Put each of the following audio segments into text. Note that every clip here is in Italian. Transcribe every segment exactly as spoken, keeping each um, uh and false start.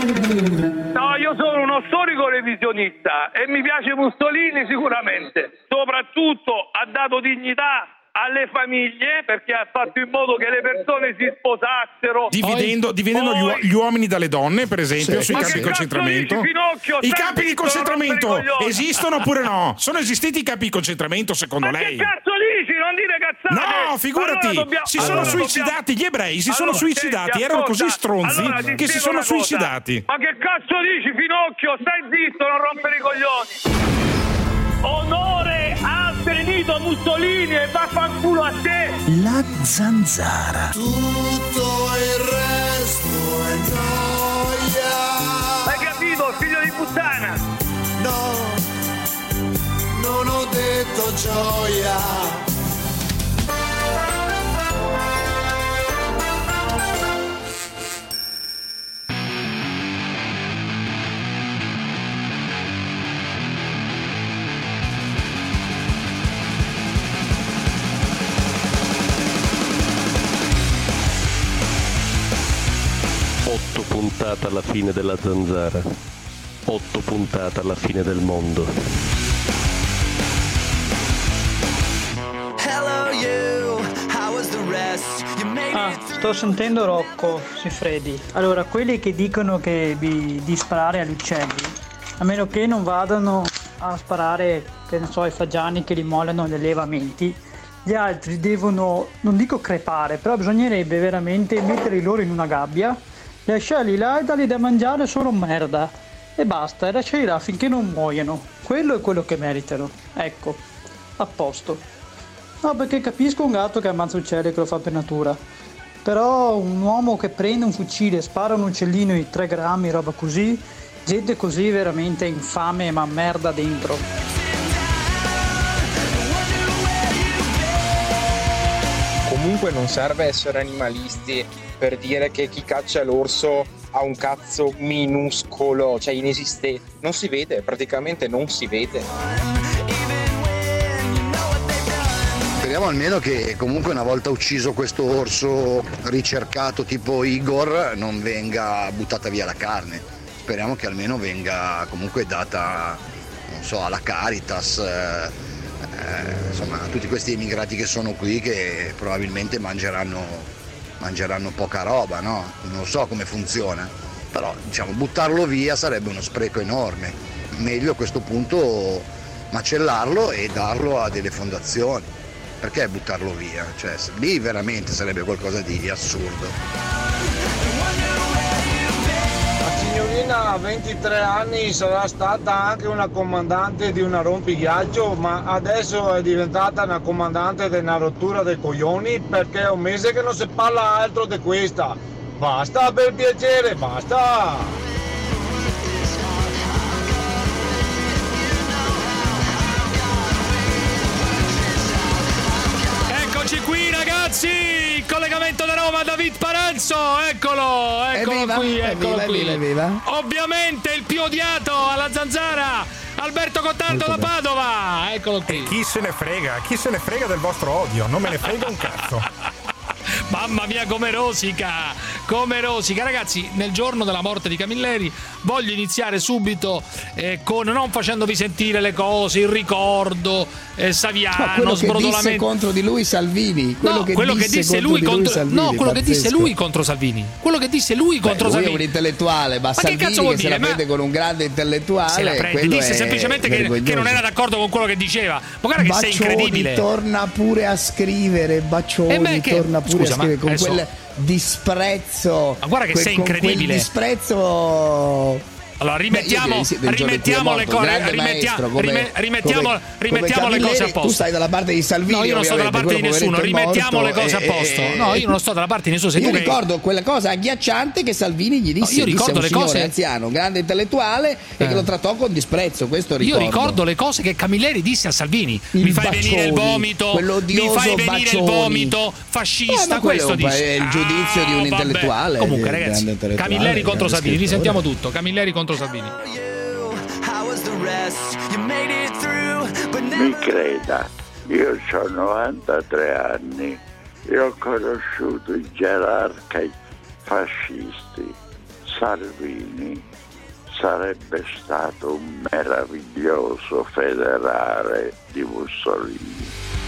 No, io sono uno storico revisionista e mi piace Mussolini sicuramente. Soprattutto ha dato dignità alle famiglie perché ha fatto in modo che le persone si sposassero dividendo, dividendo poi... gli uomini dalle donne, per esempio, sì, sui campi di concentramento. Dici, I campi di concentramento esistono oppure no? Sono esistiti i campi di concentramento secondo ma lei? Che cazzo dici? Non dire cazzate! No, figurati! Allora dobbiamo... si sono allora suicidati dobbiamo... gli ebrei, si allora, sono suicidati, senti, erano ascolta, così stronzi allora, che si sono suicidati. Ma che cazzo dici, Finocchio? Stai zitto, non rompere i coglioni! Onore al Benito Mussolini e vaffanculo a te! La Zanzara. Tutto il resto è noia. Hai capito, figlio di puttana? No, non ho detto gioia. Otto puntate alla fine della Zanzara. Otto puntate alla fine del mondo. Ah, sto sentendo Rocco Siffredi. Allora, quelli che dicono che di, di sparare agli uccelli, a meno che non vadano a sparare, che ne so, ai fagiani che li mollano gli allevamenti, gli altri devono, non dico crepare, però bisognerebbe veramente metterli loro in una gabbia, lasciarli là e dargli da mangiare solo merda e basta, e lasciarli là finché non muoiono. Quello è quello che meritano, ecco, a posto. No, perché capisco un gatto che ammazza uccelli che lo fa per natura, però un uomo che prende un fucile, spara un uccellino di tre grammi, roba così, gente così veramente infame ma merda dentro. Comunque non serve essere animalisti per dire che chi caccia l'orso ha un cazzo minuscolo, cioè inesistente. Non si vede, praticamente non si vede. Speriamo almeno che comunque una volta ucciso questo orso ricercato tipo Igor non venga buttata via la carne. Speriamo che almeno venga comunque data, non so, alla Caritas. Eh, Eh, insomma, tutti questi immigrati che sono qui che probabilmente mangeranno, mangeranno poca roba, no? Non so come funziona, però diciamo buttarlo via sarebbe uno spreco enorme. Meglio a questo punto macellarlo e darlo a delle fondazioni. Perché buttarlo via? Cioè, lì veramente sarebbe qualcosa di assurdo. A ventitré anni sarà stata anche una comandante di una rompighiaccio, ma adesso è diventata una comandante di una rottura dei coglioni perché è un mese che non si parla altro di questa. Basta, per piacere, basta! Eccoci qui ragazzi, il collegamento da Roma, David Paranzo, eccolo, eccolo evviva, qui, eccolo evviva, qui. evviva, evviva. Ovviamente il più odiato alla Zanzara, Alberto Cottanto da Padova, eccolo qui. E chi se ne frega, chi se ne frega del vostro odio, non me ne frega un cazzo. Mamma mia come rosica, come rosica. Ragazzi, nel giorno della morte di Camilleri voglio iniziare subito eh, con, non facendovi sentire le cose, il ricordo eh, Saviano, ma quello sbrodolamento. che disse contro di lui Salvini, quello no, che quello disse, che disse contro lui di contro lui Salvini, no, quello pazzesco. che disse lui contro Salvini. Quello che disse lui Beh, contro lui Salvini. è un intellettuale, ma, ma Salvini che, che se la prende ma... con un grande intellettuale, se la prende, disse semplicemente che, che non era d'accordo con quello che diceva. Ma guarda che Bacioni, sei incredibile. Torna pure a scrivere, Bacioni, eh beh, che... torna pure Scusa, a scrivere con adesso... quel disprezzo. Ma guarda che quel, sei con incredibile. Quel disprezzo. Allora rimettiamo, Beh, rimettiamo le cose, rimettiamo, come, rimettiamo, come, rimettiamo come le cose a posto. Tu stai dalla parte di Salvini. No, io non sto dalla parte di nessuno. Rimettiamo le cose e, a posto. E, no, io non sto dalla parte di nessuno. Sei io tu ricordo che... quella cosa agghiacciante che Salvini gli disse. No, io ricordo disse le un cose anziano, un grande intellettuale eh. e che lo trattò con disprezzo. Questo ricordo. Io ricordo le cose che Camilleri disse a Salvini. Il mi fai Bacioni, venire il vomito. Mi fai venire Bacioni. il vomito fascista. Eh, questo dice. È il giudizio ah, di un intellettuale. Comunque, ragazzi, Camilleri contro Salvini. Risentiamo tutto. Camilleri contro Salvini. Mi creda, io ho novantatré anni e ho conosciuto i gerarchi fascisti Salvini sarebbe stato un meraviglioso federale di Mussolini.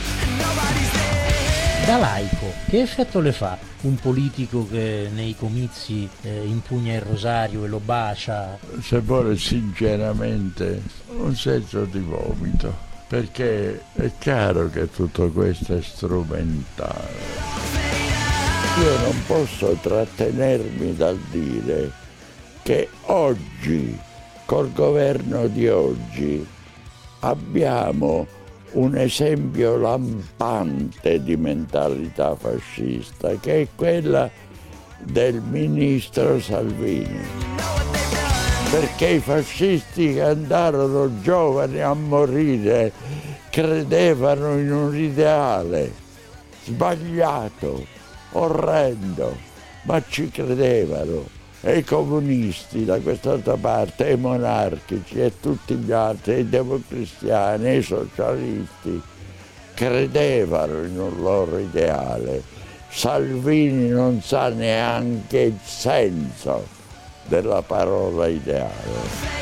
Da laico, che effetto le fa un politico che nei comizi eh, impugna il rosario e lo bacia? Se vuole sinceramente un senso di vomito, perché è chiaro che tutto questo è strumentale. Io non posso trattenermi dal dire che oggi, col governo di oggi, abbiamo un esempio lampante di mentalità fascista, che è quella del ministro Salvini. Perché i fascisti che andarono giovani a morire credevano in un ideale sbagliato, orrendo, ma ci credevano. E i comunisti da quest'altra parte, i monarchici e tutti gli altri, i democristiani e i socialisti, credevano in un loro ideale. Salvini non sa neanche il senso della parola ideale.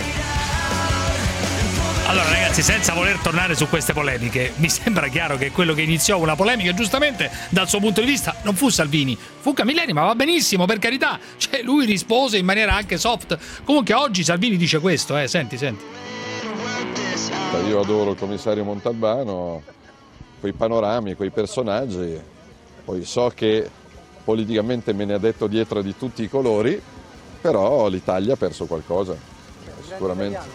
Allora ragazzi, senza voler tornare su queste polemiche, mi sembra chiaro che quello che iniziò una polemica, giustamente dal suo punto di vista, non fu Salvini, fu Camilleri, ma va benissimo, per carità, cioè lui rispose in maniera anche soft. Comunque oggi Salvini dice questo, eh, senti, senti. Io adoro il commissario Montalbano, quei panorami, quei personaggi, poi so che politicamente me ne ha detto dietro di tutti i colori, però l'Italia ha perso qualcosa, sicuramente.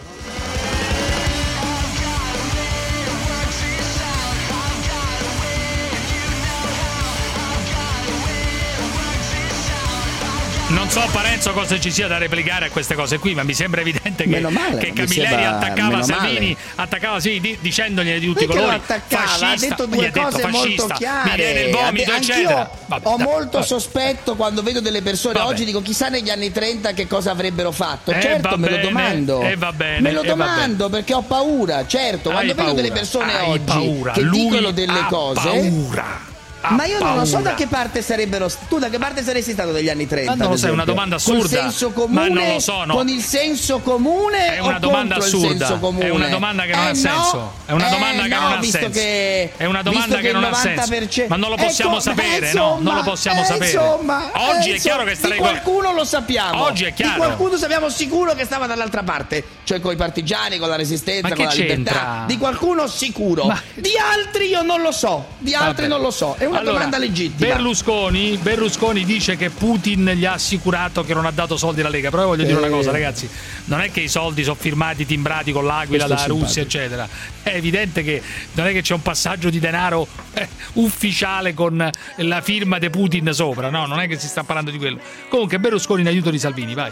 Non so Parenzo cosa ci sia da replicare a queste cose qui, ma mi sembra evidente che, male, che Camilleri sembra, attaccava Salvini, male. attaccava sì, di, dicendogli di tutti i colori. Attaccava, fascista, ha detto due gli ha cose detto fascista, molto chiare. mi viene il vomito, Anch'io eccetera. Vabbè, ho dai, molto vabbè. sospetto quando vedo delle persone. Vabbè. Oggi dico chissà negli anni trenta che cosa avrebbero fatto. Eh, certo, va me lo bene, domando. eh, va bene, me lo eh, va domando perché ho paura. Certo, quando Hai vedo paura, delle persone hai oggi paura. che Lui dicono delle ha cose. Paura. Ma io non lo so paura. da che parte sarebbero. Tu da che parte saresti stato degli anni trenta? Ma non lo sai, è una domanda assurda. Col senso comune, Ma non lo so, no. Con il senso comune È una o domanda contro il assurda. senso comune? È una domanda che non Eh ha no, senso. È una domanda eh che no, non ha visto senso. Che, È una domanda visto che, che non il ha novanta senso. per cento Ma non lo possiamo ecco, sapere, eh, no? Non insomma, lo possiamo eh, sapere. insomma, Oggi eh, è chiaro che insomma, starei di qualcuno lo sappiamo. Oggi è chiaro. Di qualcuno sappiamo sicuro che stava dall'altra parte, cioè con i partigiani, con la resistenza, Ma con che la libertà. c'entra? Di qualcuno sicuro. Ma- Di altri io non lo so. Di altri Vabbè. non lo so. È una Allora, domanda legittima. Berlusconi, Berlusconi dice che Putin gli ha assicurato che non ha dato soldi alla Lega. Però voglio dire una cosa, ragazzi, non è che i soldi sono firmati, timbrati con l'Aquila Questo è dalla simpatico. Russia, eccetera. È evidente che non è che c'è un passaggio di denaro eh, ufficiale con la firma di Putin sopra, no, non è che si sta parlando di quello. Comunque Berlusconi in aiuto di Salvini, vai.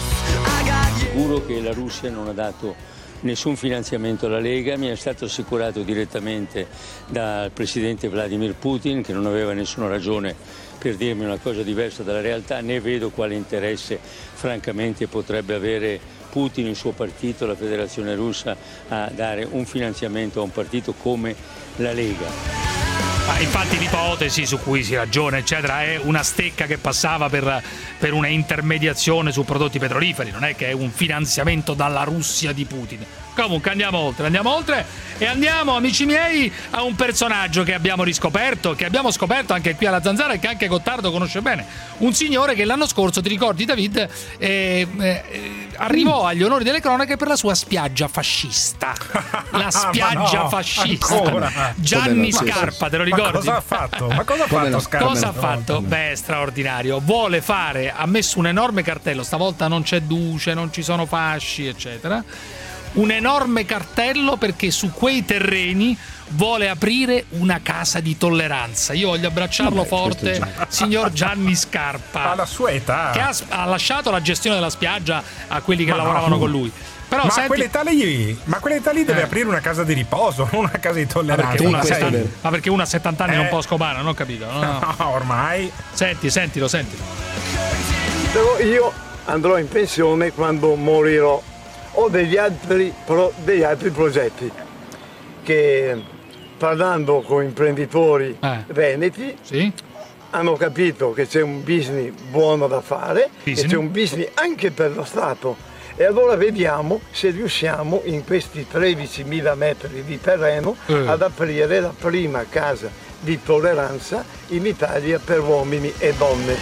Sicuro che la Russia non ha dato nessun finanziamento alla Lega, mi è stato assicurato direttamente dal presidente Vladimir Putin, che non aveva nessuna ragione per dirmi una cosa diversa dalla realtà, né vedo quale interesse francamente potrebbe avere Putin, il suo partito, la Federazione Russa, a dare un finanziamento a un partito come la Lega. Ah, infatti l'ipotesi su cui si ragiona eccetera è una stecca che passava per, per una intermediazione su prodotti petroliferi, non è che è un finanziamento dalla Russia di Putin. Comunque andiamo oltre, andiamo oltre e andiamo, amici miei, a un personaggio che abbiamo riscoperto, che abbiamo scoperto anche qui alla Zanzara e che anche Gottardo conosce bene. Un signore che l'anno scorso, ti ricordi David, eh, eh, arrivò agli onori delle cronache per la sua spiaggia fascista. La spiaggia no, fascista. ancora? Gianni Come no? Scarpa, te lo Ma ricordi? cosa ha fatto? Ma cosa ha fatto no? Scarpa? Cosa ha fatto? Beh, straordinario. Vuole fare, ha messo un enorme cartello, stavolta non c'è duce, non ci sono fasci, eccetera. Un enorme cartello perché su quei terreni vuole aprire una casa di tolleranza. Io voglio abbracciarlo Vabbè, forte, già... signor Gianni Scarpa. Alla sua età. Che ha, ha lasciato la gestione della spiaggia a quelli che Ma lavoravano no. con lui. Però ma, senti... quell'età lì, ma quell'età lì deve Eh. aprire una casa di riposo, non una casa di Ma tolleranza. perché, uno a questo è settanta, vero. ma perché uno a settanta anni Eh. non può scopare, non ho capito. No, no. No, ormai. Senti, sentilo, sentilo. Però io andrò in pensione quando morirò. Ho degli altri, pro, degli altri progetti che, parlando con imprenditori Eh. veneti, Sì? hanno capito che c'è un business buono da fare, Business. e c'è un business anche per lo Stato. E allora vediamo se riusciamo in questi tredicimila metri di terreno Eh. ad aprire la prima casa di tolleranza in Italia per uomini e donne.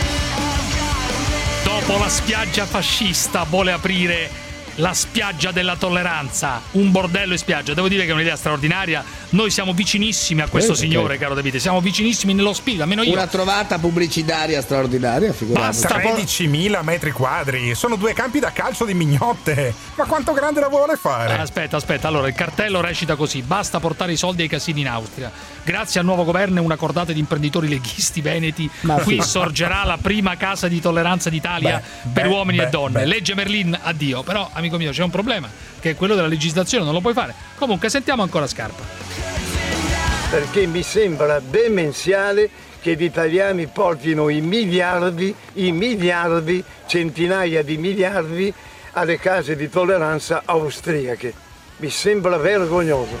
Dopo la spiaggia fascista vuole aprire la spiaggia della tolleranza, un bordello in spiaggia. Devo dire che è un'idea straordinaria. Noi siamo vicinissimi a questo Eh, signore, ok. caro Davide, siamo vicinissimi nello spirito, almeno io. Una trovata pubblicitaria straordinaria, figurati. tredicimila metri quadri, sono due campi da calcio di mignotte. Ma quanto grande la vuole fare? Aspetta, aspetta, allora il cartello recita così: basta portare i soldi ai casini in Austria. Grazie al nuovo governo e una cordata di imprenditori leghisti veneti, Ma qui sì. sorgerà la prima casa di tolleranza d'Italia Beh, per beh, uomini beh, e donne. beh. Legge Merlin, addio. Però, amico mio, c'è un problema, che è quello della legislazione, non lo puoi fare. Comunque, sentiamo ancora Scarpa. Perché mi sembra demenziale che gli italiani portino i miliardi, i miliardi, centinaia di miliardi alle case di tolleranza austriache. Mi sembra vergognoso.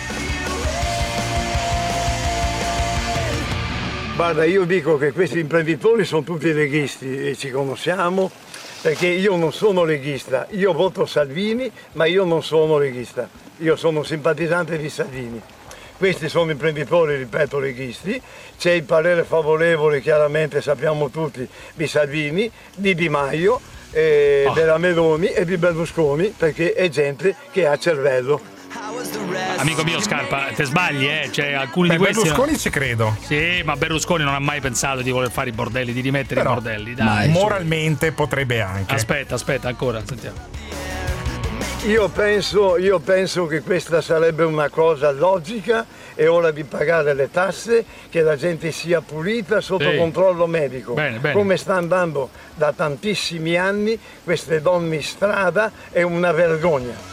Guarda, io dico che questi imprenditori sono tutti leghisti e ci conosciamo, perché io non sono leghista, io voto Salvini, ma io non sono leghista, io sono simpatizzante di Salvini. Questi sono imprenditori, ripeto, leghisti, c'è il parere favorevole, chiaramente sappiamo tutti, di Salvini, di Di Maio, eh, Oh. della Meloni e di Berlusconi, perché è gente che ha cervello. Amico mio Scarpa, te sbagli, eh? Cioè, alcuni Beh, di questi. Berlusconi ci credo. Sì, ma Berlusconi non ha mai pensato di voler fare i bordelli, di rimettere Però, i bordelli. Dai, su. moralmente potrebbe anche. Aspetta, aspetta, ancora, sentiamo. Io penso, io penso che questa sarebbe una cosa logica, è ora di pagare le tasse, che la gente sia pulita sotto Sì. controllo medico. Bene, bene. Come sta andando da tantissimi anni, queste donne in strada è una vergogna.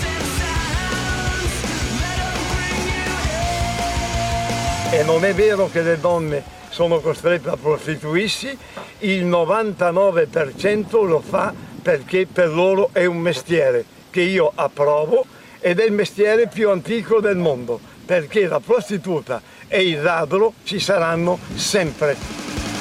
E non è vero che le donne sono costrette a prostituirsi, il novantanove per cento lo fa perché per loro è un mestiere che io approvo ed è il mestiere più antico del mondo, perché la prostituta e il ladro ci saranno sempre.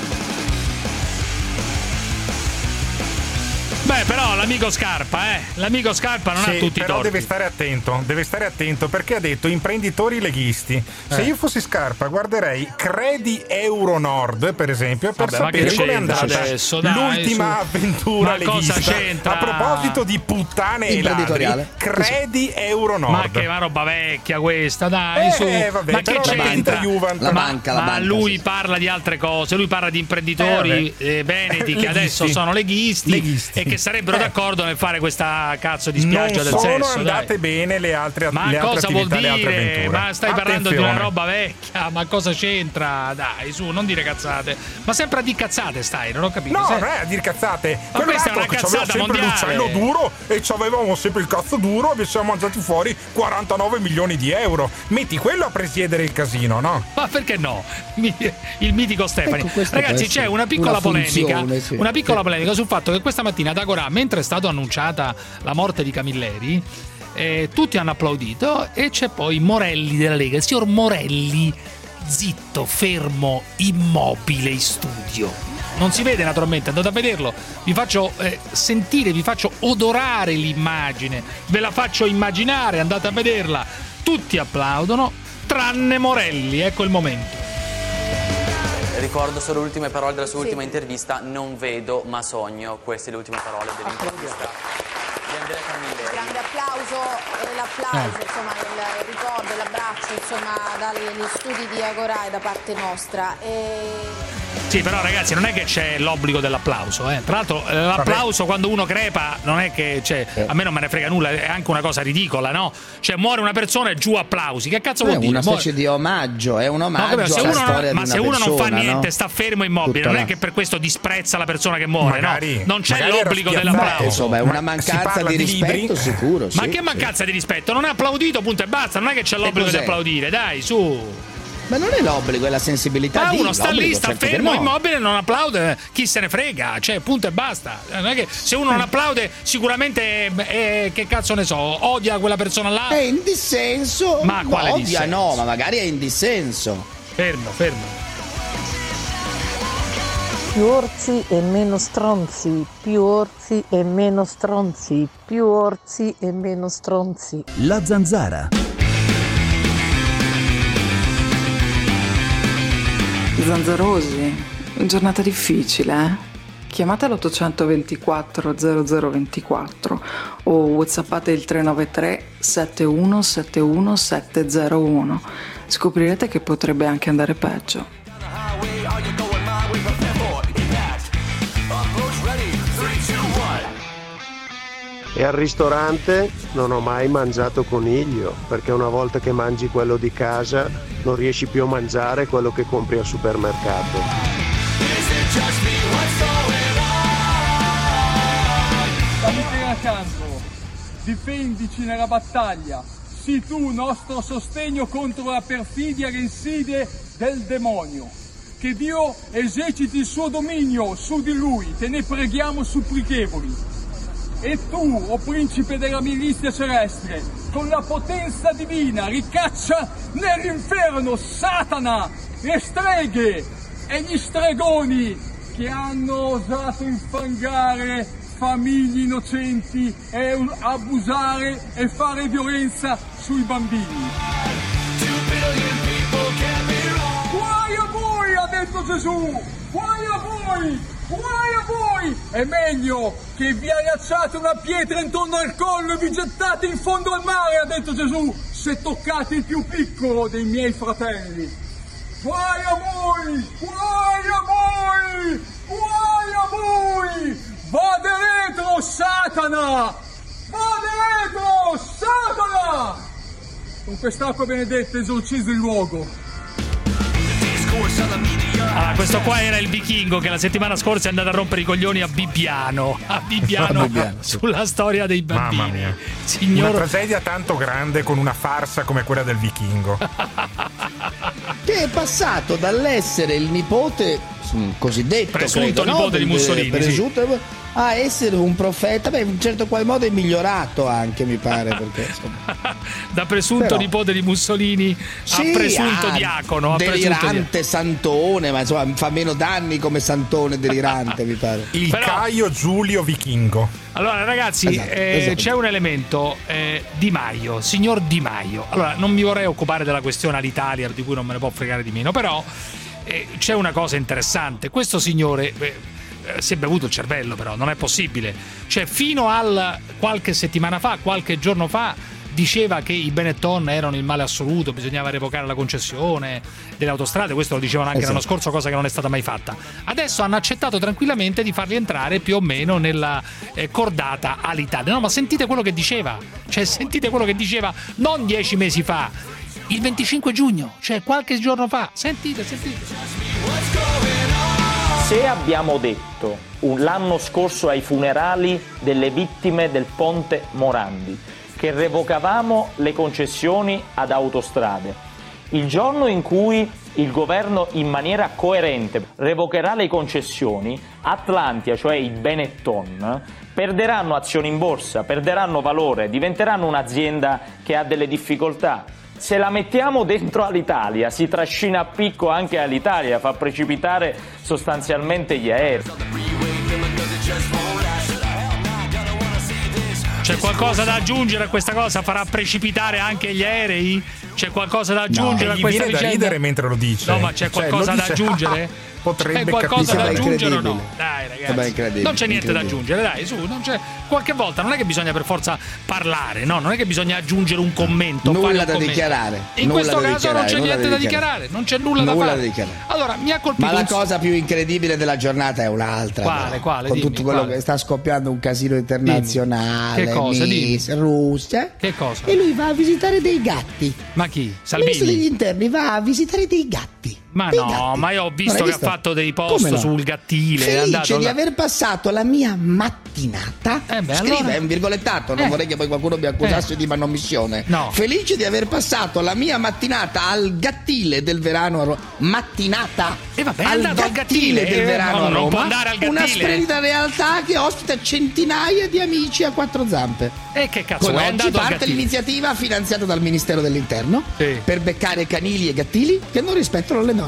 Beh, però l'amico Scarpa, eh, l'amico Scarpa non Sì, ha tutti i però torti. deve stare attento, deve stare attento perché ha detto imprenditori leghisti. Se Eh. io fossi Scarpa guarderei Credi Euronord, per esempio, per Vabbè, ma sapere che come è c'entra andata adesso, dai, l'ultima su. avventura Ma cosa leghista. c'entra? A proposito di puttane e ladri, Imprenditoriale. Credi Euronord. Ma che ma roba vecchia questa, dai, Eh, su. vabbè, ma che però la c'entra? partita Juventus- La ma banca, la ma banca, lui sì, sì. parla di altre cose, lui parla di imprenditori Eh, eh, veneti che Leghisti. adesso sono leghisti, Leghisti. e che sarebbero Eh. d'accordo nel fare questa cazzo di spiaggia non del sono sesso. andate dai. bene le altre, Ma le altre cosa vuol attività, le altre dire? avventure. Ma stai parlando di una Attenzione. roba vecchia, ma cosa c'entra? Dai, su, non dire cazzate. Ma sempre a di cazzate stai, non ho capito. No, Se- non è a dir cazzate. Ma questa è una che cazzata c'aveva sempre mondiale. l'uccello duro e c'avevamo sempre il cazzo duro e ci siamo mangiati fuori quarantanove milioni di euro. Metti quello a presiedere il casino, no? Ma perché no? Mi- Il mitico Stefani. Ecco, questa Ragazzi, può c'è essere una piccola una polemica. funzione, sì. Una piccola polemica sul fatto che questa mattina ad Agorà, mentre è stata annunciata la morte di Camilleri, eh, tutti hanno applaudito e c'è poi Morelli della Lega. Il signor Morelli, zitto, fermo, immobile in studio. Non si vede naturalmente, andate a vederlo. Vi faccio eh, sentire, vi faccio odorare l'immagine, ve la faccio immaginare, andate a vederla. Tutti applaudono, tranne Morelli, ecco il momento. Ricordo solo le ultime parole della sua ultima intervista: non vedo ma sogno. Queste le ultime parole dell'intervista di Andrea Camilleri. Grande applauso, eh, l'applauso, Eh. insomma, il ricordo, l'abbraccio, insomma, dagli studi di Agorà e da parte nostra. E... Sì, però ragazzi, non è che c'è l'obbligo dell'applauso, eh. Tra l'altro eh, l'applauso quando uno crepa non è che, cioè, a me non me ne frega nulla, è anche una cosa ridicola, no? Cioè muore una persona e giù applausi. Che cazzo vuol È dire? una Muore- specie di omaggio, è un No, omaggio capito? Se alla uno non- storia ma di se una uno non fa persona, niente, no? sta fermo immobile, Tutta non la- è che per questo disprezza la persona che muore, Magari- no? Non c'è magari era l'obbligo spiazzato. dell'applauso. Insomma, è una Ma si mancanza parla di di rispetto libri? sicuro. Ma sì, che sì. mancanza di rispetto? Non ha applaudito, punto e basta. Non è che c'è l'obbligo di cos'è? applaudire, dai, su. Ma non è l'obbligo, è la sensibilità Ma di uno sta lì, l'obbligo, sta certo che fermo, no. immobile, non applaude, chi se ne frega, cioè punto e basta. Non è che se uno non applaude, sicuramente eh, che cazzo ne so, odia quella persona là. È in dissenso. Ma quale odia dissenso? no, ma magari è in dissenso. Fermo, fermo. Più orsi e meno stronzi, più orsi e meno stronzi, più orsi e meno stronzi. La Zanzara. Zanzarosi, giornata difficile, eh? Chiamate l'ottocento ventiquattro zero zero ventiquattro o whatsappate il tre nove tre sette uno sette uno sette zero uno. Scoprirete che potrebbe anche andare peggio. E al ristorante non ho mai mangiato coniglio, perché una volta che mangi quello di casa non riesci più a mangiare quello che compri al supermercato. Stammi accanto, difendici nella battaglia, sii tu nostro sostegno contro la perfidia e le insidie del demonio. Che Dio eserciti il suo dominio su di lui, te ne preghiamo supplichevoli. E tu, o principe della milizia celeste, con la potenza divina ricaccia nell'inferno Satana, le streghe e gli stregoni che hanno osato infangare famiglie innocenti e abusare e fare violenza sui bambini. Guai a voi, ha detto Gesù, guai a voi! Guai a voi! È meglio che vi allacciate una pietra intorno al collo e vi gettate in fondo al mare, ha detto Gesù, se toccate il più piccolo dei miei fratelli. Guai a voi! Guai a voi! Guai a voi! Vade retro, Satana! Vade retro, Satana! Con quest'acqua benedetta esorcizzo il luogo. Ah, questo qua era il vichingo che la settimana scorsa è andato a rompere i coglioni a Bibbiano, a Bibbiano, a Bibbiano sì. Sulla storia dei bambini. Mamma mia. Signor... Una tragedia tanto grande con una farsa come quella del vichingo. Che è passato dall'essere il nipote cosiddetto presunto credo, nipote no? di Mussolini, presunto, sì. a essere un profeta, beh, in un certo qual modo è migliorato anche, mi pare, perché insomma. Da presunto Però, nipote di Mussolini sì, a presunto a diacono, a delirante presunto santone, ma insomma fa meno danni come santone delirante, mi pare. Il Però, Caio Giulio Vichingo. Allora ragazzi, esatto, eh, esatto. c'è un elemento, eh, Di Maio, signor Di Maio. Allora non mi vorrei occupare della questione all'Italia, di cui non me ne può fregare di meno, però eh, c'è una cosa interessante. Questo signore eh, si è bevuto il cervello, però non è possibile. Cioè fino al qualche settimana fa, qualche giorno fa, diceva che i Benetton erano il male assoluto, bisognava revocare la concessione delle autostrade, questo lo dicevano anche esatto. l'anno scorso, cosa che non è stata mai fatta. Adesso hanno accettato tranquillamente di farli entrare più o meno nella eh, cordata all'Italia. No, ma sentite quello che diceva, cioè sentite quello che diceva non dieci mesi fa, il venticinque giugno, cioè qualche giorno fa. Sentite, sentite. Se abbiamo detto l'anno scorso ai funerali delle vittime del ponte Morandi che revocavamo le concessioni ad autostrade, il giorno in cui il governo in maniera coerente revocherà le concessioni, Atlantia, cioè i Benetton, perderanno azioni in borsa, perderanno valore, diventeranno un'azienda che ha delle difficoltà. Se la mettiamo dentro all'Italia, si trascina a picco anche all'Italia, fa precipitare sostanzialmente gli aerei. C'è qualcosa da aggiungere a questa cosa? Farà precipitare anche gli aerei? C'è qualcosa da aggiungere no, a questa vicenda? Gli viene da ridere mentre lo dice. No, ma c'è qualcosa cioè, da dice, aggiungere? Potrebbe c'è qualcosa da aggiungere o no? Dai ragazzi, non c'è niente da aggiungere, dai, su, non c'è. Qualche volta non è che bisogna per forza parlare, no, non è che bisogna aggiungere un commento, nulla un da commento. dichiarare. In nulla questo da caso non c'è niente da dichiarare, non c'è nulla, nulla da fare. Da dichiarare. Allora, mi ha colpito. Ma la un... cosa più incredibile della giornata è un'altra. Quale, però, quale? con Dimmi, tutto quello quale? che sta scoppiando un casino internazionale. Dimmi. Che cosa? Miss, Dimmi. Russia. Che cosa? E lui va a visitare dei gatti. Ma chi? Il Salvini? ministro degli interni va a visitare dei gatti. Ma dei no, gatti. ma io ho visto che visto? ha fatto dei post no? sul gattile. Felice è andato di là. aver passato la mia mattinata. Eh beh, Scrive, allora... è un virgolettato, non eh. vorrei che poi qualcuno mi accusasse eh. di manomissione. No. Felice di aver passato la mia mattinata al gattile del Verano a Roma. Mattinata e eh vabbè, è al andato gattile, al gattile del eh, Verano no, a Roma. Non può andare al gattile. Una splendida realtà che ospita centinaia di amici a quattro zampe. E che cazzo Con è oggi andato parte l'iniziativa finanziata dal Ministero dell'Interno sì. per beccare canili e gattili che non rispettano le norme.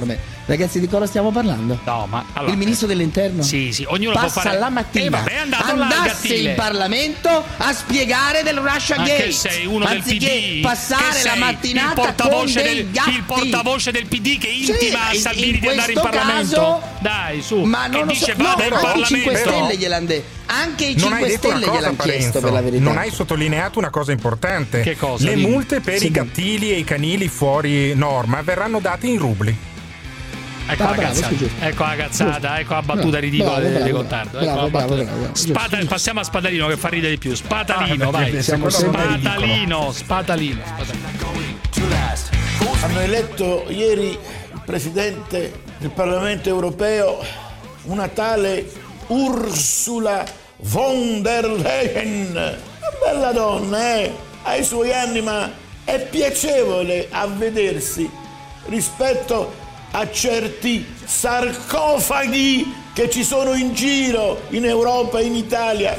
Ragazzi, di cosa stiamo parlando? No, ma allora, il ministro dell'interno? Sì, sì, ognuno passa può fare. la mattina. Eh, vabbè, è andato là al andasse Gattile. in Parlamento a spiegare del Russia Ma Gate. che sei uno del P anziché D? passare Che la sei mattinata il portavoce con dei del, gatti. il portavoce del P D che intima Sì, a in- Salvini in di andare in questo Parlamento. caso- Dai, su. Ma che non lo dice so, vada no, in no, Parlamento. i cinque Però- Stelle gliel'hanno anche i Non hai cinque detto una Stelle cosa, gliel'hanno chiesto, Parenzo. per la verità. Non hai sottolineato una cosa importante. Che cosa? Le Dimmi. multe per Sì, i gattili e i canili fuori norma verranno date in rubli. Ecco Ah, la bravo, cazzata, sì, giusto. ecco la cazzata, Giusto. ecco la battuta Bravo, ridicola bravo, di, di bravo, Gottardo. bravo, ecco la bravo, battuta. bravo, giusto, Spata- giusto. passiamo a Spadalino che fa ridere di più. Spatalino, Ah, vai. perché Siamo sempre Spatalino, spatalino, spatalino. Hanno eletto ieri il Presidente del Parlamento Europeo, una tale Ursula von der Leyen. Una bella donna, eh? Ha i suoi anni, ma è piacevole a vedersi rispetto a certi sarcofagi che ci sono in giro in Europa e in Italia.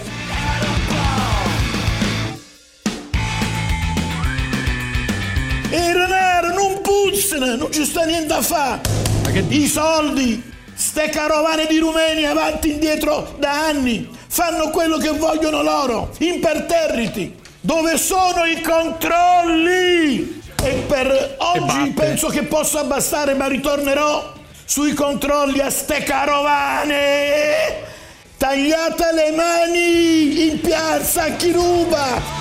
E Renaro, non puzzano, non ci sta niente a fare. I soldi, ste carovane di rumeni avanti e indietro da anni, fanno quello che vogliono loro, imperterriti. Dove sono i controlli? E per oggi penso che possa bastare, ma ritornerò sui controlli a ste carovane. Tagliate le mani in piazza a chi ruba.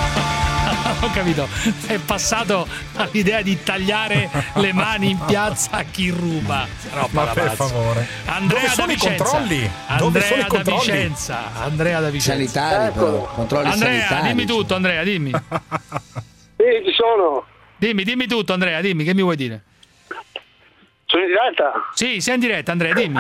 Ho capito, è passato all'idea di tagliare le mani in piazza a chi ruba. Roba Ma da per pazzi. favore. Andrea Dove sono da i Vicenza. controlli? Dove Andrea sono i da controlli? Vicenza. Andrea da Vicenza. Sanitari, però, controlli Andrea, sanitari. dimmi tutto, Andrea, dimmi. Sì, ci sono. Dimmi, dimmi tutto, Andrea, dimmi, che mi vuoi dire? Sono in diretta? Sì, sei in diretta, Andrea, dimmi.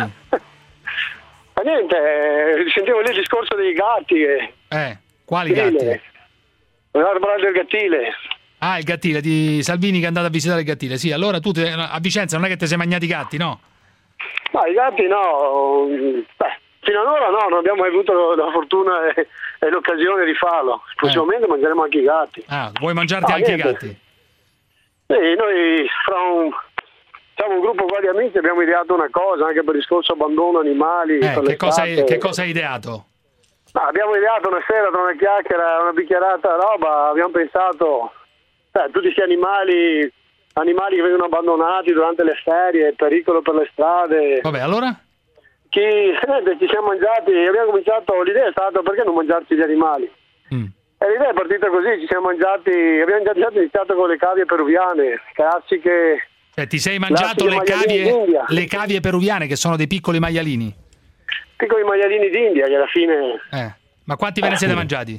Ma niente, eh, sentivo lì il discorso dei gatti. E... Eh, quali gatti? Volevamo parlare del gattile. Ah, il Gattile di Salvini che è andato a visitare il Gattile. Sì, allora tu te- a Vicenza non è che ti sei mangiati i gatti, no? Ma i gatti no. Beh, fino ad ora no, non abbiamo mai avuto la fortuna e, e l'occasione di farlo. Prossimamente mangeremo anche i gatti. Ah, vuoi mangiarti Ah, anche niente. i gatti? Sì, noi fra un, siamo un gruppo qua di amici, abbiamo ideato una cosa anche per il discorso abbandono animali. Eh, per che, cosa hai, l'estate. che cosa hai ideato? Ma abbiamo ideato una sera tra una chiacchiera, una bicchierata roba, abbiamo pensato, eh, tutti questi animali, animali che vengono abbandonati durante le ferie, pericolo per le strade. Vabbè, allora? Chi, eh, ci siamo mangiati, abbiamo cominciato, l'idea è stata perché non mangiarci gli animali? Mm. E l'idea è partita così, ci siamo mangiati, abbiamo già iniziato con le cavie peruviane, classiche. Cioè, ti sei mangiato classiche le maialini cavie, d'India. le cavie peruviane che sono dei piccoli maialini? Piccoli maialini d'India che alla fine... Eh. Ma quanti ve ne siete mangiati?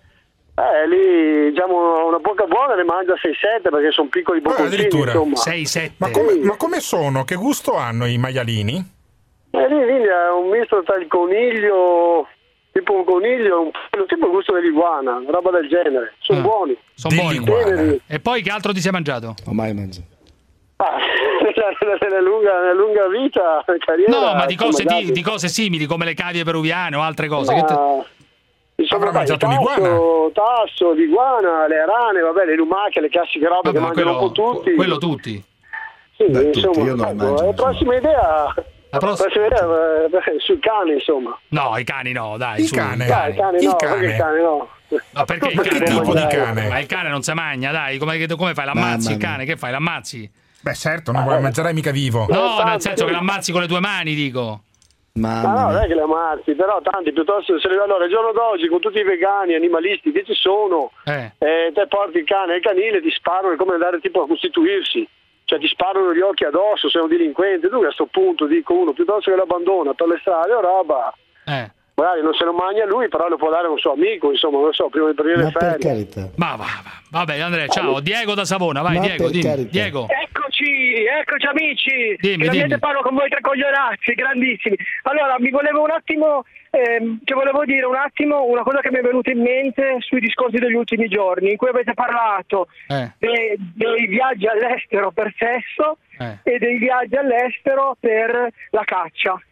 Eh, lì diciamo una poca buona ne mangia sei sette perché sono piccoli Ah, bocconcini, addirittura insomma. sei sette. Ma come, ma come sono? Che gusto hanno i maialini? Eh, lì in India è un misto tra il coniglio, tipo un coniglio, un, tipo il gusto dell'iguana, roba del genere. Sono Ah, buoni. Sono buoni. Teneri. E poi che altro ti sei mangiato? Ho mai mangiato. Ah, nella, lunga, nella lunga vita, carriera. No, ma di sono cose, di, mangiati. di cose simili come le cavie peruviane o altre cose. Ma- Che te- Insomma, Avrà dai, mangiato tasso, un'iguana? tasso, l'iguana, le rane, vabbè, le lumache, le classiche robe che Vabbè, ma mangiano un po' quello, tutti. quello tutti. Sì, Beh, tutti, insomma, io non ecco, mangio, la prossima idea, La pross- prossima idea eh, sul cane, insomma. No, i cani no, dai. Il su, cane? i Dai, il cane Il no, cane. perché il cane no. Ma perché il Perché cane devo no? tipo di mangiare? cane? Ma il cane non si magna, dai. Come, come fai? L'ammazzi il cane? Che fai? L'ammazzi? Beh, certo, non vuole mangiare mica vivo. No, nel senso che l'ammazzi con le tue mani, dico. Ma no, non è che le ammazzi, però tanti piuttosto se le... Allora, il giorno d'oggi con tutti i vegani, animalisti che ci sono, Eh. eh, te porti il cane e il canile, ti sparano, è come andare tipo a costituirsi, cioè ti sparano gli occhi addosso, sei un delinquente. Tu a sto punto dico uno, piuttosto che lo abbandona per le strade o roba, Eh. magari non se lo mangia lui, però lo può dare a un suo amico, insomma, non lo so, prima di aprire le Ma per ferie. carità. Ma va, va. Vabbè, Andrea, ciao. Diego da Savona, vai, Ma Diego, per dimmi. carità. Diego. Eccoci, eccoci amici. Dimmi, Finalmente dimmi. parlo con voi tre coglionazzi, grandissimi. Allora, mi volevo un attimo, ehm, che volevo dire un attimo una cosa che mi è venuta in mente sui discorsi degli ultimi giorni, in cui avete parlato Eh. de- dei viaggi all'estero per sesso Eh. e dei viaggi all'estero per la caccia. Eh.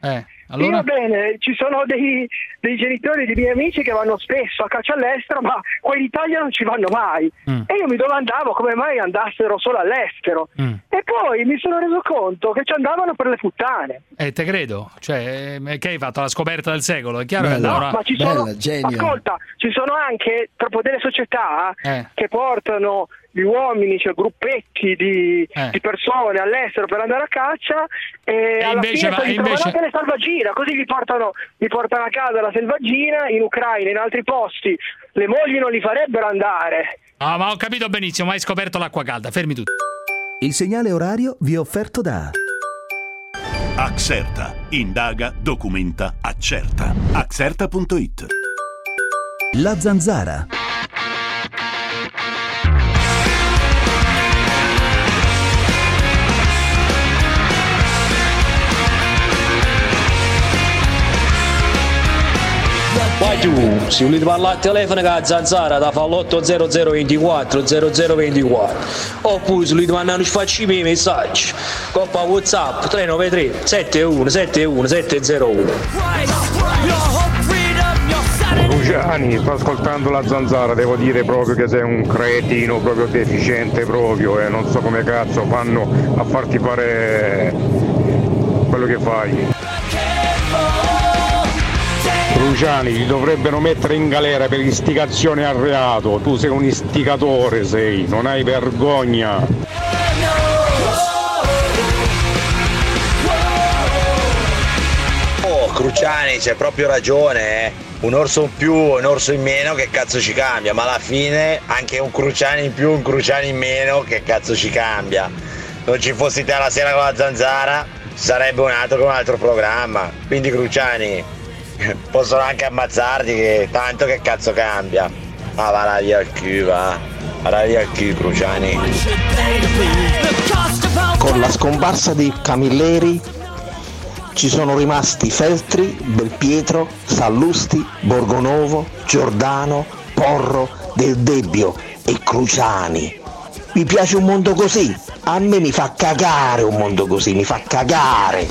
Allora? Io bene, ci sono dei, dei genitori di miei amici che vanno spesso a caccia all'estero, ma quelli d'Italia non ci vanno mai. Mm. E io mi domandavo come mai andassero solo all'estero. Mm. E poi mi sono reso conto che ci andavano per le puttane. Eh, te credo. Cioè, eh, che hai fatto la scoperta del secolo? È chiaro Bella, che andavano... Ma ci bella, sono, genio. ascolta, ci sono anche proprio delle società eh. che portano gli uomini, cioè gruppetti di, eh. di persone all'estero per andare a caccia e, e alla invece, fine ma, poi li invece... trovano anche le selvaggina, così li portano, li portano a casa la selvaggina in Ucraina, in altri posti. Le mogli non li farebbero andare. Ah, ma ho capito benissimo, ma hai scoperto l'acqua calda, fermi tutti. Il segnale orario vi è offerto da Axerta. Indaga, documenta, accerta. Axerta punto it. La Zanzara. Poi tu, se volete parlare al telefono con la Zanzara, da fa l'otto zero zero ventiquattro zero zero ventiquattro. Oppure se volete mandare un sfacci messaggi, coppa WhatsApp tre nove tre sette uno sette uno sette zero uno. Luciani, sto ascoltando la Zanzara, devo dire proprio che sei un cretino, proprio deficiente proprio, e non so come cazzo fanno a farti fare quello che fai. Luciani, ti dovrebbero mettere in galera per istigazione al reato, tu sei un istigatore, sei, non hai vergogna. Oh, Cruciani, c'hai proprio ragione, eh. Un orso in più, un orso in meno, che cazzo ci cambia? Ma alla fine anche un Cruciani in più, un Cruciani in meno, che cazzo ci cambia? Non ci fossi te la sera con la Zanzara, sarebbe un altro con un altro programma. Quindi Cruciani, possono anche ammazzarti, che tanto che cazzo cambia. Ma va la via al culo, va. Va la via al culo, Cruciani. Con la scomparsa dei Camilleri ci sono rimasti Feltri, Belpietro, Sallusti, Borgonovo, Giordano, Porro, Del Debbio e Cruciani. Vi piace un mondo così? A me mi fa cagare un mondo così, mi fa cagare.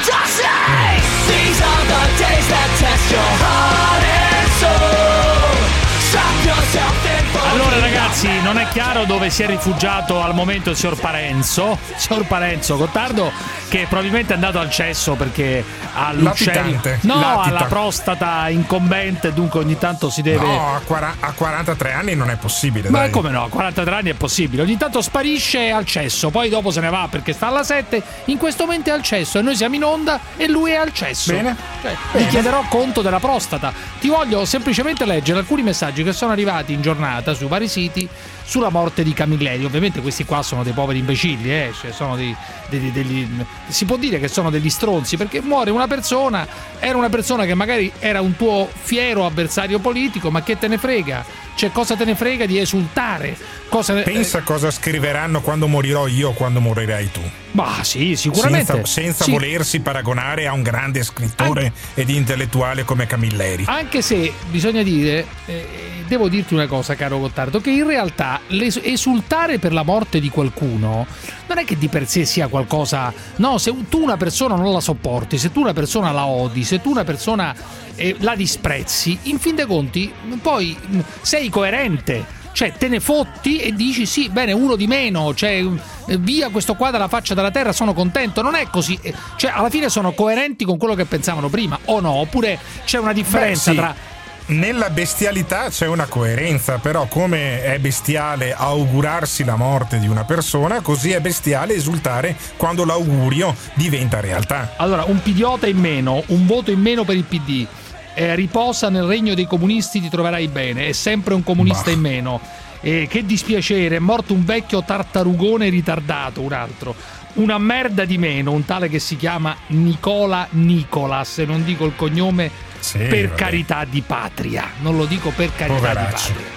Allora ragazzi, non è chiaro dove si è rifugiato al momento il signor Parenzo, il signor Parenzo Gottardo, che probabilmente è andato al cesso perché ha l'uccello, no, latita. ha la prostata incombente, dunque ogni tanto si deve... No, a, quara- a quarantatré anni non è possibile, Ma dai. come no, a quarantatré anni è possibile, ogni tanto sparisce al cesso, poi dopo se ne va perché sta alla sette, in questo momento è al cesso e noi siamo in onda e lui è al cesso. Bene. Cioè, Bene. gli chiederò conto della prostata. Ti voglio semplicemente leggere alcuni messaggi che sono arrivati in giornata su vari siti sulla morte di Camilleri. Ovviamente questi qua sono dei poveri imbecilli, eh? Cioè sono dei, dei, degli, si può dire che sono degli stronzi, perché muore una persona, era una persona che magari era un tuo fiero avversario politico, ma che te ne frega? Cioè cosa te ne frega di esultare? Cosa... Pensa cosa scriveranno quando morirò io o quando morirai tu. Bah sì, sicuramente. Senza, senza sì. volersi paragonare a un grande scrittore An- ed intellettuale come Camilleri. Anche se bisogna dire, eh, devo dirti una cosa caro Gottardo, che in realtà esultare per la morte di qualcuno non è che di per sé sia qualcosa, no, se tu una persona non la sopporti, se tu una persona la odi, se tu una persona eh, la disprezzi, in fin dei conti poi sei coerente. Cioè te ne fotti e dici sì, bene, uno di meno, cioè via questo qua dalla faccia della terra, sono contento. Non è così, cioè alla fine sono coerenti con quello che pensavano prima, o no? Oppure c'è una differenza? Beh, sì. tra Nella bestialità c'è una coerenza, però come è bestiale augurarsi la morte di una persona, così è bestiale esultare quando l'augurio diventa realtà. Allora, un pidiota in meno, un voto in meno per il P D. Eh, riposa nel regno dei comunisti, ti troverai bene, è sempre un comunista bah. in meno. Eh, che dispiacere, è morto un vecchio tartarugone ritardato, un altro. Una merda di meno, un tale che si chiama Nicola Nicolas, e non dico il cognome sì, per vabbè. carità di patria, non lo dico per carità Poveraccio. di patria.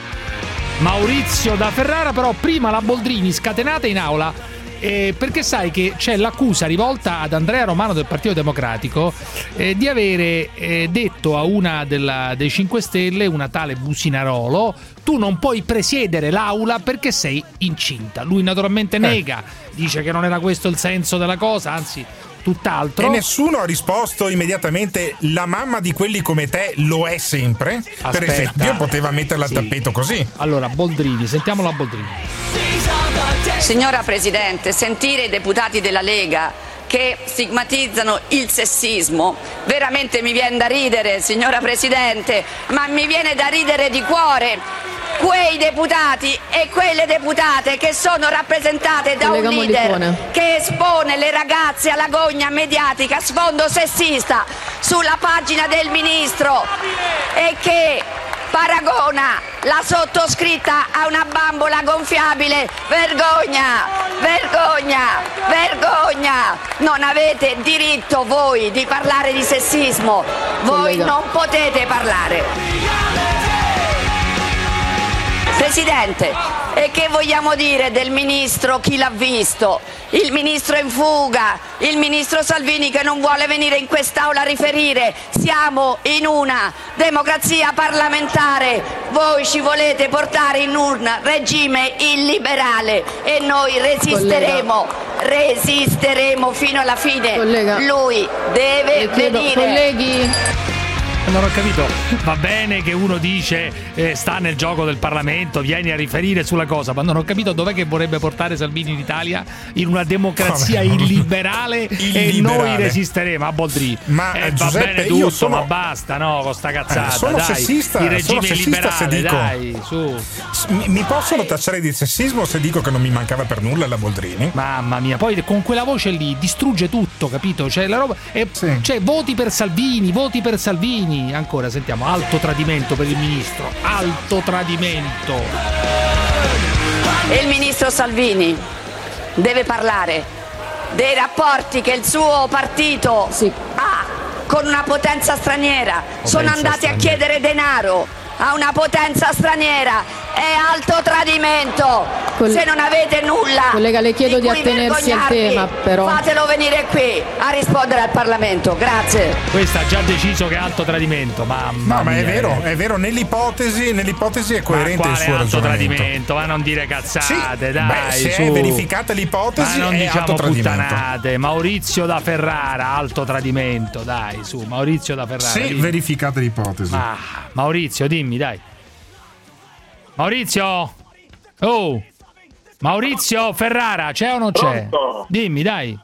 Maurizio da Ferrara, però prima la Boldrini scatenata in aula. Eh, perché sai che c'è l'accusa rivolta ad Andrea Romano del Partito Democratico eh, di avere eh, detto a una della, dei cinque Stelle, una tale Businarolo, tu non puoi presiedere l'aula perché sei incinta. Lui naturalmente nega, dice che non era questo il senso della cosa, anzi tutt'altro. E nessuno ha risposto immediatamente: la mamma di quelli come te lo è sempre? Aspetta. Per esempio, poteva metterla Sì. al tappeto così. Allora, Boldrini, sentiamo la Boldrini. Signora Presidente, sentire i deputati della Lega che stigmatizzano il sessismo veramente mi viene da ridere, signora Presidente, ma mi viene da ridere di cuore. Quei deputati e quelle deputate che sono rappresentate da Collega un leader Mollicone. che espone le ragazze alla gogna mediatica a sfondo sessista sulla pagina del ministro e che paragona la sottoscritta a una bambola gonfiabile. Vergogna, vergogna, vergogna! Non avete diritto voi di parlare di sessismo, voi Collega. non potete parlare. Presidente, e che vogliamo dire del ministro, chi l'ha visto? Il ministro in fuga, il ministro Salvini che non vuole venire in quest'aula a riferire. Siamo in una democrazia parlamentare, voi ci volete portare in un regime illiberale e noi resisteremo, resisteremo fino alla fine. Collega. Lui deve Le chiedo, venire. colleghi, Non ho capito, va bene che uno dice eh, sta nel gioco del Parlamento, vieni a riferire sulla cosa, ma non ho capito dov'è che vorrebbe portare Salvini in Italia, in una democrazia Vabbè, illiberale, e illiberale. noi resisteremo a Boldrini. Ma, eh, va Giuseppe, bene io tutto, sono- ma basta, no, con sta cazzata, Eh, sono dai. sessista, Il sono regime sessista se liberale, dico- dai, su. Mi, mi possono tacciare di sessismo se dico che non mi mancava per nulla la Boldrini? Mamma mia, poi con quella voce lì distrugge tutto, capito? Cioè, la roba è, cioè, voti per Salvini, voti per Salvini. Ancora sentiamo, alto tradimento per il ministro, alto tradimento. E il ministro Salvini deve parlare dei rapporti che il suo partito ha con una potenza straniera. Sono andati straniera. a chiedere denaro a una potenza straniera. È alto tradimento. Col- Se non avete nulla, collega, le chiedo di cui attenersi al vergognarvi, tema, però. fatelo venire qui a rispondere al Parlamento. Grazie. Questa ha già deciso che è alto tradimento, mamma No, ma è mia, vero, eh. è vero, nell'ipotesi, nell'ipotesi è Ma coerente il quale suo alto ragionamento. tradimento? Ma non dire cazzate, Sì, dai. beh, se su. è verificata l'ipotesi, ma non è diciamo alto tradimento. puttanate. Maurizio da Ferrara, alto tradimento, dai, su. Maurizio da Ferrara. Se dimmi. verificata l'ipotesi. Ah, Maurizio, dimmi, dai. Maurizio? Oh! Maurizio Ferrara, c'è o non c'è? Pronto? Dimmi, dai.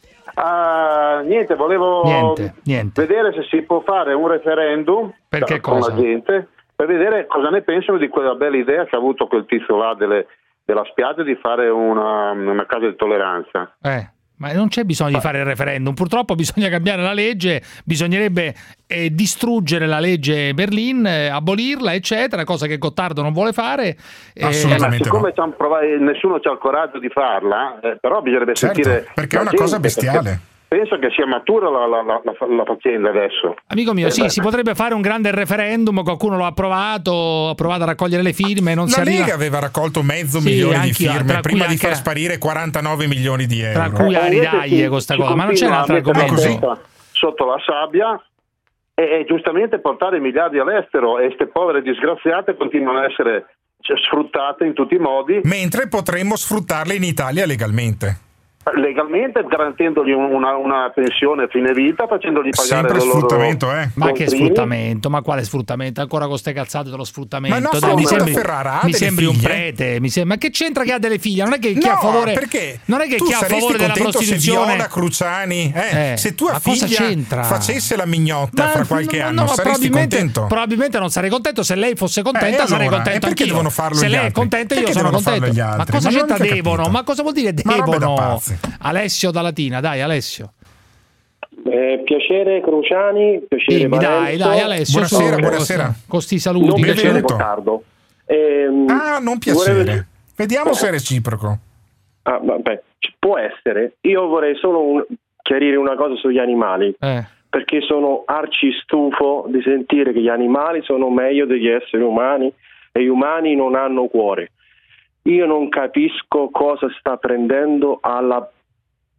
Ah, niente, volevo Niente, niente. vedere se si può fare un referendum Per che con cosa? la gente per vedere cosa ne pensano di quella bella idea che ha avuto quel tizio là delle- della spiaggia di fare una, una casa di tolleranza. Eh, ma non c'è bisogno di fare il referendum. Purtroppo bisogna cambiare la legge, bisognerebbe eh, distruggere la legge Berlin, eh, abolirla, eccetera, cosa che Gottardo non vuole fare. Eh, Eh, ma siccome c'han provato- nessuno c'ha il coraggio di farla, eh, però bisognerebbe Certo, sentire perché è la una cosa gente, bestiale. perché Penso che sia matura la, la, la, la- la faccenda adesso. Amico mio, Eh, sì, beh, si potrebbe fare un grande referendum, qualcuno lo ha approvato, ha provato a raccogliere le firme, non si La arriva. Lega aveva raccolto mezzo Sì, milione di anch'io, firme tra prima cui di far anche- sparire quarantanove milioni di euro. Tra cui a ridaglie con sta cosa, ma non c'è un altro argomento. Sotto, sotto la sabbia e, e giustamente portare miliardi all'estero e queste povere disgraziate continuano a essere cioè, sfruttate in tutti i modi. Mentre potremmo sfruttarle in Italia legalmente. Legalmente, garantendogli un- una, una pensione a fine vita, facendogli pagare Sempre le loro sfruttamento, eh. Ma che contrini. sfruttamento? Ma quale sfruttamento? Ancora con ste cazzate dello sfruttamento? Ma il nostro Dai, mi Guido sembri, Ferrara ha mi delle sembri un figlie? prete. Mi sembra, ma che c'entra che ha delle figlie? Non è che chi No, ha a favore. perché Non è che tu chi ha a saresti favore della contento se prostituzione. Viola Cruciani, eh, Eh, se tua ma cosa figlia c'entra? facesse la mignotta fra qualche no, anno, no, ma saresti probabilmente, contento? probabilmente non sarei contento. Se lei fosse contenta, Eh, sarei allora, contento e perché anch'io. devono farlo Se gli lei è altri? contenta, io Perché sono devono farlo contento. gli Ma altri? cosa Ma non c'entra ho capito. devono? Ma cosa vuol dire Ma robe da devono? pazzi. Alessio da Latina, dai, Alessio. Eh, piacere Cruciani, piacere Dimmi, dai, Parenzo. dai, Alessio. Buonasera, su, buonasera. Con sti saluti. Non piacere piacere. Gottardo. Ehm, Ah, non piacere. vorrei- Vediamo se è reciproco. Ah, vabbè, ci- può essere. Io vorrei solo un- chiarire una cosa sugli animali, Eh. perché sono arci stufo di sentire che gli animali sono meglio degli esseri umani e gli umani non hanno cuore. Io non capisco cosa sta prendendo alla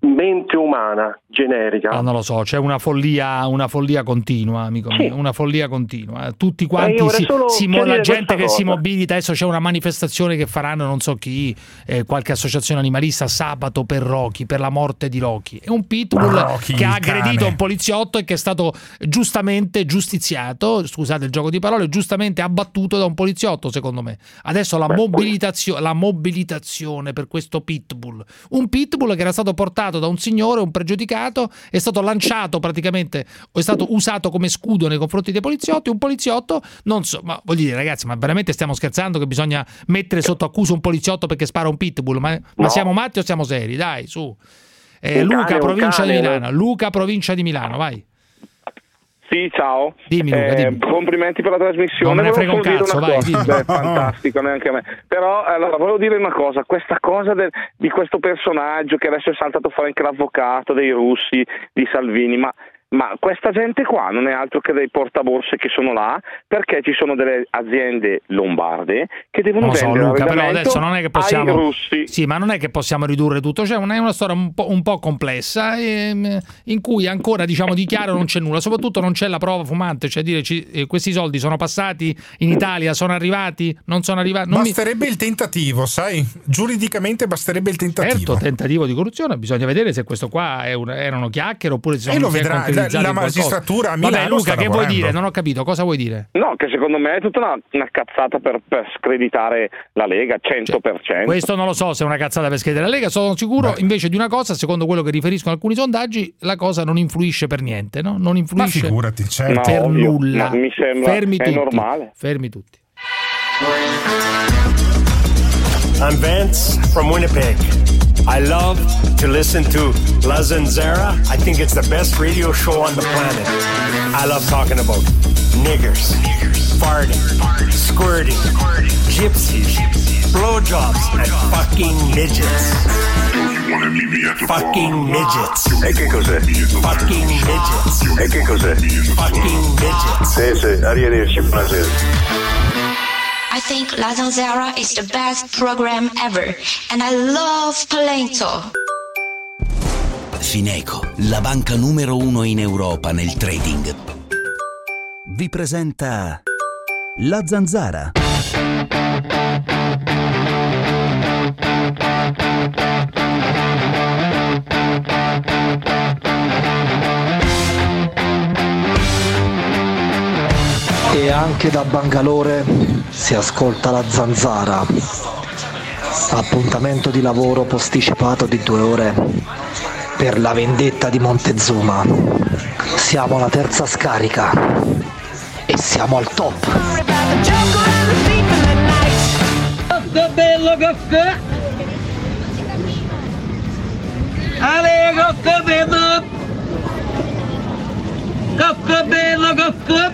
mente umana generica. Ah, non lo so, c'è una follia, una follia continua, amico sì. mio, una follia continua. Tutti quanti si, si la gente che cosa. si mobilita, adesso c'è una manifestazione che faranno non so chi, eh, qualche associazione animalista sabato per Rocky, per la morte di Rocky. È un pitbull Rocky, che ha aggredito cane. un poliziotto e che è stato giustamente giustiziato, scusate il gioco di parole, giustamente abbattuto da un poliziotto, secondo me. Adesso la, mobilitazio- la mobilitazione per questo pitbull, un pitbull che era stato portato da un signore, un pregiudicato, è stato lanciato praticamente, o è stato usato come scudo nei confronti dei poliziotti, un poliziotto, non so, ma voglio dire ragazzi, ma veramente stiamo scherzando che bisogna mettere sotto accusa un poliziotto perché spara un pitbull? Ma, no. ma siamo matti o siamo seri? Dai, su. Eh, Luca, cane, provincia cane, di Milano, Luca, provincia di Milano, vai. Sì, ciao. Dimmi, Luca, eh, dimmi. Complimenti per la trasmissione. Non me ne frega un cazzo, vai. È fantastico, neanche a me. Però allora volevo dire una cosa, questa cosa del, di questo personaggio che adesso è saltato fuori anche l'avvocato dei russi, di Salvini, ma Ma questa gente qua non è altro che dei portaborse che sono là perché ci sono delle aziende lombarde che devono non so, vendere Luca, però adesso non è che possiamo, ai russi. Sì, ma non è che possiamo ridurre tutto, cioè è una storia un po', un po' complessa e, in cui ancora diciamo di chiaro non c'è nulla, soprattutto non c'è la prova fumante, cioè dire ci, eh, questi soldi sono passati in Italia, sono arrivati, non sono arrivati. Non basterebbe mi... il tentativo, sai, giuridicamente basterebbe il tentativo. Certo, tentativo di corruzione, bisogna vedere se questo qua è un, erano chiacchiere oppure si sono, e lo si vedrà. La magistratura a Milano. Vabbè, Luca, sta che lavorando. vuoi dire? Non ho capito, cosa vuoi dire? No, che secondo me è tutta una, una cazzata per, per screditare la Lega, cento per cento. Questo non lo so se è una cazzata per screditare la Lega, sono sicuro Beh. invece di una cosa, secondo quello che riferiscono alcuni sondaggi, la cosa non influisce per niente, no? Non influisce. Ma figurati, certo. per no, ovvio, nulla. Mi sembra Fermi è tutti. normale. Fermi tutti. I'm Vance from Winnipeg. I love to listen to La Zanzara. I think it's the best radio show on the planet. I love talking about niggers, farting, squirting, gypsies, blowjobs, and fucking midgets. Fucking midgets. E che cos'è? Fucking midgets. E che cos'è? Fucking midgets. Sì, sì, arrivederci, buonasera. I think La Zanzara is the best program ever, and I love Polento. Fineco, la banca numero uno in Europa nel trading, vi presenta La Zanzara. E anche da Bangalore si ascolta La Zanzara. Appuntamento di lavoro posticipato di due ore per la vendetta di Montezuma. Siamo alla terza scarica e siamo al top. Caffè bello caffè. Ale caffè bello. Caffè bello caffè.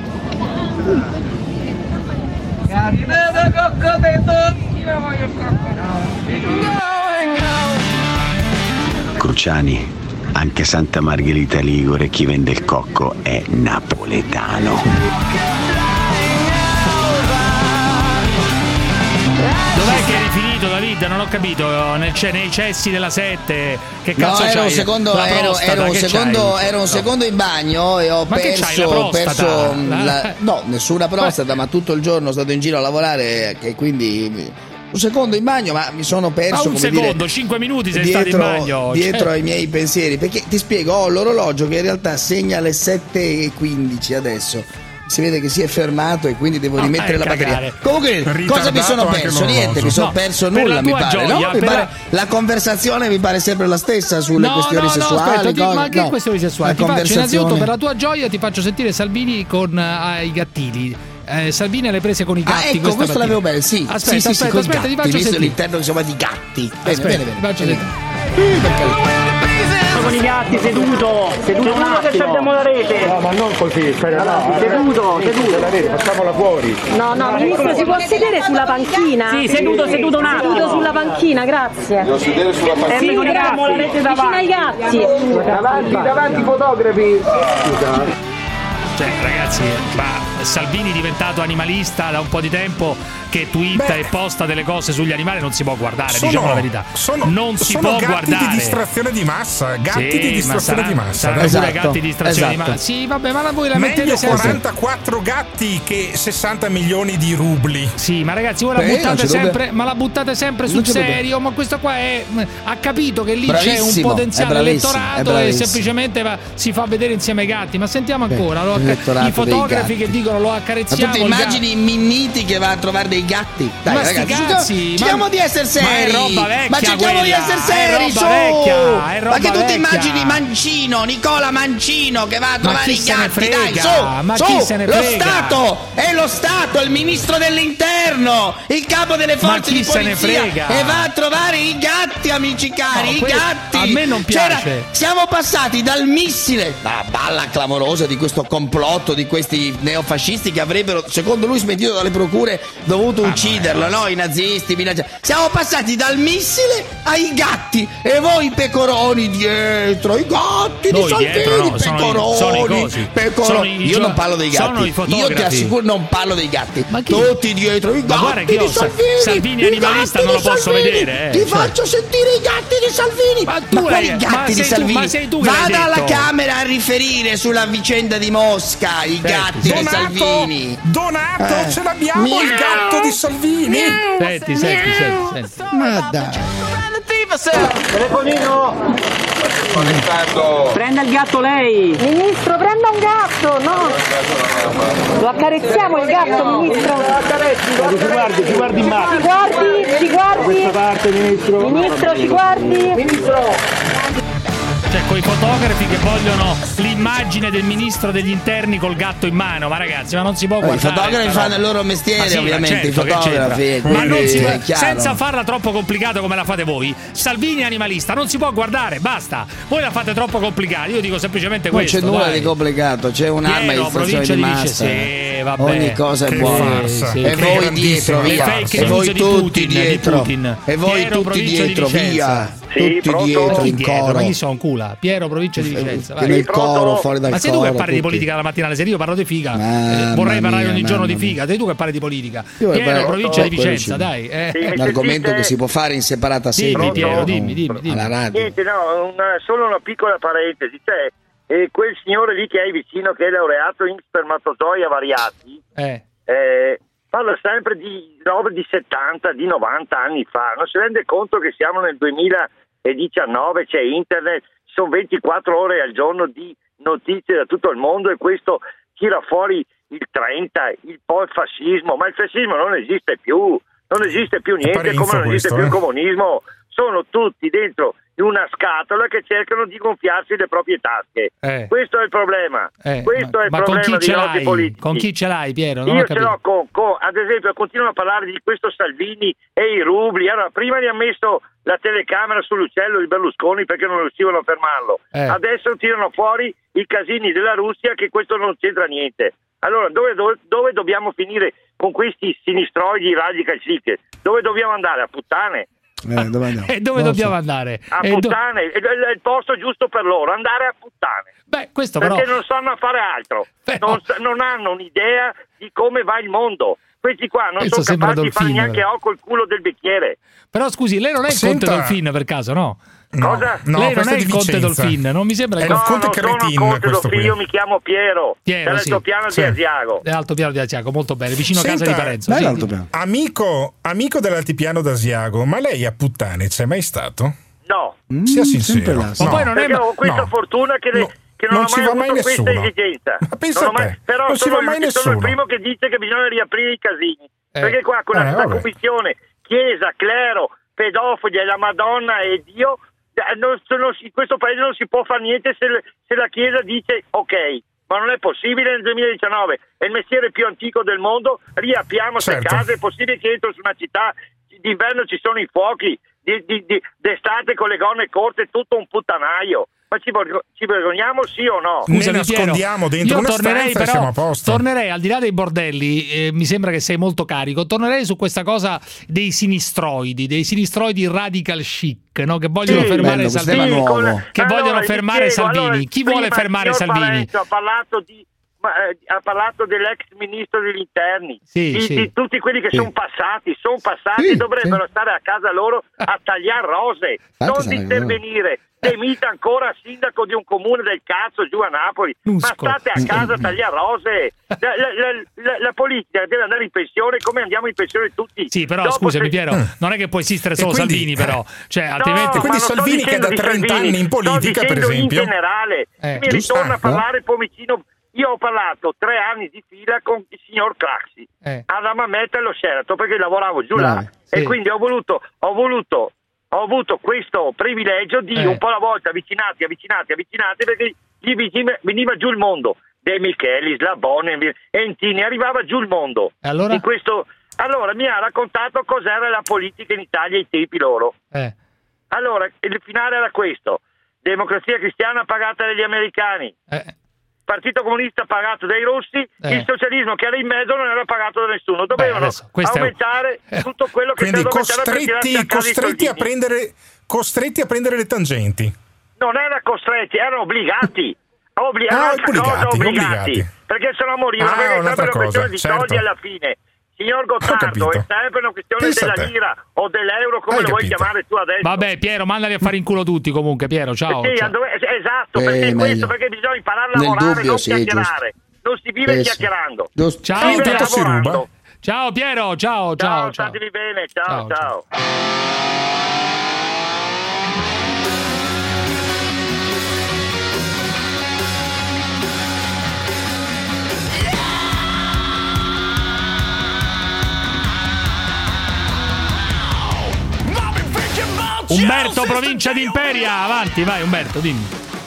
Cruciani, anche Santa Margherita Ligure chi vende il cocco è napoletano. Dov'è che eri finito, David? Non ho capito. Nel, nei cessi della sette. Che cazzo no, ero c'hai? un secondo, la ero, prostata, ero un secondo, c'hai? ero un secondo in bagno e ho ma perso, che c'hai, la prostata? perso la, no, nessuna prostata, ma tutto il giorno sono stato in giro a lavorare e quindi un secondo in bagno, ma mi sono perso. Ma un come secondo, dire, cinque minuti sei dietro, stato in bagno. Dietro cioè. ai miei pensieri, perché ti spiego, ho l'orologio che in realtà segna le sette e quindici adesso. Si vede che si è fermato e quindi devo rimettere oh, la batteria. cagare. Comunque, cosa mi sono perso? Niente, mi sono no, perso nulla, mi pare. Gioia, no? mi pare la... la conversazione mi pare sempre la stessa sulle no, questioni no, sessuali. No, aspetta, cose, ma che no. questioni sessuali? La Ti faccio conversazione... innanzitutto per la tua gioia ti faccio sentire Salvini con uh, i gattili. Eh, Salvini alle prese con i gatti. Ah, ecco, questo l'avevo bene, sì. Aspetta, sì, sì, aspetta, sì, aspetta, ti faccio sentire. All'interno che si chiama di gatti. Bene, aspetta, bene, bene. Ti faccio sentire. Con i gatti, seduto, seduto un attimo. Che cerchiamo la rete. No, ma non così, spera, no. Seduto, seduto. La rete, facciamola fuori. No, no, ministro, si può sedere sulla panchina? Sì, seduto, seduto un attimo. Seduto sulla panchina, grazie. Devo sedere sulla panchina. Sì, con i gatti, vicino ai gatti. Davanti, davanti fotografi. Cioè, ragazzi, ma Salvini diventato animalista da un po' di tempo, che twitta Beh, e posta delle cose sugli animali, non si può guardare, sono, diciamo la verità. Sono, non si sono può gatti guardare. di distrazione di massa, gatti Sì, di distrazione ma di sarà, massa. saranno Esatto, pure gatti di distrazione esatto. di massa. Sì, vabbè, ma la voi la Meglio mettete sempre. quarantaquattro gatti che sessanta milioni di rubli. Sì, ma ragazzi, voi la Beh, buttate sempre, dubbi. ma la buttate sempre sul serio, ma questo qua è ha capito che lì Bravissimo, c'è un potenziale è bravissimo, è elettorato e bravissimo. semplicemente va, si fa vedere insieme ai gatti. Ma sentiamo ancora, lo acca- l'elettorato i fotografi dei che dicono lo Ma accarezziamo. tu ti il gatto. immagini Minniti che va a trovare dei gatti? Dai, Ma sti ragazzi, cazzi, cerchiamo- ma- cerchiamo di essere ma è seri. roba vecchia Ma cerchiamo di quella, essere è seri, roba su. vecchia, è roba ma che tu ti vecchia. immagini Mancino, Nicola Mancino che va a Ma trovare chi i se ne gatti? frega? Dai, su, Ma su, chi se ne lo frega? Stato, è lo Stato, il ministro dell'interno, il capo delle Ma forze chi di se ne polizia frega? e va a trovare i gatti, amici cari, No, i que- gatti. a me non C'era- piace. siamo passati dal missile, dalla balla clamorosa di questo complotto di questi neofascisti che avrebbero, secondo lui smentito dalle procure, dovuto ucciderlo, no? I nazisti, minaccia- siamo passati dal missile ai gatti e voi pecoroni dietro, i gatti di Noi Salvini, dietro no, sono i- pecoroni, sono i cosi. pecoroni. Sono i Io gio- non parlo dei sono gatti, i fotografi. io ti assicuro non parlo dei gatti, Ma chi? tutti dietro, i Ma gatti guarda che io di Sa- Salvini, Salvini i animalista gatti non lo di posso Salvini. vedere, eh, Ti cioè. faccio sentire i gatti di Salvini. Ma, tu quali l'hai- gatti ma di sei tu- Salvini? ma sei tu che l'hai Vada alla detto. Camera a riferire sulla vicenda di Mosca, i gatti di Donato, Salvini. Donato, Eh. ce l'abbiamo il Miau. gatto di Salvini. Senti, senti, senti, senti. Ma dai. Telefonino! Prenda il gatto lei. Ministro, prenda un gatto, no? Lo accarezziamo il gatto, ministro. Ci guardi, ci guardi in Ci mano. guardi, ci guardi. Questa parte, ministro. Ministro, ci guardi. Ministro! Cioè, coi fotografi che vogliono l'immagine del ministro degli interni col gatto in mano, ma ragazzi, ma non si può I guardare. fotografi sta fanno roba. il loro mestiere, Ma sì, ma ovviamente, certo i che fotografi. c'entra. Ma non si può, è chiaro. senza farla troppo complicata come la fate voi. Salvini animalista, non si può guardare, basta. Voi la fate troppo complicata. Io dico semplicemente Non questo. c'è nulla dai. di complicato, c'è un'arma Piero, di distrazione provincia di di massa. Vicenza, sì, vabbè. Ogni cosa è Che buona. farsa. Sì, E che voi grandissima dietro, via. Le fake E news voi di tutti Putin, di dietro. Putin. E voi Piero, tutti provincia di dietro, Vicenza. via. Sì, Tutti pronto? dietro, in Chi dietro? coro. Ma chi sono cula? Piero, provincia di Vicenza. vai. Nel coro, fuori dal Ma sei coro. tu che parli di tutti. politica la mattina alle sera? Io parlo di figa. Mamma Eh, vorrei parlare mia, ogni giorno di mamma figa. Sei tu che parli di politica. Io Piero, parlo- provincia di quello Vicenza, ci- dai. Eh. Sì, mi Un argomento sentite? che si può fare in separata sede. Dimmi, Piero, no? dimmi, dimmi, dimmi. Alla radio. Niente, no, una- solo una piccola parentesi. Cioè, eh, quel signore lì che hai vicino, che è laureato in spermatozoi avariati, Eh. eh, parla sempre di robe di settanta, di novanta anni fa. Non si rende conto che siamo nel duemiladiciannove, c'è internet, sono ventiquattro ore al giorno di notizie da tutto il mondo e questo tira fuori il trenta, il po' il fascismo, ma il fascismo non esiste più, non esiste più niente, Parenzo come non esiste questo, più il eh. comunismo. Sono tutti dentro in una scatola che cercano di gonfiarsi le proprie tasche. Eh. Questo è il problema. Eh, Questo ma, è il ma con problema chi dei ce nostri l'hai? politici. Con chi ce l'hai, Piero? Non ho Io ce capito. l'ho con, con, ad esempio, continuano a parlare di questo Salvini e i rubli. Allora, prima gli ha messo la telecamera sull'uccello di Berlusconi perché non riuscivano a fermarlo. Eh. Adesso tirano fuori i casini della Russia, che questo non c'entra niente. Allora, dove, dove, dove dobbiamo finire con questi sinistroidi radical chic? Dove dobbiamo andare? A puttane? Eh, dove andiamo? E dove Non dobbiamo so. andare? A E do- puttane, è è il posto giusto per loro, andare a puttane. Beh, questo Perché però. non sanno fare altro, Però- non, sa- non hanno un'idea di come va il mondo. Questi qua non Questo sono sembra capaci di fare Dolfino, neanche però. O col culo del bicchiere. Però scusi, lei non è il Senta- Conte Dolfin per caso, no? No, Cosa? no, lei non questo è di il Conte Vicenza. Dolfin, non mi sembra È il il No, Conte. Conte non sono Cretin, Conte questo Dolfin, qui. io mi chiamo Piero, Piero, dal sì. piano Sì. di Asiago. L'Alto Piano di Asiago, molto bene, vicino a casa Senta, di Parenzo. Dai, sì. l'alto piano. Amico, amico dell'altipiano d'Asiago, ma lei a puttane c'è mai stato? No, Mm, Sia sempre sincero. là, Ma sì. poi non è. perché ho questa no. fortuna che, le- No, che non, non ho ci mai va mai avuto questa nessuno. esigenza. Ma pensa Non ho a mai- te, però non ci sono, va mai il, sono il nessuno. primo che dice che bisogna riaprire i casini. Eh. Perché qua con Eh, la vabbè. commissione Chiesa, clero, pedofili e la Madonna e Dio, eh, non- non si- in questo paese non si può fare niente se, le- se la Chiesa dice ok. Ma non è possibile nel duemiladiciannove, è il mestiere più antico del mondo, riapriamo queste Certo. case, è possibile che entro su una città, d'inverno ci sono i fuochi, di, di, di- d'estate con le gonne corte, tutto un puttanaio. Ma ci, vergo- ci vergogniamo sì o no? Ne Scusami, nascondiamo Piero, dentro io una tornerei, stanza e però, siamo a posto. Tornerei al di là dei bordelli, eh, mi sembra che sei molto carico. Tornerei su questa cosa dei sinistroidi, dei sinistroidi radical chic, no? Che vogliono Sì, fermare bello, questo Salvini. tema nuovo. con- Che allora, vogliono vi fermare spiego, Salvini. allora, Chi vuole prima fermare il signor Salvini? Parenzo ha parlato di ma, eh, ha parlato dell'ex ministro degli interni, sì, di, sì. di tutti quelli che Sì. sono passati, sono passati, Sì, dovrebbero sì. stare a casa loro a tagliare rose, Infatti non sarà intervenire. Demita ancora sindaco di un comune del cazzo giù a Napoli, Nusco. ma state a casa a tagliare rose. La, la, la, la, la politica deve andare in pensione come andiamo in pensione tutti. Sì, però Dopo scusami se- Piero, non è che può esistere solo quindi- Salvini, però, cioè altrimenti No, ma non sto Salvini che dicendo da di trenta Salvini, anni in politica, sto per dicendo esempio. in generale, Eh, mi giusto. ritorna a Ah, parlare Pomicino. Io ho parlato tre anni di fila con il signor Craxi Eh. alla Mametta e lo Sheraton perché lavoravo giù Bravi, là e sì. quindi ho voluto, ho voluto ho avuto questo privilegio di Eh. un po' alla volta avvicinati, avvicinati, avvicinati perché gli veniva, veniva giù il mondo. De Michelis, La Bonne, Entini, arrivava giù il mondo. E allora? In questo, allora mi ha raccontato cos'era la politica in Italia ai tempi loro. Eh. Allora, il finale era questo: Democrazia Cristiana pagata dagli americani, Eh. Partito Comunista pagato dai russi, Eh. il socialismo che era in mezzo non era pagato da nessuno. Dovevano adesso, questo è- aumentare tutto quello che Quindi c'era da aumentare per tirarsi costretti, a casa i costretti, a soldini. prendere, costretti a prendere le tangenti. Non era costretti, erano obbligati. Obli- Ah, un'altra obbligati, cosa, obbligati, obbligati. perché sennò morivano, Ah, perché è un'altra sempre una questione cosa, di certo. soldi alla fine. Signor Gottardo, capito. è sempre una questione Pensa della a te. lira o dell'euro, come Hai lo vuoi capito. chiamare tu adesso. Vabbè, Piero, mandali a fare in culo tutti comunque, Piero, ciao. Sì, ciao. dove- esatto, Eh, perché è meglio. questo, perché bisogna imparare a Nel lavorare, dubbio, non sì, chiacchierare. Non si vive Eh, sì. chiacchierando. Giusto. Ciao, Si vive Piero, si lavorando. ruba. Ciao Piero, ciao, ciao, ciao. statevi bene, ciao, Ciao, ciao. Umberto, provincia di Imperia, avanti, vai Umberto, dimmi.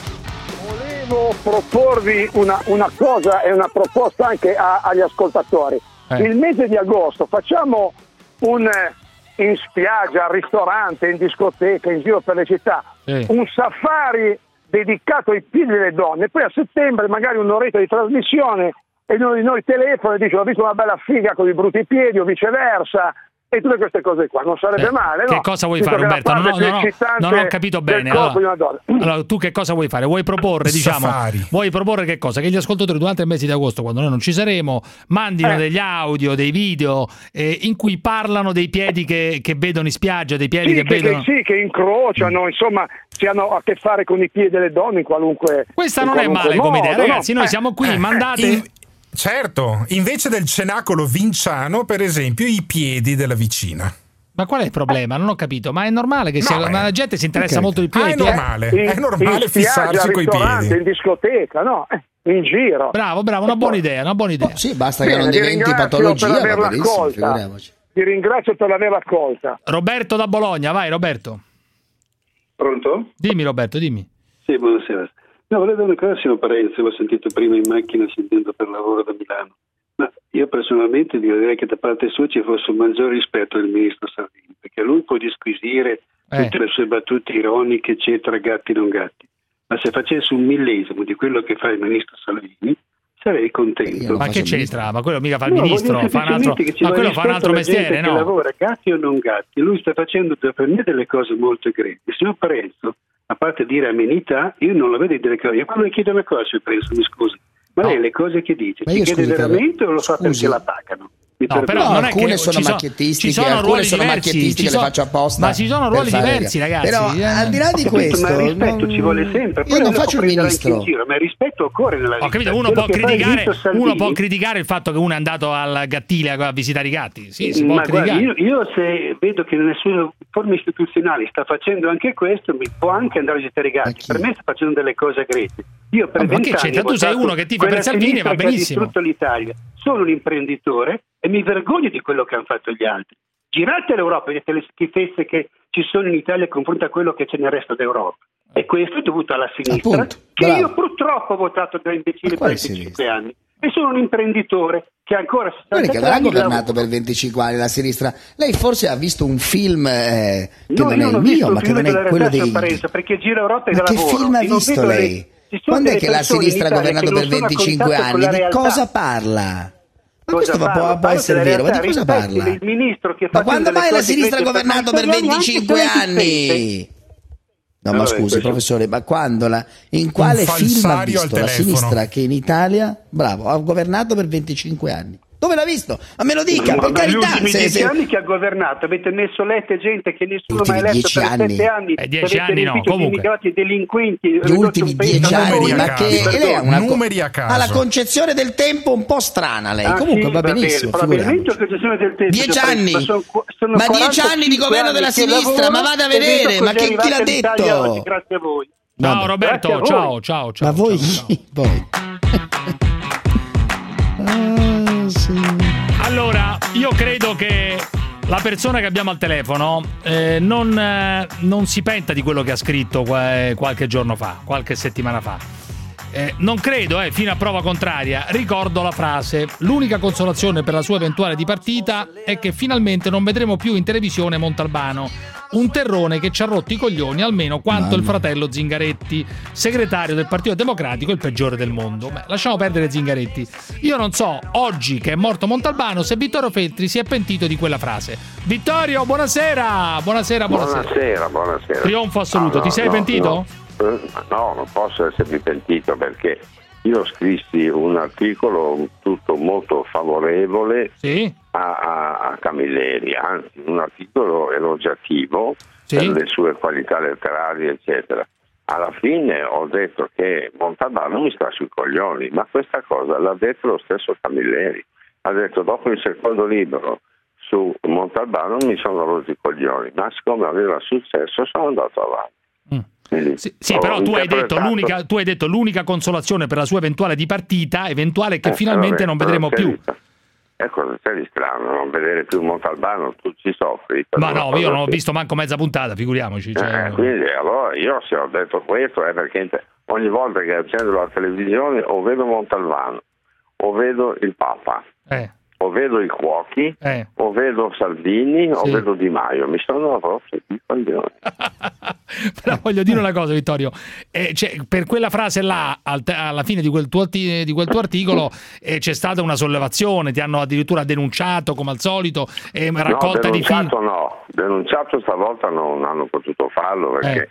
Volevo proporvi una, una cosa e una proposta anche a- agli ascoltatori. Eh. Il mese di agosto facciamo un eh, in spiaggia, al ristorante, in discoteca, in giro per le città, Sì. un safari dedicato ai piedi delle donne, poi a settembre magari un'oretta di trasmissione e uno di noi telefona e dice ho visto una bella figa con i brutti piedi o viceversa e tutte queste cose qua, non sarebbe Eh, male, che no? cosa vuoi Visto fare, che la Umberto? No, parte no, più no, eccitante non ho capito del bene. corpo di Allora, una donna. allora, tu che cosa vuoi fare? Vuoi proporre, diciamo, Safari. vuoi proporre che cosa? Che gli ascoltatori durante il mese di agosto, quando noi non ci saremo, mandino Eh. degli audio, dei video eh, in cui parlano dei piedi che, che vedono in spiaggia, dei piedi Sì che che, vedono. che, sì, che incrociano, insomma, si hanno a che fare con i piedi delle donne in qualunque Questa in non è qualunque male come idea, modo, no? ragazzi. Noi Eh, siamo qui, Eh, mandate. in- certo, invece del cenacolo vinciano, per esempio, i piedi della vicina. Ma qual è il problema? Non ho capito. Ma è normale che sia, No, ma eh. la gente si interessa Ok. molto di più Ah, ai è piedi. normale, in, è normale in spiaggia, fissarsi al coi ristorante, piedi. in discoteca, no? Eh, in giro. Bravo, bravo, una buona idea, una buona idea. Oh, sì, basta che Bene, non ti diventi ringrazio patologia, per va averla benissimo, accolta. figuriamoci. Ti ringrazio per averla accolta. Roberto da Bologna, vai Roberto. Pronto? Dimmi Roberto, dimmi. Sì, buonasera. No, volevo una cosa, signor Parenzi, l'ho sentito prima in macchina sentendo per lavoro da Milano. Ma io personalmente direi che da parte sua ci fosse un maggior rispetto del ministro Salvini, perché lui può disquisire Eh. tutte le sue battute ironiche, eccetera, gatti non gatti. Ma se facesse un millesimo di quello che fa il ministro Salvini, sarei contento. Ma che c'entra? Ma quello mica fa il No, ministro, voglio fa un altro, semplicemente che ci ma vuole quello fa un rispetto altro alla mestiere, gente che no? lavora, gatti o non gatti. Lui sta facendo per me delle cose molto greche. Il signor Parenzo, a parte dire amenità, io non la vedo delle cose. Io quando le chiedo una cosa, signor Parenzo, mi scusi, ma lei le cose che dice, Ma ci io, chiede scusi, veramente o lo fa scusi. perché la pagano? Mi No, però perdoni. non è alcune che sono ci sono- macchiettistiche, ci sono alcune ruoli sono diversi, macchiettistiche, ci le sono- faccio apposta. ma ci sono per ruoli fare- diversi, ragazzi. Però Eh. al di là di Ho capito, questo, ma il rispetto non- ci vuole sempre. Poi io non lo faccio il può prendere anche in ministro. giro, ma il rispetto occorre nella vita. Ho capito, uno Quello può, che fa il criticare, ministro Salvini- uno può criticare il fatto che uno è andato al Gattile a visitare i gatti. Sì, si può Ma guardi, criticare. io, io se vedo che nelle sue forme istituzionali sta facendo anche questo, mi può anche andare a visitare i gatti. Per me sta facendo delle cose greche. Io per Ma che vent'anni c'entra? ho Tu sei votato uno che tifa per quella Salvini, sinistra va che ha benissimo. distrutto l'Italia. Sono un imprenditore e mi vergogno di quello che hanno fatto gli altri. Girate l'Europa, vedete le schifezze che ci sono in Italia confronto a quello che c'è nel resto d'Europa. E questo è dovuto alla sinistra, Appunto, che bravo. io purtroppo ho votato da imbecille per quale venticinque anni. E sono un imprenditore che ancora Guardi che sessantatre non ha anni governato lavora. per venticinque anni la sinistra. Lei forse ha visto un film eh, che No, non io è il ho visto mio, un ma che film non è della quello realtà, dei... signor Parenzo, perché gira Europa e Ma che lavoro. film ha E non visto vedo le- lei? ci sono Quando è delle che la persone in sinistra ha Italia governato che per non sono a venticinque contatto con anni? la Di realtà. cosa parla? Ma Cosa questo può, parlo? può Parlo essere della vero, ma di realtà, cosa rispetti parla? il ministro che Ma fa quando delle mai la cose sinistra ha greche per governato tanti per italiani, anche venticinque se non ti anni? No, ma scusi, questo... professore, ma quando la, in quale film ha visto la sinistra che in Italia, bravo, ha governato per venticinque anni? Dove l'ha visto? Ma me lo dica, per carità. Gli ultimi se, dieci se... anni che ha governato, avete messo letto gente che nessuno mai ha eletto per anni. sette anni. Eh, dieci anni no, comunque. Immigrati e delinquenti. Gli ultimi dieci anni, ma che lei ha una numeri a caso. Ha la concezione del tempo un po' strana lei. Ah, comunque sì, va benissimo. Probabilmente la concezione del tempo. Dieci anni. Ma, sono, sono ma dieci anni di governo della sinistra, ma vada a vedere, ma che, chi l'ha detto? Oggi, grazie a voi. Ciao Vabbè. Roberto, ciao, ciao, ciao. Ma voi, ciao, ciao. voi. ah, sì. Allora, io credo che la persona che abbiamo al telefono eh, non, eh, non si penta di quello che ha scritto qual- qualche giorno fa, qualche settimana fa. Eh, non credo, eh, fino a prova contraria. Ricordo la frase: l'unica consolazione per la sua eventuale dipartita è che finalmente non vedremo più in televisione Montalbano, un terrone che ci ha rotto i coglioni almeno quanto Mamma. il fratello Zingaretti, segretario del Partito Democratico, il peggiore del mondo. Beh, lasciamo perdere Zingaretti. Io non so, oggi che è morto Montalbano, se Vittorio Feltri si è pentito di quella frase. Vittorio, buonasera! Buonasera, buonasera. Buonasera, buonasera. Trionfo assoluto, no, no, ti sei no, pentito? No. No, non posso essermi pentito perché io scrissi un articolo tutto molto favorevole sì? a, a, a Camilleri, anzi un articolo elogiativo sì? per le sue qualità letterarie eccetera. Alla fine ho detto che Montalbano mi sta sui coglioni, ma questa cosa l'ha detto lo stesso Camilleri. Ha detto dopo il secondo libro su Montalbano mi sono rotti i coglioni, ma siccome aveva successo sono andato avanti. Sì, sì, però tu hai, detto l'unica, tu hai detto l'unica consolazione per la sua eventuale dipartita eventuale è che eh, finalmente vabbè, non vedremo più. Ecco, c'è di strano non vedere più Montalbano, tu ci soffri. Ma no, io non ho visto manco mezza puntata, figuriamoci. Cioè... Eh, quindi allora io se ho detto questo è perché ogni volta che accendo la televisione o vedo Montalbano, o vedo il Papa, eh. o vedo i cuochi, eh. o vedo Salvini, sì. o vedo Di Maio, mi sono rotto i coglioni. Però voglio dire una cosa, Vittorio, eh, cioè, per quella frase là al te- alla fine di quel tuo, arti- di quel tuo articolo eh, c'è stata una sollevazione, ti hanno addirittura denunciato come al solito, eh, raccolta no, di film. No, denunciato stavolta non hanno potuto farlo perché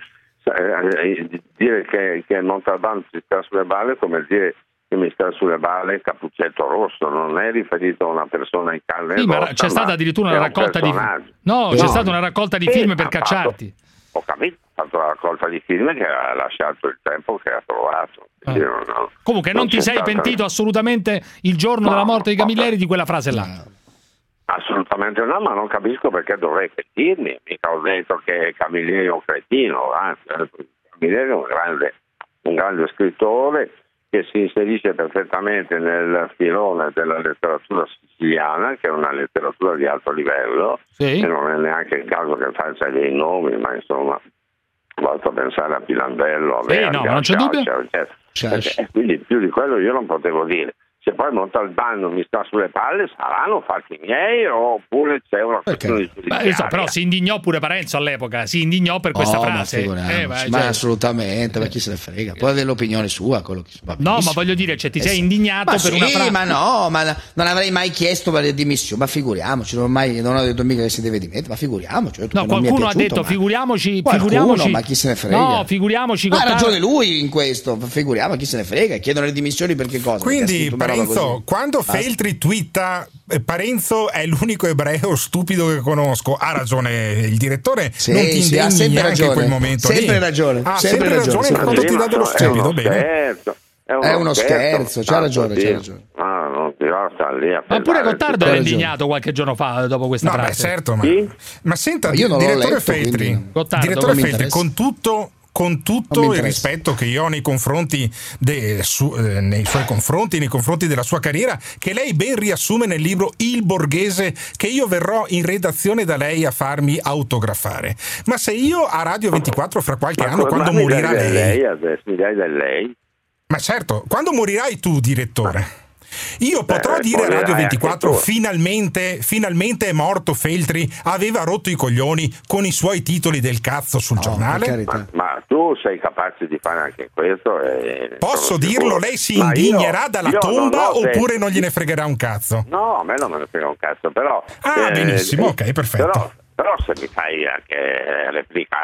eh. Eh, dire che, che Montalbano si sta sulle balle come dire che mi sta sulle balle Cappuccetto Rosso, non è riferito a una persona in carne sì, e ma rossa, c'è stata addirittura una un raccolta di no, no, c'è stata una raccolta di film per cacciarti. Fatto, ho capito, ha fatto la raccolta di film che ha lasciato il tempo che ha trovato. Eh. Non, non, Comunque non, non ti sei stata... pentito assolutamente il giorno no, della morte di Camilleri di quella frase là? Assolutamente no, ma non capisco perché dovrei pentirmi. Mica ho detto che Camilleri è un cretino, anzi, Camilleri è un grande, un grande scrittore che si inserisce perfettamente nel filone della letteratura siciliana, che è una letteratura di alto livello, sì. e non è neanche il caso che faccia dei nomi, ma insomma basta pensare a Pirandello, a sì, Verga, no, non c'è Ciao, dubbio. Ciao, Ciao. E quindi più di quello io non potevo dire. Se poi Montalbano mi sta sulle palle saranno fatti miei oppure c'è una questione giudiziaria. Beh, so, però si indignò pure Parenzo all'epoca, si indignò per questa oh, frase. Ma, eh, vai, ma cioè... assolutamente, ma chi se ne frega. Poi dell'opinione sua, quello che va no, ma voglio dire, cioè, ti sei indignato ma per sì, una frase. Ma no, ma non avrei mai chiesto per le dimissioni, ma figuriamoci, non, mai, non ho detto mica che si deve dimettere, ma figuriamoci. No, qualcuno ha detto ma... figuriamoci, qualcuno, figuriamoci. Ma chi se ne frega? No, figuriamoci. Ma ha ragione lui in questo, figuriamo, chi se ne frega, chiedono le dimissioni per che cosa? Quindi, Parenzo, quando Feltri twitta Parenzo è l'unico ebreo stupido che conosco, ha ragione il direttore, sì, non ti sì, indegni sempre neanche ragione. in quel momento sempre lì. ragione ha sempre, sempre ragione, ragione quando sì, ti dà dello stupido, bene scherzo, è uno, è uno scherzo, scherzo c'ha ragione, c'ha ragione. Ah, non ti va a stare lì a ma pure Gottardo era indignato qualche giorno fa dopo questa no, frase. Beh, certo, ma, sì? ma senta, ma io non direttore l'ho letto, Feltri, Gottardo, direttore Feltri, con tutto con tutto il rispetto che io ho nei confronti de, su, eh, nei suoi confronti, nei confronti della sua carriera, che lei ben riassume nel libro Il Borghese, che io verrò in redazione da lei a farmi autografare. Ma se io a Radio ventiquattro fra qualche ma anno, quando morirà lei, lei adesso, mi dai del lei? Ma certo, quando morirai tu, direttore, io potrò Beh, dire a Radio ventiquattro finalmente, finalmente è morto Feltri, aveva rotto i coglioni con i suoi titoli del cazzo sul no, giornale? Ma, ma tu sei capace di fare anche questo? E posso dirlo? Sicuro. Lei si ma indignerà io, dalla io tomba oppure detto... non gliene fregherà un cazzo? No, a me non me ne frega un cazzo, però... Ah, eh, benissimo, eh, ok, perfetto. Però, però se mi fai anche replicare,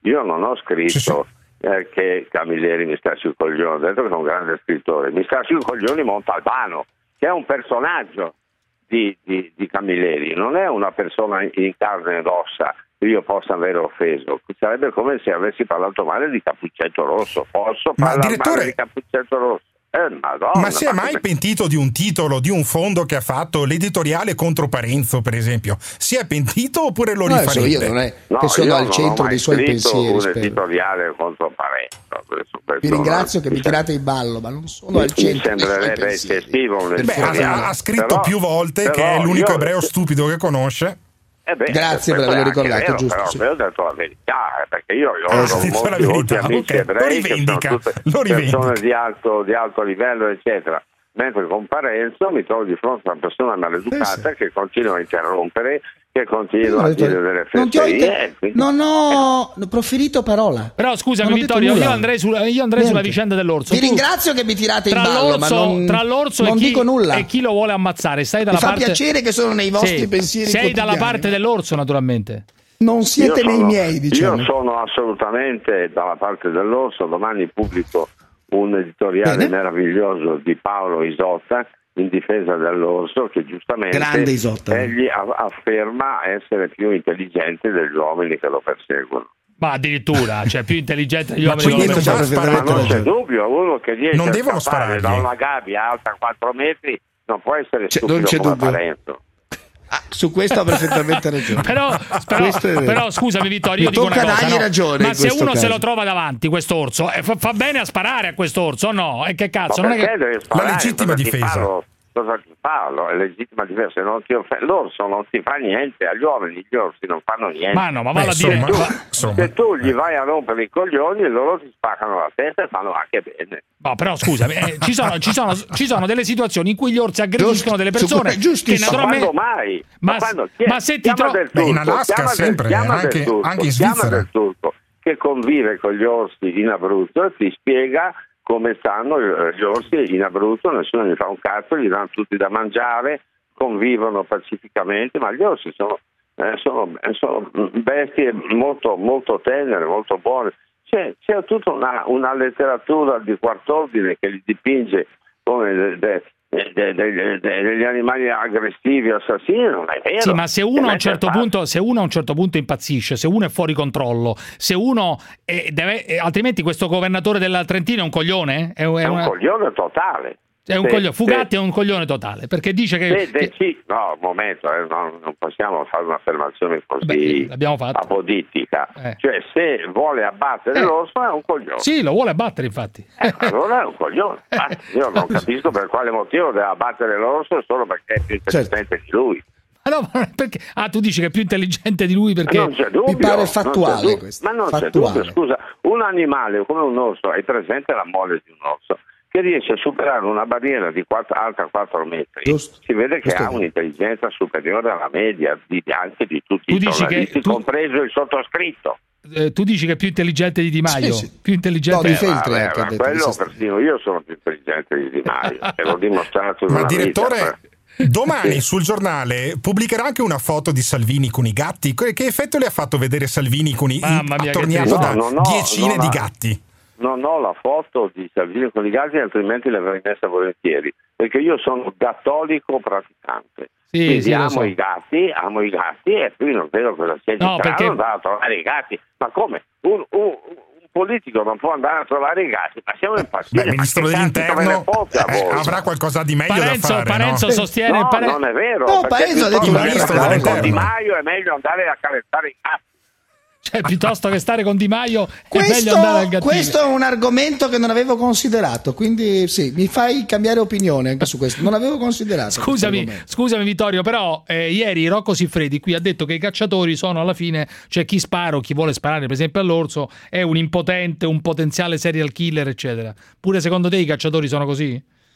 io non ho scritto eh, che Camilleri mi sta sui coglioni, ho detto che sono un grande scrittore, mi sta sui coglioni Montalbano, che è un personaggio di, di, di Camilleri, non è una persona in carne ed ossa che io possa aver offeso, sarebbe come se avessi parlato male di Cappuccetto Rosso. Posso Ma parlare direttore... male di Cappuccetto Rosso? Eh, Madonna, ma si è ma mai come... pentito di un titolo, di un fondo che ha fatto l'editoriale contro Parenzo, per esempio? Si è pentito oppure lo No, rifarebbe? io non è No, che sono io al non centro ho mai dei suoi scritto pensieri. un spero. editoriale contro Parenzo. Questo, questo Vi ringrazio non- che mi tirate in ballo, ma non sono al mi centro dei suoi sembrerebbe pensieri. eccessivo un Beh, editoriale. ha, ha scritto Però- più volte però che è l'unico io- ebreo stupido che conosce. Eh beh, Grazie questo per averlo è anche ricordato, vero, giusto, Però sì. io ho detto la verità, eh, perché io, io Eh, ho sì, molti, la molti verità, amici ok. ebrei Lo che rivendica, sono tutte lo rivendica. persone di alto, di alto livello, eccetera. Mentre con Parenzo mi trovo di fronte a una persona maleducata Sì, che continua a interrompere, che continua Io a ho detto- dire delle non ti ho fesserie. inter- e quindi- non ho proferito parola. Però scusami Non ho detto Vittorio, io nulla. andrei, sulla, io andrei sulla Niente. vicenda dell'orso. Vi Tu, ringrazio che mi tirate in tra ballo, ma l'orso, non, tra l'orso non e, chi, dico nulla. e chi lo vuole ammazzare, stai dalla Mi fa parte... piacere che sono nei vostri Sì, pensieri sei dalla quotidiani. parte dell'orso, naturalmente. Non siete Io nei sono- miei, diciamo. Io sono assolutamente dalla parte dell'orso, domani pubblico un editoriale Bene. meraviglioso di Paolo Isotta in difesa dell'orso, che giustamente Grande Isotta. egli a- afferma essere più intelligente degli uomini che lo perseguono. Ma addirittura, cioè più intelligente degli Ma uomini. quindi che lo non pensano. già Ma sparato non c'è ragione. dubbio, uno che riesce Non a devono scappare da sparargli. una gabbia alta quattro metri non può essere Cioè, stupido non c'è come dubbio. Parenzo. Ah, su questo ha perfettamente ragione. Però, però, Questo è vero. però, scusami Vittorio, io Mi dico tocca una cosa, dargli no? ragione Ma in se questo uno caso. se lo trova davanti questo orso, eh, fa, fa bene a sparare a questo orso o no? E che cazzo? Ma Non è perché che... deve sparare? La legittima Cosa ti difesa. fa lo- Cosa ti fa? Lo- È legittima difesa, se non ti offende. L'orso non ti fa niente, agli uomini gli orsi non fanno niente. Ma no, ma valla a Beh, dire... insomma, ma- insomma. Se tu gli vai a rompere i coglioni, loro ti spaccano la testa e fanno anche bene. No, però scusami, eh, ci, sono, ci, sono, ci sono delle situazioni in cui gli orsi aggrediscono delle persone Su- giustissimo. che Ma naturalmente... quando mai? Ma- quando? Chi è? ma se ti Chiama tro- del Beh, in turco, Alaska chiama del- sempre, chiama anche- del turco, anche in chiama Svizzera. del turco che convive con gli orsi in Abruzzo e ti spiega come stanno eh, gli orsi in Abruzzo, nessuno gli fa un cazzo, gli danno tutti da mangiare, convivono pacificamente, ma gli orsi sono, eh, sono, eh, sono bestie molto, molto tenere, molto buone. C'è, c'è tutta una, una letteratura di quart'ordine che li dipinge come de- de- de- de- de- de- degli animali aggressivi, assassini, non è vero. Sì, ma se uno, a un Mette certo fa- punto, se uno a un certo punto impazzisce, se uno è fuori controllo, se uno eh, deve, eh, altrimenti questo governatore del Trentino è un coglione? È, è è un una- coglione totale. è un Se- coglione. Fugatti se- è un coglione totale, perché dice che... se deci- no, un momento, eh, no, non possiamo fare un'affermazione così Beh, l'abbiamo fatto. apodittica. Eh. Cioè, se vuole abbattere Eh. l'orso è un coglione. Sì, lo vuole abbattere, infatti. Eh, allora è un coglione. Ma io non capisco per quale motivo deve abbattere l'orso solo perché è più intelligente di lui. Ma no, ma non è perché... Ah, tu dici che è più intelligente di lui perché... Ma non c'è dubbio, Mi pare non fattuale c'è dubbio. questo, Ma non c'è fattuale. dubbio, scusa, un animale come un orso, hai presente la mole di un orso, che riesce a superare una barriera di quattro, alta quattro metri, Giusto. si vede che Giusto. ha un'intelligenza superiore alla media di, anche di tutti Tu i dici che- giornalisti, tu- compreso il sottoscritto. Eh, tu dici che è più intelligente di Di Maio? Sì, sì. Più intelligente... No, di Eh, Feltri vabbè, anche ha ma detto, quello di se persino io sono più intelligente di Di Maio, te l'ho dimostrato in Ma una direttore, vita. domani sul giornale pubblicherà anche una foto di Salvini con i gatti. Que- Che effetto le ha fatto vedere Salvini con i Mamma mia, che attorniato triste. da No, non ho- diecine non di ha- gatti? Non ho la foto di Salvini con i gatti, altrimenti l'avrei messa volentieri, perché io sono gattolico praticante. Sì, Quindi sì, lo amo so. i gatti, amo i gatti e qui non vedo cosa sia di No, strano perché- andare a trovare i gatti. Ma come? Un, un- un politico non può andare a trovare i gatti? Ma siamo impazziti. Beh, il ma ministro che cazzo dell'interno ve ne fotte a eh, voi? avrà qualcosa di meglio Parenzo, da fare, Parenzo no? sostiene... No, Pare- non è vero. No, perché Parenzo ha detto piuttosto una che ministro stare con dell'interno. Di Maio è meglio andare a carezzare i gatti. Cioè, piuttosto che stare con Di Maio è Questo, meglio andare al gattino. questo è un argomento che non avevo considerato, quindi sì, mi fai cambiare opinione anche su questo. Non avevo considerato. questo Scusami, argomento. scusami Vittorio, però eh, ieri Rocco Siffredi qui ha detto che i cacciatori sono alla fine, cioè chi spara o chi vuole sparare per esempio all'orso è un impotente, un potenziale serial killer, eccetera. Pure secondo te i cacciatori sono così?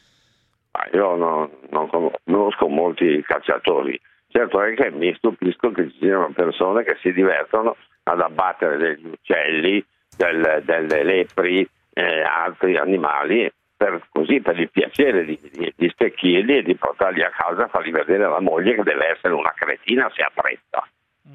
Ma io non, non conosco molti cacciatori. Certo è che mi stupisco che ci siano persone che si divertono ad abbattere degli uccelli, del- delle lepri, eh, altri animali, per, così per il piacere di, di, di stecchirli e di portarli a casa e farli vedere alla moglie che deve essere una cretina se apprezza.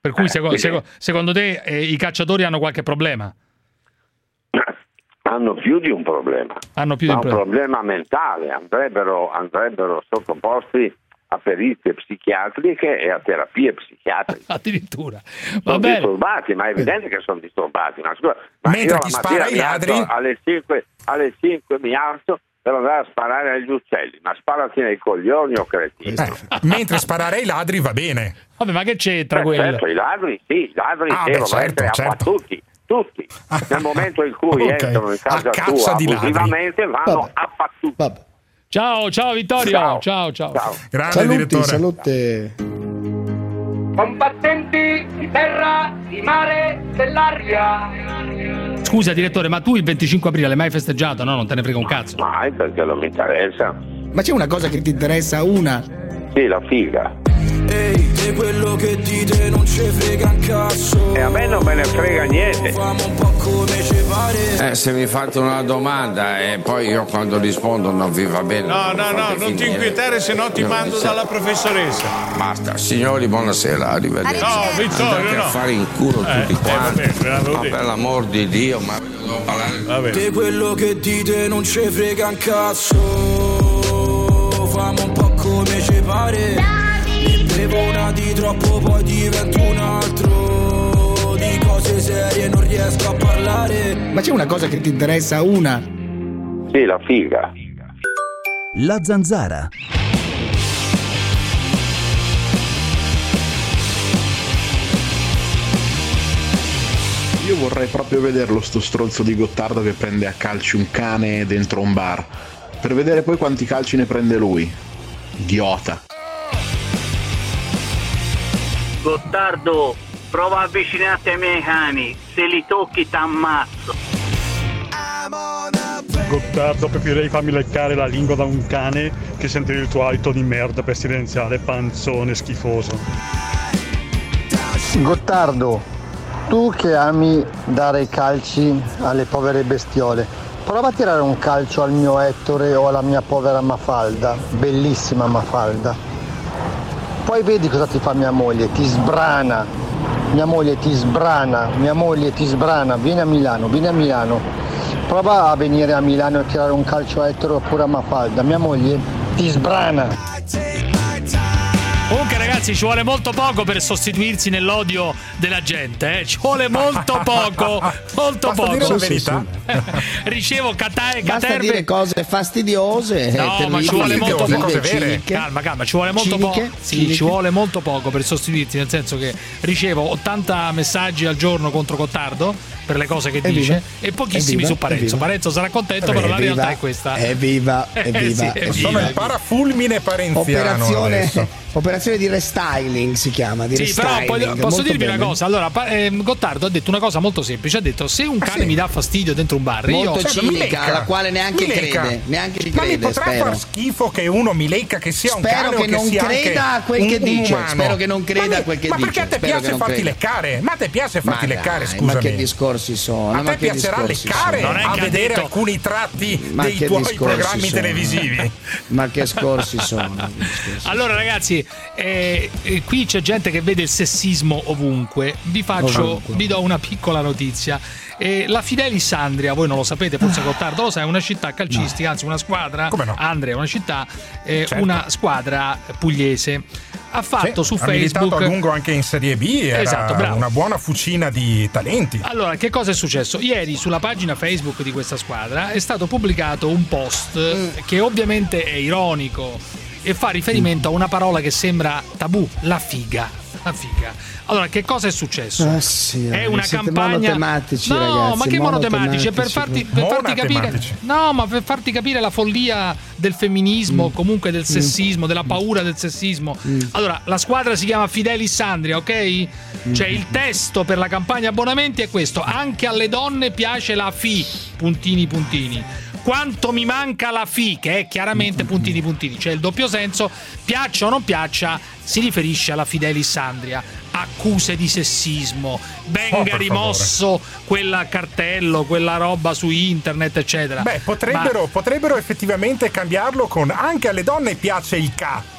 Per cui Eh, seco- quindi- seco- secondo te eh, i cacciatori hanno qualche problema? Hanno più di un problema, Hanno più di ma un un problema. problema mentale, andrebbero, andrebbero sottoposti a perizie psichiatriche e a terapie psichiatriche. Addirittura. Sono Va bene. disturbati, ma è evidente che sono disturbati. Ma, scusa, ma Mentre io chi la spara mattina ai mi alzo ladri- alle cinque, alle cinque mi alzo per andare a sparare agli uccelli, ma sparati nei coglioni o cretino. Eh, mentre sparare ai ladri va bene. Vabbè, ma che c'entra Beh, quello? certo, i ladri sì, i ladri Ah, beh, devono certo, essere certo. abbattuti, tutti. Nel momento in cui Ok. entrano in casa A caccia tua di ladri. abusivamente vanno Vabbè. abbattuti. Vabbè. Ciao, ciao Vittorio. Ciao. Ciao, ciao. Grande Saluti, direttore. salute. Combattenti di terra, di mare, dell'aria. Scusa direttore, ma tu il venticinque aprile l'hai mai festeggiato? No, non te ne frega un cazzo. Mai perché non mi interessa. Ma c'è una cosa che ti interessa, una? Sì, la figa. Ehi, te quello che dite non ci frega un cazzo. E a me non me ne frega niente. Famo un po' come ci pare. Eh, se mi fate una domanda e poi io quando rispondo non vi va bene. No, no, no, non ti inquietare, se no ti No, mando sì. dalla professoressa. Basta, signori, buonasera, arrivederci. No, Vittorio, Andate no. a fare in culo Eh, tutti eh, quanti. vabbè, ve l'avevo ma detto. per l'amor di Dio, ma devo parlare. Vabbè. Te quello che dite non ci frega un cazzo. Famo un po' come ci pare. Ne bevo una di troppo, poi divento un altro. Di cose serie non riesco a parlare. Ma c'è una cosa che ti interessa, una? Sì, la figa. La Zanzara. Io vorrei proprio vederlo sto stronzo di Gottardo che prende a calci un cane dentro un bar, per vedere poi quanti calci ne prende lui. Idiota. Gottardo, prova a avvicinarti ai miei cani. Se li tocchi t'ammazzo. Gottardo, preferirei farmi leccare la lingua da un cane che sentire il tuo alito di merda presidenziale, panzone schifoso. Gottardo, tu che ami dare i calci alle povere bestiole, prova a tirare un calcio al mio Ettore o alla mia povera Mafalda, bellissima Mafalda. Poi vedi cosa ti fa mia moglie, ti sbrana, mia moglie ti sbrana, mia moglie ti sbrana, vieni a Milano, vieni a Milano, prova a venire a Milano e tirare un calcio a Ettore oppure a Mafalda, mia moglie ti sbrana. Comunque ragazzi ci vuole molto poco per sostituirsi nell'odio della gente, eh? Ci vuole molto poco, molto Basta poco. dire la verità. Ricevo cata- Basta caterve. dire cose fastidiose. No, terribili, ma ci vuole molto cattive, poco. ciniche. Calma, calma, ci vuole molto poco. Ciniche, Sì, ciniche. ci vuole molto poco per sostituirsi, nel senso che ricevo ottanta messaggi al giorno contro Gottardo per le cose che Evviva. dice e pochissimi Evviva, su Parenzo. evviva. Parenzo sarà contento, però la Evviva, realtà è questa. Evviva, Eh, evviva, sì, evviva. Sono il parafulmine parenziano Operazione, adesso. operazione di restyling si chiama. Di Sì, però poi restyling, posso molto dirvi bene. una cosa. Allora, pa- ehm, Gottardo ha detto una cosa molto semplice. Ha detto: se un cane mi dà fastidio dentro un bar, Molto io cinica, mi lecca. alla quale neanche Mi lecca. crede, neanche ci Ma mi crede, potrà spero. far schifo che uno mi lecca, che sia un Spero cane che o che non sia creda anche a quel un- che un dice. umano. Spero che non creda Ma a quel che ma dice. perché a te Spero che piace non farti creda. leccare? Ma a te piace farti Ma leccare, dai, scusami. ma che discorsi sono? A ma te che piacerà discorsi leccare sono? Non è a che ha vedere detto- alcuni tratti Ma dei che tuoi discorsi programmi sono? televisivi. Ma che scorsi sono? Che discorsi Allora ragazzi, eh, eh, qui c'è gente che vede il sessismo ovunque. Vi faccio, Ovunque. vi do una piccola notizia. Eh, la Fidelis Andria, voi non lo sapete, forse Gottardo lo sa, è una città calcistica, anzi una squadra. Come no? Andria è una città, eh, Certo. una squadra pugliese. Ha fatto Sì, su ha militato Facebook. a lungo anche in Serie B, era Esatto, bravo. una buona fucina di talenti. Allora, che cosa è successo? Ieri sulla pagina Facebook di questa squadra è stato pubblicato un post Mm. che ovviamente è ironico e fa riferimento a una parola che sembra tabù, la figa. La figa. Allora, che cosa è successo? Ah, sì, è una siete campagna. monotematici, no, ragazzi, ma che monotematici? È per monotematici. farti, per farti capire. Monotematici. No, ma per farti capire la follia del femminismo, comunque del sessismo, della paura del sessismo. Allora, la squadra si chiama Fidelis Andria, ok? Cioè, il testo per la campagna abbonamenti è questo: anche alle donne piace la fi, puntini puntini. Quanto mi manca la fi, che è chiaramente puntini puntini, cioè il doppio senso, piaccia o non piaccia, si riferisce alla Fidelis Andria. Accuse di sessismo, Oh, venga per rimosso quel cartello, quella roba su internet, eccetera. Beh, potrebbero, Ma- potrebbero effettivamente cambiarlo con anche alle donne piace il K.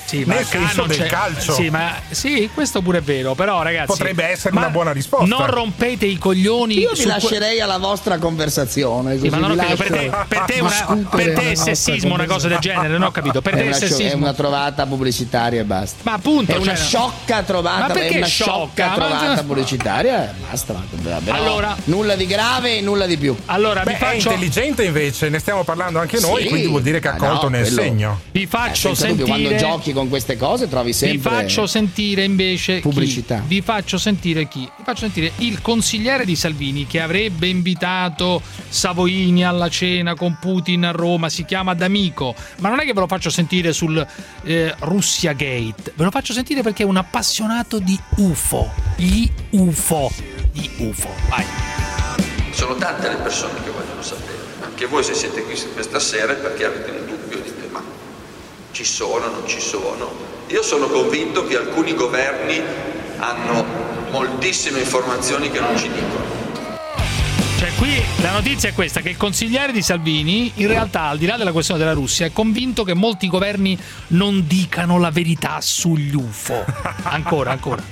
Sì, ma nel senso del c'è- calcio. Sì, ma sì, questo pure è vero, però ragazzi Potrebbe essere ma una buona risposta. Non rompete i coglioni. Io vi su que- lascerei alla vostra conversazione. Sì, così ma non ho vi capito, per te, lascio per te, è una- discutere per te è la nostra sessismo una cosa del genere, non ho capito. Per È te è una, scio- è sessismo. una trovata pubblicitaria e basta. Ma appunto, è una cioè- sciocca trovata, Ma perché è una sciocca? sciocca Ma- trovata pubblicitaria e basta. Però Allora- nulla di grave e nulla di più. Allora, Beh, vi faccio è intelligente invece, ne stiamo parlando anche noi, Sì, quindi vuol dire che ha ma colto no, nel quello- segno. Vi faccio Eh, senza dubbio, sentire quando giochi con queste cose trovi sempre Vi faccio sentire invece pubblicità. chi? Vi faccio sentire chi? Vi faccio sentire il consigliere di Salvini che avrebbe invitato Savoini alla cena con Putin a Roma, si chiama D'Amico, ma non è che ve lo faccio sentire sul eh, Russia Gate, ve lo faccio sentire perché è un appassionato di U F O, gli U F O, gli U F O, vai. Sono tante le persone che vogliono sapere, anche voi se siete qui questa sera è perché avete un dubbio, dite ma ci sono, non ci sono. Io sono convinto che alcuni governi hanno moltissime informazioni che non ci dicono. Cioè qui la notizia è questa, che il consigliere di Salvini in realtà, al di là della questione della Russia, è convinto che molti governi non dicano la verità sugli U F O. Ancora, ancora.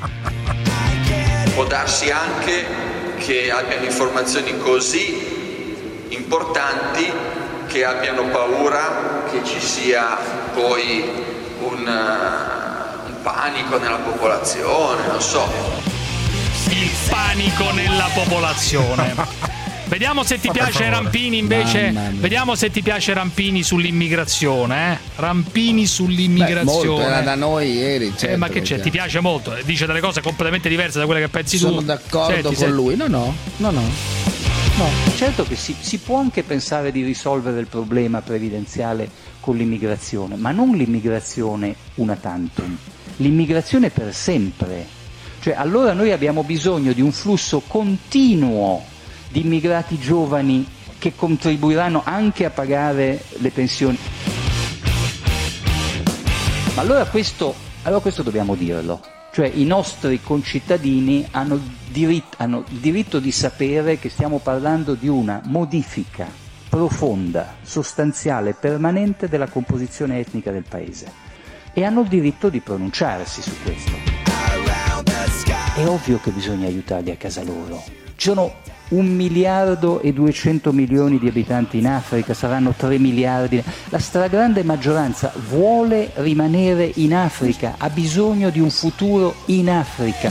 Può darsi anche che abbiano informazioni così importanti che abbiano paura che ci sia poi un, uh, un panico nella popolazione, non so. Il panico nella popolazione. Vediamo se ti piace Rampini invece. Vediamo se ti piace Rampini sull'immigrazione, eh? Rampini sull'immigrazione. Beh, molto, era da noi ieri, certo, eh, ma che c'è? perché- Ti piace molto? Dice delle cose completamente diverse da quelle che pensi Sono tu. d'accordo Senti, con senti. lui. No, no, no, no. No, certo che si, si può anche pensare di risolvere il problema previdenziale con l'immigrazione, ma non l'immigrazione una tantum, l'immigrazione per sempre. Cioè, allora noi abbiamo bisogno di un flusso continuo di immigrati giovani che contribuiranno anche a pagare le pensioni. Ma allora questo, allora questo dobbiamo dirlo. Cioè i nostri concittadini hanno diritto, hanno diritto di sapere che stiamo parlando di una modifica profonda, sostanziale, permanente della composizione etnica del Paese e hanno il diritto di pronunciarsi su questo. È ovvio che bisogna aiutarli a casa loro. Ci sono un miliardo e duecento milioni di abitanti in Africa, saranno tre miliardi. La stragrande maggioranza vuole rimanere in Africa, ha bisogno di un futuro in Africa.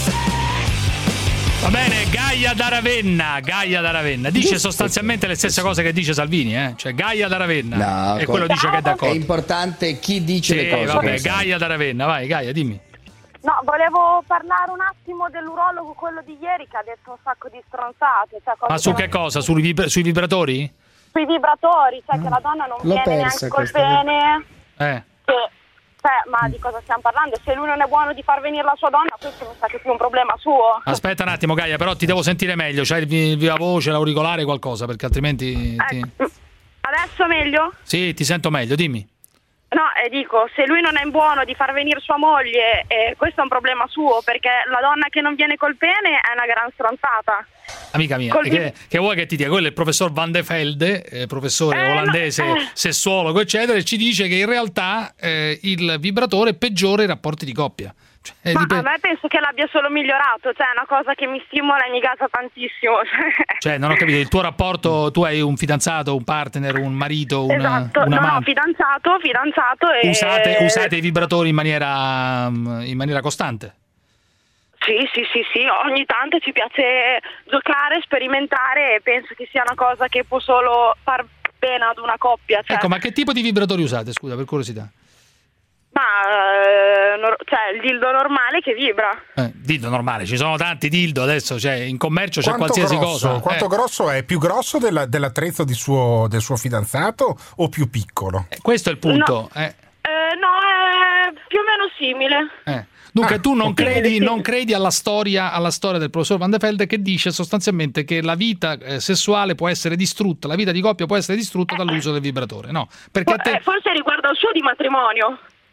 Va bene, Gaia da Ravenna, Gaia da Ravenna. Dice sostanzialmente le stesse cose che dice Salvini, eh? Cioè Gaia da Ravenna. No, e quello dice che è d'accordo. È importante chi dice Sì, le cose. vabbè, come sono. Gaia da Ravenna, vai Gaia, dimmi. No, volevo parlare un attimo dell'urologo, quello di ieri, che ha detto un sacco di stronzate. Cioè cose Ma su che che non- cosa? Sui, vib- sui vibratori? Sui vibratori, cioè che la donna non L'ho viene persa neanche col questa. pene. Eh. Che, cioè, ma di cosa stiamo parlando? Se lui non è buono di far venire la sua donna, questo mi sa che è più un problema suo. Aspetta un attimo Gaia, però ti devo sentire meglio. C'hai il vi- viva voce, l'auricolare, qualcosa, perché altrimenti... Ti... Adesso meglio? Sì, ti sento meglio, dimmi. No, e dico, se lui non è buono di far venire sua moglie, eh, questo è un problema suo, perché la donna che non viene col pene è una gran stronzata. Amica mia, Col- che, che vuoi che ti dica? Quello è il professor Van de Velde, eh, professore Eh, olandese, no, eh. sessuologo, eccetera, e ci dice che in realtà eh, il vibratore peggiora i rapporti di coppia. Cioè, Ma dipende- a me penso che l'abbia solo migliorato, cioè è una cosa che mi stimola e mi gasa tantissimo. cioè, non ho capito, il tuo rapporto, tu hai un fidanzato, un partner, un marito, una, Esatto, un no, no, amante. fidanzato, fidanzato e... Usate, usate i vibratori in maniera, in maniera costante? Sì, sì, sì, sì, ogni tanto ci piace giocare, sperimentare e penso che sia una cosa che può solo far bene ad una coppia. Cioè, Ecco, ma che tipo di vibratori usate, scusa, per curiosità? ma eh, nor- cioè il dildo normale che vibra. Eh, dildo normale, ci sono tanti dildo adesso, cioè in commercio c'è Quanto qualsiasi grosso, cosa. Quanto Eh, grosso è? Più grosso della- dell'attrezzo di suo- del suo fidanzato o più piccolo? questo è il punto. No. eh. Eh, no, è più o meno simile. Eh. Dunque Ah, tu non ok. credi, non credi alla storia, alla storia del professor Van de Velde che dice sostanzialmente che la vita eh, sessuale può essere distrutta, la vita di coppia può essere distrutta dall'uso del vibratore, no? Perché a te... Eh, forse riguarda il suo di matrimonio.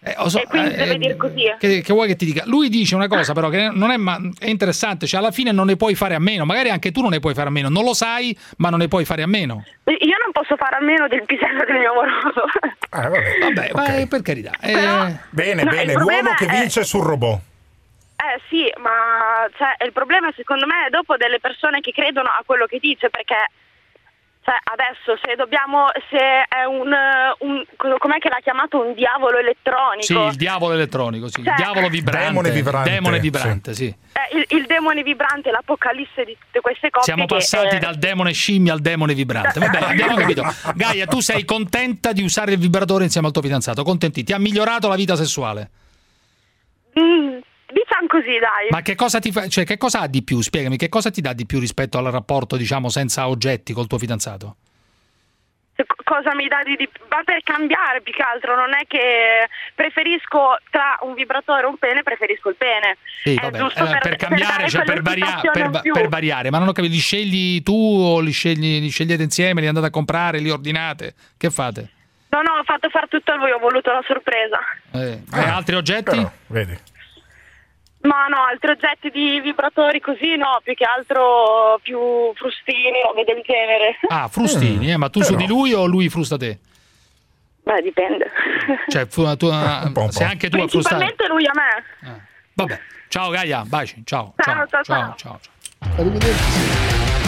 Eh, so, e quindi eh, deve dire così. Che, che vuoi che ti dica? Lui dice una cosa però che non è, ma, è interessante, cioè alla fine non ne puoi fare a meno, magari anche tu non ne puoi fare a meno, non lo sai, ma non ne puoi fare a meno. Io non posso fare a meno del pisello del mio amoroso. Ah, vabbè, vabbè okay. ma per carità. Eh... Però, bene, no, bene, l'uomo che è... vince sul robot. Eh sì, ma cioè, il problema secondo me è dopo delle persone che credono a quello che dice, perché cioè, adesso se dobbiamo, se è un, un com'è che l'ha chiamato, un diavolo elettronico? Sì, il diavolo elettronico, sì, cioè, il diavolo vibrante. Demone vibrante. Demone vibrante, sì. sì. Eh, il, il demone vibrante, l'apocalisse di tutte queste coppie. Siamo che, passati eh... dal demone scimmia al demone vibrante. Vabbè, abbiamo capito. Gaia, tu sei contenta di usare il vibratore insieme al tuo fidanzato? Contenti? Ti ha migliorato la vita sessuale? Mm. Diciamo così, dai. Ma che cosa ti fa, cioè che cosa ha di più? Spiegami, che cosa ti dà di più rispetto al rapporto, diciamo, senza oggetti col tuo fidanzato? Cosa mi dà di, di ma per cambiare più che altro, non è che preferisco tra un vibratore e un pene, preferisco il pene. Sì, è vabbè, giusto eh, per, per cambiare, per cioè per, varia, per, per variare, ma non ho capito, li scegli tu o li scegli, li scegliete insieme, li andate a comprare, li ordinate? Che fate? No, no, ho fatto fare tutto a lui, ho voluto la sorpresa. Eh, hai ah, altri oggetti? Però, vedi. Ma no, altri oggetti di vibratori così no, più che altro più frustini o del genere. Ah, frustini, eh, ma tu Però. su di lui o lui frusta te? Beh, dipende. Cioè, tu, tu, un po', un po'. Sei anche tu a frustare? Principalmente lui a me. Ah. Vabbè, ciao Gaia, baci, ciao. Ciao, ciao, ciao. ciao, ciao, ciao. Arrivederci.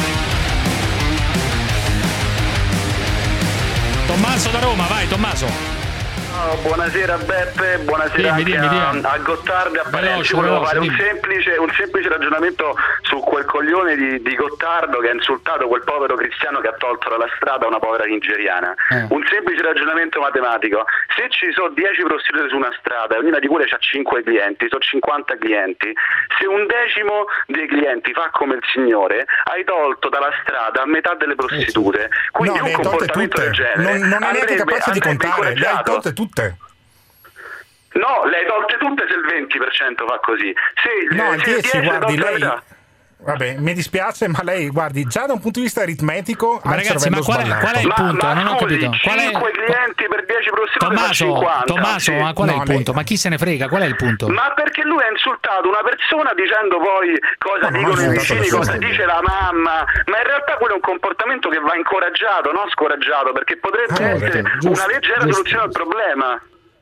Tommaso da Roma, vai Tommaso. Oh, buonasera Beppe, buonasera dimmi, anche dimmi, a, dimmi. a Gottardo e a Parenzi. Veloce, Volevo veloce, fare un dimmi. semplice, un semplice ragionamento su quel coglione di, di Gottardo che ha insultato quel povero cristiano che ha tolto dalla strada una povera nigeriana. Eh. Un semplice ragionamento matematico: se ci sono dieci prostitute su una strada e ognuna di quelle ha cinque clienti, sono cinquanta clienti, se un decimo dei clienti fa come il Signore, hai tolto dalla strada metà delle prostitute. Quindi no, un comportamento del genere non, non è neanche capace di contare, le hai tolte tutte. No, le hai tolte tutte se il venti per cento fa così. Se, no, se il dieci, guardi, lei... metà. Vabbè, mi dispiace, ma lei, guardi, già da un punto di vista aritmetico ma ha ragazzi, ma qual è, qual è il ma, punto? Ma, non ho scusi, capito. Qual è cinque clienti per dieci prostitute Tommaso, cinquanta. Tommaso, sì. ma qual è no, il punto? lei... Ma chi se ne frega? Qual è il punto? Ma perché lui ha insultato una persona dicendo poi cosa no, dicono i vicini, nessuno. cosa dice la mamma, ma in realtà quello è un comportamento che va incoraggiato, non scoraggiato, perché potrebbe ah, essere giusto, una leggera giusto. soluzione al problema.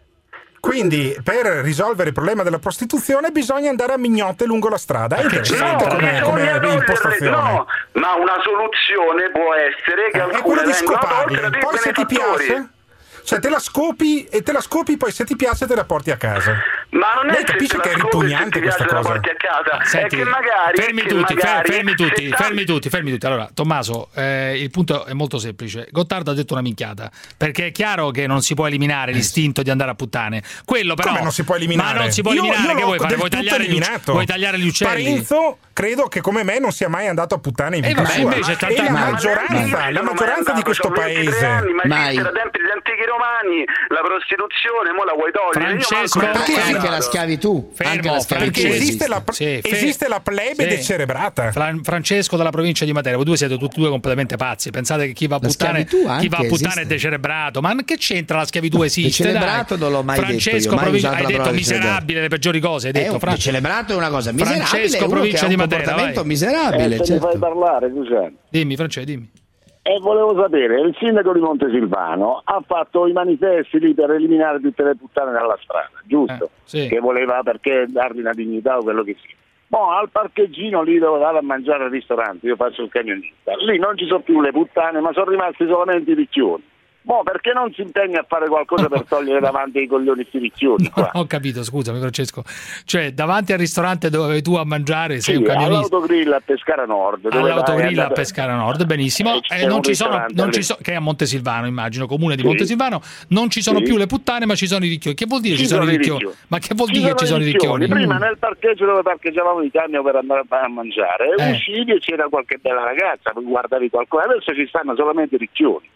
Quindi per risolvere il problema della prostituzione bisogna andare a mignotte lungo la strada. È interessante no, come, come impostazione. No, ma una soluzione può essere che eh, alcune è quello di vengono scoparli. tolte dai Poi se ti benefattori. piace, cioè te la scopi e te la scopi, poi se ti piace te la porti a casa. Ma non Lei è capisce se che è te la scopi, ripugnante se ti questa piace, cosa. la porti a casa. Senti, è che magari fermi che tutti, magari fermi tutti, se fermi tutti, fermi tutti. Allora, Tommaso, eh, il punto è molto semplice. Gottardo ha detto una minchiata, perché è chiaro che non si può eliminare l'istinto di andare a puttane. Quello però Come non si può eliminare? Ma non si può Io- eliminare, io che l'ho vuoi fare? del Vuoi tutto tagliare, gli, eliminato. vuoi tagliare gli uccelli? Parenzo credo che come me non sia mai andato a puttane in Eh, vita vabbè, sua. invece E tanta- la ma- maggioranza, ma- la maggioranza di questo c'ho ventitré paese anni, ma Mai. esiste da tempi degli antichi romani la prostituzione, mo la vuoi togliere? Francesco- Io manco Perché ne ho anche parlato. la schiavitù? Fermo, anche la schiavitù perché Francesco. esiste la, Sì, fe- esiste la plebe Sì. decerebrata. Fra- Francesco dalla provincia di Matera, voi due siete tutti e due completamente pazzi. Pensate che chi va a La puttane, schiavitù chi va a anche puttane è esiste. decerebrato. Ma che c'entra la schiavitù? Esiste? Decelebrato dai. non l'ho mai Francesco, detto io, mai provincia- usato hai la detto parola miserabile, le peggiori cose. Hai È detto, un, Fra- celebrato è una cosa miserabile, Francesco, uno provincia che ha di un Matera, comportamento vai. miserabile, Eh, se mi certo. fai parlare, Luciano. Dimmi, Francesco, dimmi. E volevo sapere, il sindaco di Montesilvano ha fatto i manifesti lì per eliminare tutte le puttane dalla strada, giusto? Eh, sì. Che voleva perché dargli una dignità o quello che sia. Mo al parcheggino lì dove vado a mangiare al ristorante, io faccio il camionista, lì non ci sono più le puttane, ma sono rimasti solamente i ricchioni. Mo perché non si impegna a fare qualcosa per togliere davanti ai coglioni sti ricchioni qua? Ho capito, scusami Francesco. Cioè, davanti al ristorante dove vai tu a mangiare sei Sì, un camionista. all'autogrill a Pescara Nord. dove vai All'autogrill a andare- Pescara Nord, benissimo. Eh, c'è Eh, non un ci sono, ristorante non lì. ci so- che è a Montesilvano, immagino, comune di Sì. Montesilvano. Non ci sono Sì. più le puttane, ma ci sono i ricchioni. Che vuol dire ci, Ci sono, sono i i ricchioni? ricchioni. Ma che vuol Ci dire che ci sono i ricchioni? Prima Mm. nel parcheggio dove parcheggiavamo i camion per andare a mangiare, Eh. uscivi e c'era qualche bella ragazza, guardavi qualcosa, adesso ci stanno solamente i ricchioni.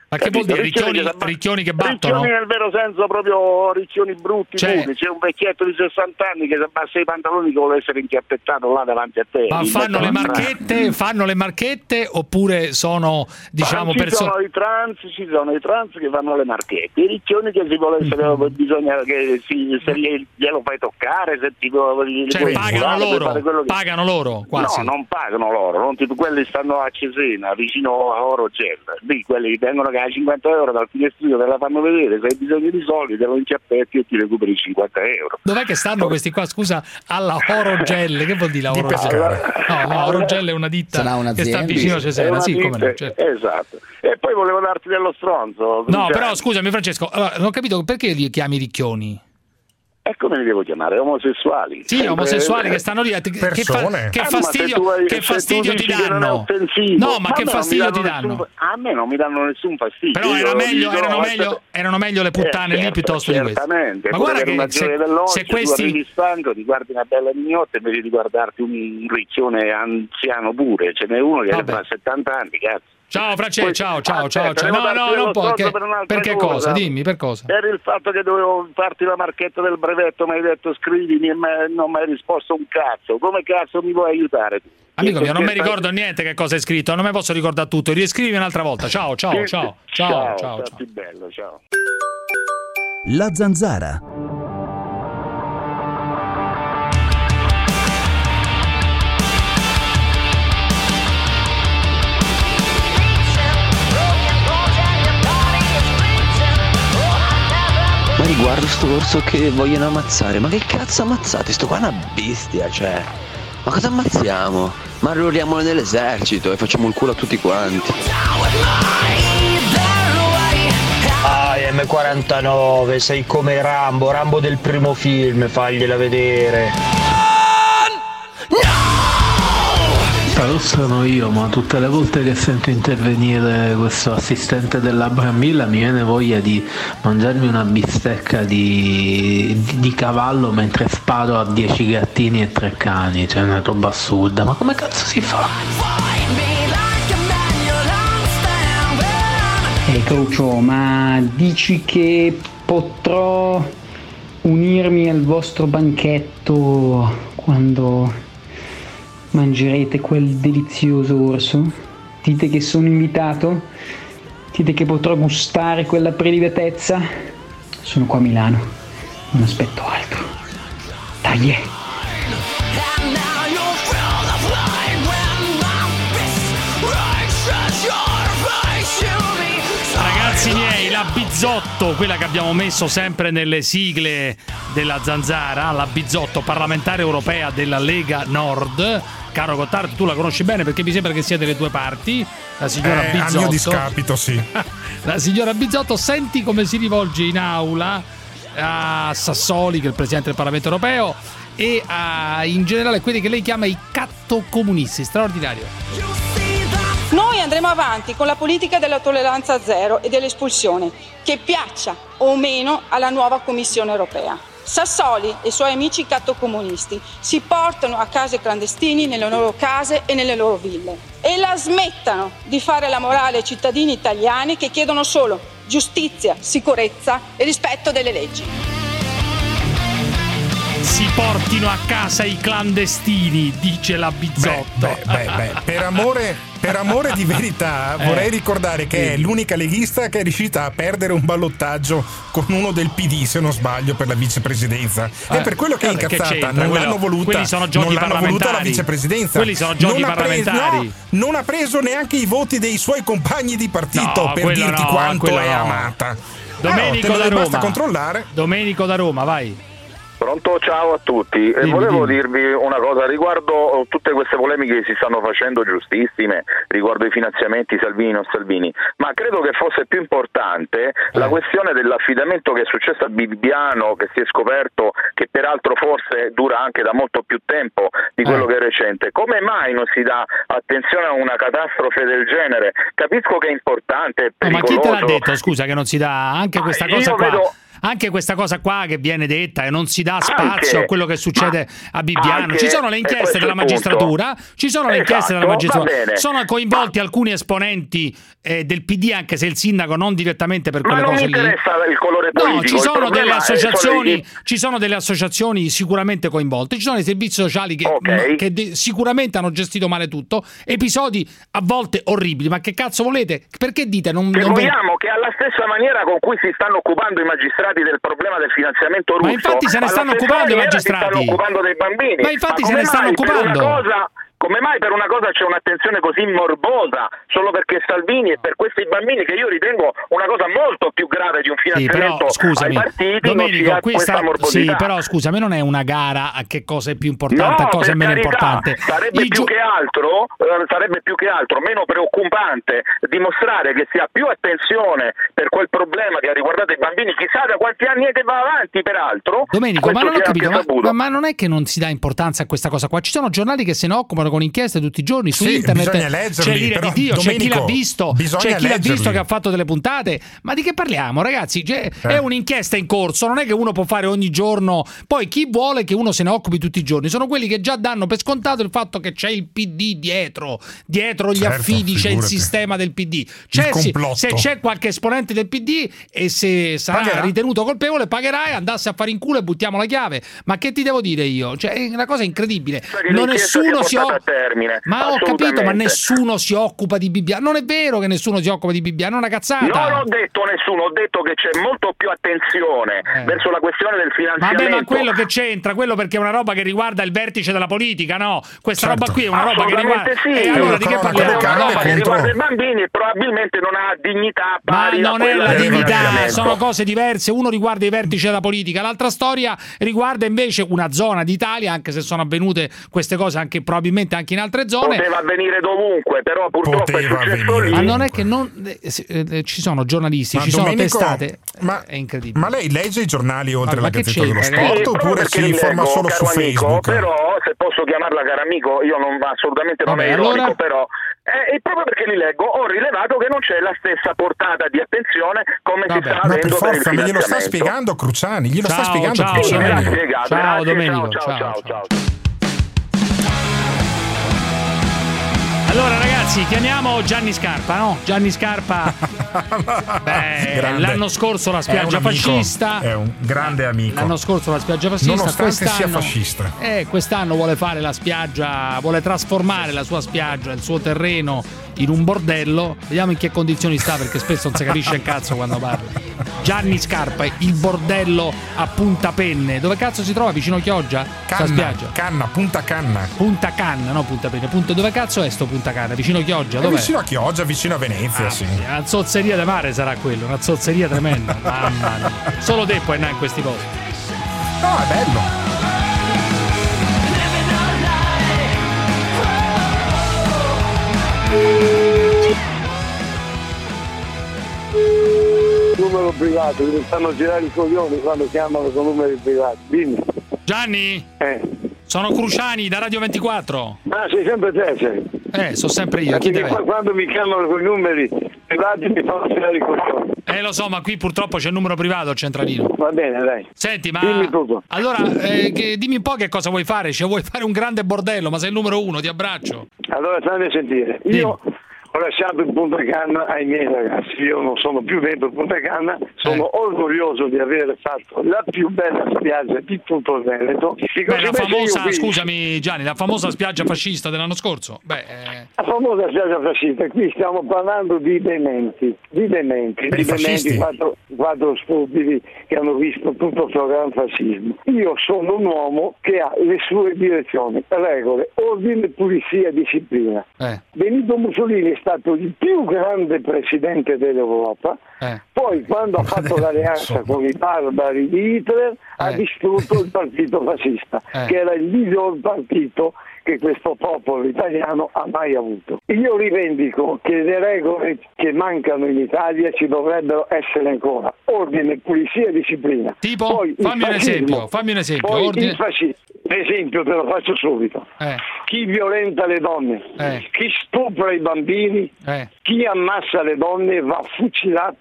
Ma che vuol dire? Ricchioni, che, ricchioni che battono? Ricchioni nel vero senso, proprio ricchioni brutti, Cioè- brutti. C'è un vecchietto di sessanta anni che si abbassa i pantaloni che vuole essere inchiappettato là davanti a te. Ma in fanno mezzo le alla strada. marchette, fanno le marchette oppure sono, diciamo, ci persone... sono i trans, ci sono i trans che fanno le marchette, i ricchioni che si vuole essere, bisogna che si, se gli- glielo fai toccare, se ti gli Cioè puoi pagano curare per loro, fare quello che- pagano loro, quasi. No, non pagano loro, non ti- quelli stanno a Cesena, vicino a Orogel, lì quelli vengono che a cinquanta euro dal finestrino te la fanno vedere, se hai bisogno di soldi te lo inciappetti e ti recuperi cinquanta euro. Dov'è che stanno questi qua? Scusa, alla Orogel, che vuol dire la Di Orogel? Pescara. No, no, Orogel è una ditta Sarà che un'azienda. sta vicino a È Cesena, una sì, come no, ditta- certo. Esatto. E poi volevo darti dello stronzo. No, Cioè, però scusami Francesco, allora, non ho capito perché li chiami ricchioni? E come li devo chiamare? Omosessuali. Sì, Sempre- omosessuali che stanno lì, che, che fa- Persone. che Ah, ma se fastidio, tu hai- che se tu fastidio ti dici che non è danno? offensivo, No, ma a che me non mi fastidio ti danno nessun- danno? a me non mi danno nessun fastidio. Però era Io meglio, dico, erano, "Oh, meglio, aspetta". erano meglio le puttane Eh, lì certo, piuttosto di queste. certamente. Ma Pure guarda per una che se, gioia dell'oggi, se tu questi... arrivi stanco, ti guardi una bella mignotta invece di guardarti un riccione anziano pure. Ce n'è uno che Vabbè. ha settanta anni, cazzo. Ciao Francesco, Poi- ciao, ciao, ciao, aspetta, ciao. devo No, darti no, dello non può. stronzo Che, per un'altra perché cosa. cosa? Dimmi, per cosa? Per il fatto che dovevo farti la marchetta del brevetto, mi hai detto scrivimi e me- non mi hai risposto un cazzo. Come cazzo mi vuoi aiutare tu? Amico mio, non mi Perché- ricordo niente che cosa hai scritto, non mi posso ricordare tutto. Riscrivi un'altra volta. Ciao, ciao, Sì, ciao, sì. ciao, ciao, ciao, stati bello, ciao. La zanzara. Ma riguardo sto orso che vogliono ammazzare, ma che cazzo ammazzate? Sto qua è una bestia, cioè. Ma cosa ammazziamo? Ma arruoliamolo nell'esercito e facciamo il culo a tutti quanti. Ah, emme quarantanove, sei come Rambo, Rambo del primo film, fagliela vedere. Però sono io, ma tutte le volte che sento intervenire questo assistente della Brambilla mi viene voglia di mangiarmi una bistecca di, di, di cavallo mentre sparo a dieci gattini e tre cani, cioè è una roba assurda, ma come cazzo si fa? Ehi Crucio, ma dici che potrò unirmi al vostro banchetto quando mangerete quel delizioso orso? Dite che sono invitato? Dite che potrò gustare quella prelibatezza? Sono qua a Milano, non aspetto altro. Dai! eh. Ragazzi miei, la Bizzotto, quella che abbiamo messo sempre nelle sigle della Zanzara, la Bizzotto, parlamentare europea della Lega Nord. Caro Gottardo, tu la conosci bene perché mi sembra che sia delle tue parti, la signora Eh, Bizzotto. a mio discapito, sì. La signora Bizzotto, senti come si rivolge in aula a Sassoli, che è il presidente del Parlamento europeo, e a, in generale, quelli che lei chiama i cattocomunisti. Straordinario. Noi andremo avanti con la politica della tolleranza zero e dell'espulsione, che piaccia o meno alla nuova Commissione europea. Sassoli e i suoi amici cattocomunisti si portano a casa i clandestini nelle loro case e nelle loro ville e la smettano di fare la morale ai cittadini italiani che chiedono solo giustizia, sicurezza e rispetto delle leggi. Si portino a casa i clandestini, dice la Bizzotto. Beh, beh, beh, per amore, per amore di verità, Eh. vorrei ricordare che è l'unica leghista che è riuscita a perdere un ballottaggio con uno del P D, se non sbaglio, per la vicepresidenza. Eh, È per quello che è che incazzata. c'entra? Non Quello- l'hanno voluta. quelli sono giochi non l'hanno voluta la parlamentari. vicepresidenza. Quelli sono giochi non ha preso- parlamentari. no, non ha preso neanche i voti dei suoi compagni di partito No, per quello dirti no, quanto quello è no. amata. Domenico Eh, oh, te da lo basta Roma. controllare. Domenico da Roma, vai. Pronto, ciao a tutti. E Dimmi, volevo dimmi. dirvi una cosa riguardo tutte queste polemiche che si stanno facendo, giustissime, riguardo i finanziamenti Salvini non Salvini, ma credo che fosse più importante la questione dell'affidamento che è successo a Bibbiano, che si è scoperto che peraltro forse dura anche da molto più tempo di quello che è recente. Come mai non si dà attenzione a una catastrofe del genere? Capisco che è importante, è Oh, ma pericoloso. chi te l'ha detto, scusa, che non si dà anche questa io cosa qua? vedo- anche questa cosa qua che viene detta e non si dà spazio Anche, a quello che succede a Bibbiano. anche, Ci sono le e inchieste questo della è il punto. magistratura, ci sono le inchieste della Esatto, magistratura, va bene. sono coinvolti alcuni esponenti eh, del P D, anche se il sindaco non direttamente per Ma quelle non cose mi lì. interessa il colore politico. No, ci il sono delle problema è- associazioni, sono i- ci sono delle associazioni sicuramente coinvolte, ci sono i servizi sociali che, Ok. m- che de- sicuramente hanno gestito male tutto, episodi a volte orribili, ma che cazzo volete? Perché dite non, Che non ve- vogliamo che alla stessa maniera con cui si stanno occupando i magistrati del problema del finanziamento russo, Ma infatti se ne alla stanno stessa occupando i maniera magistrati. si stanno occupando dei bambini. Ma infatti se come ne stanno mai per occupando. una cosa- Come mai per una cosa c'è un'attenzione così morbosa solo perché Salvini e per questi bambini, che io ritengo una cosa molto più grave di un Sì, finanziamento però scusami, ai partiti, Domenico, non sia qui questa sta, morbosità? sì, però scusami, non è una gara a che cosa è più importante, No, a cosa è per meno carità, importante. Sarebbe I più, giu- che altro, eh, sarebbe più che altro meno preoccupante dimostrare che si ha più attenzione per quel problema che ha riguardato i bambini, chissà da quanti anni è che va avanti peraltro. Domenico, ma Questo non ho si è capito, anche ma, saputo. ma- ma non è che non si dà importanza a questa cosa qua? Ci sono giornali che se ne occupano con inchieste tutti i giorni su Sì, internet, bisogna leggerli, c'è l'ira però, di Dio, c'è chi l'ha Domenico, visto, bisogna c'è chi l'ha visto leggerli. che ha fatto delle puntate. Ma di che parliamo, ragazzi? Cioè, Eh. È un'inchiesta in corso, non è che uno può fare ogni giorno. Poi chi vuole che uno se ne occupi tutti i giorni sono quelli che già danno per scontato il fatto che c'è il P D dietro, dietro gli Certo, affidi c'è il figurati. sistema del P D. C'è, sì, complotto. se c'è qualche esponente del P D e se sarà Pagherà. ritenuto colpevole pagherà e andasse a fare in culo e buttiamo la chiave. Ma che ti devo dire io? Cioè, è una cosa incredibile. Cioè, che Non l'inchiesta nessuno sia si portata occupa. a termine. Ma ho capito, ma Assolutamente. nessuno si occupa di Bibbiano. Non è vero che nessuno si occupa di Bibbiano, è una cazzata. Non ho detto nessuno, ho detto che c'è molto più attenzione verso la questione del finanziamento. Vabbè, ma quello che c'entra, quello perché è una roba che riguarda il vertice della politica, no? Questa Certo. roba qui è una roba che riguarda. Assolutamente sì. E allora di che È una parliamo? roba No, che ma- riguarda i bambini e probabilmente non ha dignità Ma pari a non è quella la del dignità, finanziamento. sono cose diverse. Uno riguarda i vertici della politica, l'altra storia riguarda invece una zona d'Italia, anche se sono avvenute queste cose anche probabilmente anche in altre zone. Poteva avvenire dovunque, però purtroppo è successo lì. Ma non è che non eh, eh, eh, ci sono giornalisti, Ma ci sono Domenico, testate. ma, è incredibile. ma lei legge i giornali oltre Ma- la ma che Gazzetta dello c'entra? Sport Sì, proprio oppure perché si li informa leggo, solo su caro amico, Facebook? però se posso chiamarla cara amico, io non, assolutamente non Vabbè, è ironico, allora? però eh, e proprio perché li leggo ho rilevato che non c'è la stessa portata di attenzione come si sta Ma avendo per per il forza, ma glielo sta finanziamento. spiegando Cruciani, glielo sta Ciao, spiegando ciao, Sì, me l'ha Cruciani. spiegato, Ciao, grazie, Domenico, ciao, ciao, ciao, ciao, ciao. Allora ragazzi, chiamiamo Gianni Scarpa, no? Gianni Scarpa. Beh, Grande. l'anno scorso la È spiaggia un amico, fascista. È un grande amico. L'anno scorso la spiaggia fascista, Nonostante sia quest'anno, fascista. eh, quest'anno vuole fare la spiaggia, vuole trasformare la sua spiaggia, il suo terreno in un bordello. Vediamo in che condizioni sta, perché spesso non si capisce un cazzo quando parla. Gianni Scarpa, il bordello a Punta Penne. Dove cazzo si trova? Vicino Chioggia? Sta Canna, spiaggia. Canna, Punta Canna. Punta Canna, no Punta Penne. Punta, dove cazzo è sto Punta Canna? Vicino Chioggia? È Dov'è? vicino a Chioggia, vicino a Venezia, Ah, sì. Una zozzeria di mare sarà quello, una zozzeria tremenda. Mamma mia. Solo te puoi andare in questi posti. No, è bello. Numero privato, mi stanno girare i coglioni quando chiamano con numeri privati. Dimmi. Gianni? Eh. Sono Cruciani da Radio ventiquattro. Ah, sei sempre te, sei. Eh, so sempre io. Chi Perché deve? quando mi chiamano con i numeri privati mi fanno girare i coglioni. Eh, lo so, ma qui purtroppo c'è il numero privato, il centralino. Va bene, dai. Senti, ma Dimmi tutto. allora eh, che- dimmi un po' che cosa vuoi fare. Cioè, vuoi fare un grande bordello, ma sei il numero uno, ti abbraccio. Allora, state a sentire. Io ho lasciato il Punta Canna ai miei ragazzi. Io non sono più dentro il Punta Canna. Sono Eh. orgoglioso di aver fatto la più bella spiaggia di tutto il Veneto. Di Beh, la conseguenza io famosa, qui- scusami Gianni, la famosa spiaggia fascista dell'anno scorso. Beh, eh, La famosa spiaggia fascista, qui stiamo parlando di dementi, di dementi, Per di i fascisti. dementi, quattro, quattro stupidi che hanno visto tutto il programma fascismo. Io sono un uomo che ha le sue direzioni, regole, ordine, pulizia, disciplina. eh, Benito Mussolini è stato il più grande presidente dell'Europa, eh. poi quando ha fatto l'alleanza con i barbari di Hitler ha Eh. distrutto il partito fascista, Eh. che era il miglior partito che questo popolo italiano ha mai avuto. Io rivendico che le regole che mancano in Italia ci dovrebbero essere ancora: ordine, pulizia e disciplina. Tipo? Poi il Fammi un fascismo, esempio, fammi un esempio. Poi Ordine- il fascismo. L'esempio te lo faccio subito. Eh, Chi violenta le donne, Eh. chi stupra i bambini, eh. chi ammassa le donne va fucilato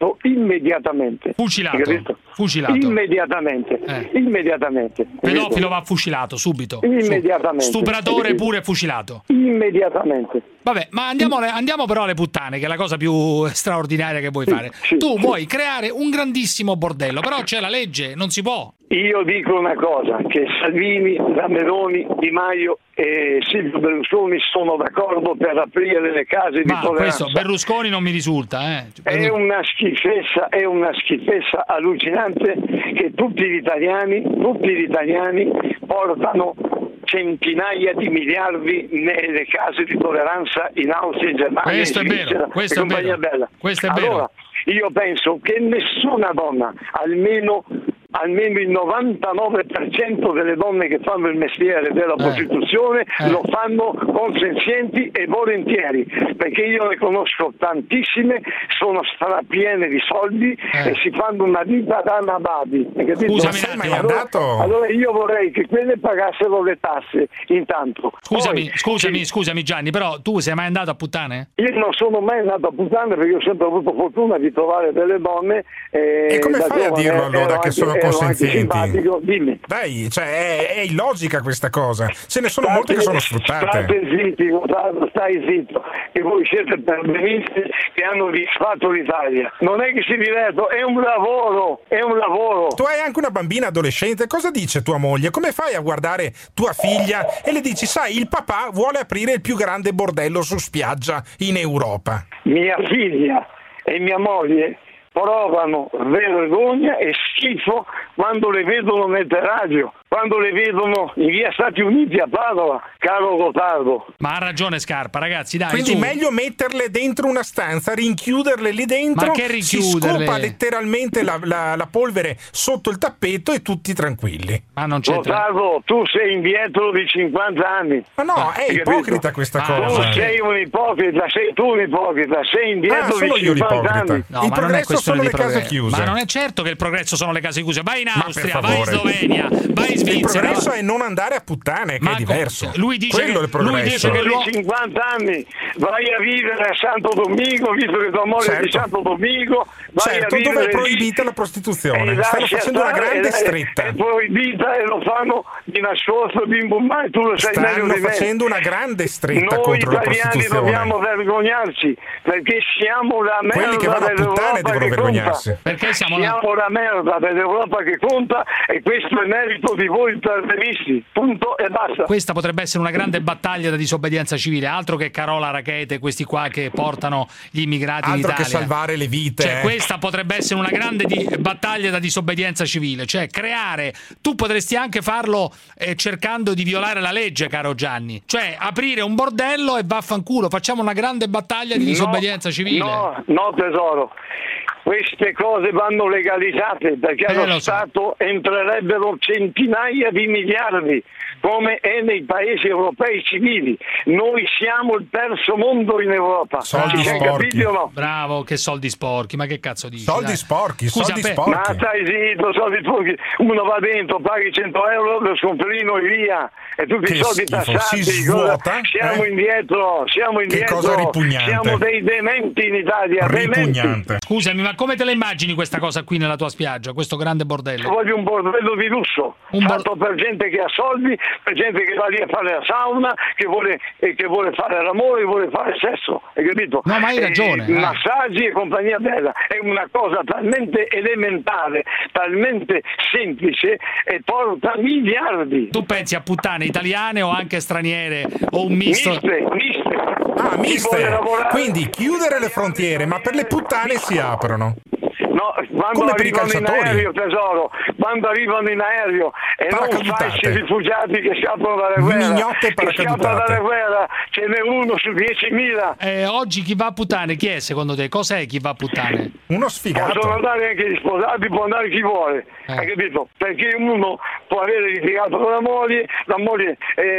fucilato immediatamente. Fucilato. Fucilato. Immediatamente. Eh. Immediatamente. Pedofilo va fucilato subito. Immediatamente. Stupratore pure fucilato. Immediatamente. Vabbè, ma andiamo, alle- andiamo però alle puttane, che è la cosa più straordinaria che vuoi fare. sì, tu sì. vuoi creare un grandissimo bordello, però c'è la legge, non si può. Io dico una cosa, che Salvini, la Meloni, Di Maio e Silvio Berlusconi sono d'accordo per aprire le case di Ma tolleranza. questo Berlusconi non mi risulta, eh. È una schifezza, è una schifezza allucinante che tutti gli italiani, tutti gli italiani portano centinaia di miliardi nelle case di tolleranza in Austria, in Germania, Questo è in vero, Svizzera, questo e è compagnia vero. bella. Questo è allora, vero. io penso che nessuna donna, almeno almeno il novantanove per cento delle donne che fanno il mestiere della prostituzione eh. lo fanno consenzienti e volentieri, perché io ne conosco tantissime, sono strapiene di soldi Eh. e si fanno una vita da nabadi. hai capito? Scusami un attimo. allora, andato? allora io vorrei che quelle pagassero le tasse intanto. Scusami, Poi, scusami, sì, scusami Gianni, però tu sei mai andato a puttane? io non sono mai andato a puttane perché ho sempre avuto fortuna di trovare delle donne. eh, E come da fai a giovane dirlo allora ero che anche- sono ero anche consenzienti? simpatico. Dimmi. Dai, cioè è, è illogica questa cosa. Ce ne sono molte che sono sfruttate. State zitti, Gottardo, stai zitto, che voi siete perbenisti che hanno disfatto l'Italia. Non è che si divertono, è un lavoro, è un lavoro. Tu hai anche una bambina adolescente, cosa dice tua moglie? Come fai a guardare tua figlia e le dici, sai, il papà vuole aprire il più grande bordello su spiaggia in Europa? Mia figlia e mia moglie provano vergogna e schifo quando le vedono nel radio, quando le vedono in via Stati Uniti a Padova, caro Gottardo. Ma ha ragione Scarpa, ragazzi, dai. Quindi su. meglio metterle dentro una stanza, rinchiuderle lì dentro, Ma che si rinchiuderle? scopa letteralmente la, la- la polvere sotto il tappeto e tutti tranquilli. Ma non c'è Gottardo, tu sei indietro di cinquanta anni. Ma no, è Hai ipocrita capito? questa Tu cosa. sei un ipocrita, sei tu un ipocrita, sei indietro Ah, sono di io cinquanta l'ipocrita. anni. No, il ma non è progresso questione sono di le case progresso. chiuse. Ma non è certo che il progresso sono le case chiuse. Vai in Ma Austria, per vai in favore. Slovenia, vai in Il Svizzera. progresso è non andare a puttane, che Ma è diverso. lui dice Quello che- è il progresso. lui dice che Di cinquanta anni, vai a vivere a Santo Domingo, visto che tua moglie è di Certo. Santo Domingo, vai Certo, a vivere dove è lì proibita la e prostituzione. lascia Stanno facendo una stare, grande è- stretta. È proibita e lo fanno di nascosto, di imbummare, tu lo sai meglio Stanno di me. facendo una grande stretta Noi contro la italiani prostituzione. dobbiamo vergognarci perché siamo la merda Quelli che vanno a dell'Europa puttane devono che vergognarsi. conta. Perché siamo la- siamo la merda dell'Europa che conta e questo è merito di voi perbenisti. Punto e basta. Questa potrebbe essere una grande battaglia da disobbedienza civile, altro che Carola Rackete, questi qua che portano gli immigrati in Altro Italia. che salvare le vite. Cioè, eh. questa potrebbe essere una grande di- battaglia da disobbedienza civile, cioè creare, tu potresti anche farlo eh, cercando di violare la legge, caro Gianni, cioè aprire un bordello e vaffanculo, facciamo una grande battaglia di disobbedienza No, civile. No, no tesoro. Queste cose vanno legalizzate perché Eh, allo lo so. Stato entrerebbero centinaia di miliardi come è nei paesi europei civili. Noi siamo il terzo mondo in Europa. Soldi Ci siamo sporchi. capiti o no? Bravo, che soldi sporchi, ma che cazzo dici? Soldi dai? sporchi, Scusa, soldi beh, sporchi. Ma stai zitto, soldi sporchi. Uno va dentro, paghi cento euro, lo scontrino e via. E tutti i Che soldi schifo, tassati. si cosa- svuota, Siamo eh? indietro, siamo indietro. cosa ripugnante. Siamo dei dementi in Italia. Dementi. Ripugnante. Scusami, ma come te la immagini questa cosa qui nella tua spiaggia, questo grande bordello? Voglio un bordello di lusso, Un bor- fatto per gente che ha soldi, per gente che va lì a fare la sauna, che vuole, e che vuole fare l'amore, vuole fare sesso, hai capito? No, ma hai E ragione, eh. massaggi e compagnia bella, è una cosa talmente elementare, talmente semplice e porta miliardi. Tu pensi a puttane italiane o anche straniere o un misto? Miste, miste. Ah, Chi vuole miste. lavorare- Quindi chiudere le frontiere, ma per le puttane si aprono. No, quando Come per i arrivano in calciatori. aereo, tesoro, quando arrivano in aereo e non Paracadutate. falsi rifugiati che scappano dalle guerre, Mignotte che scappano paracadutate. dalle guerre, ce n'è uno su diecimila. Eh, oggi chi va a puttane, chi è secondo te? Cos'è chi va a puttane? Uno Possono sfigato. andare anche gli sposati, può andare chi vuole, Eh. hai capito? Perché uno può avere litigato con la moglie, la moglie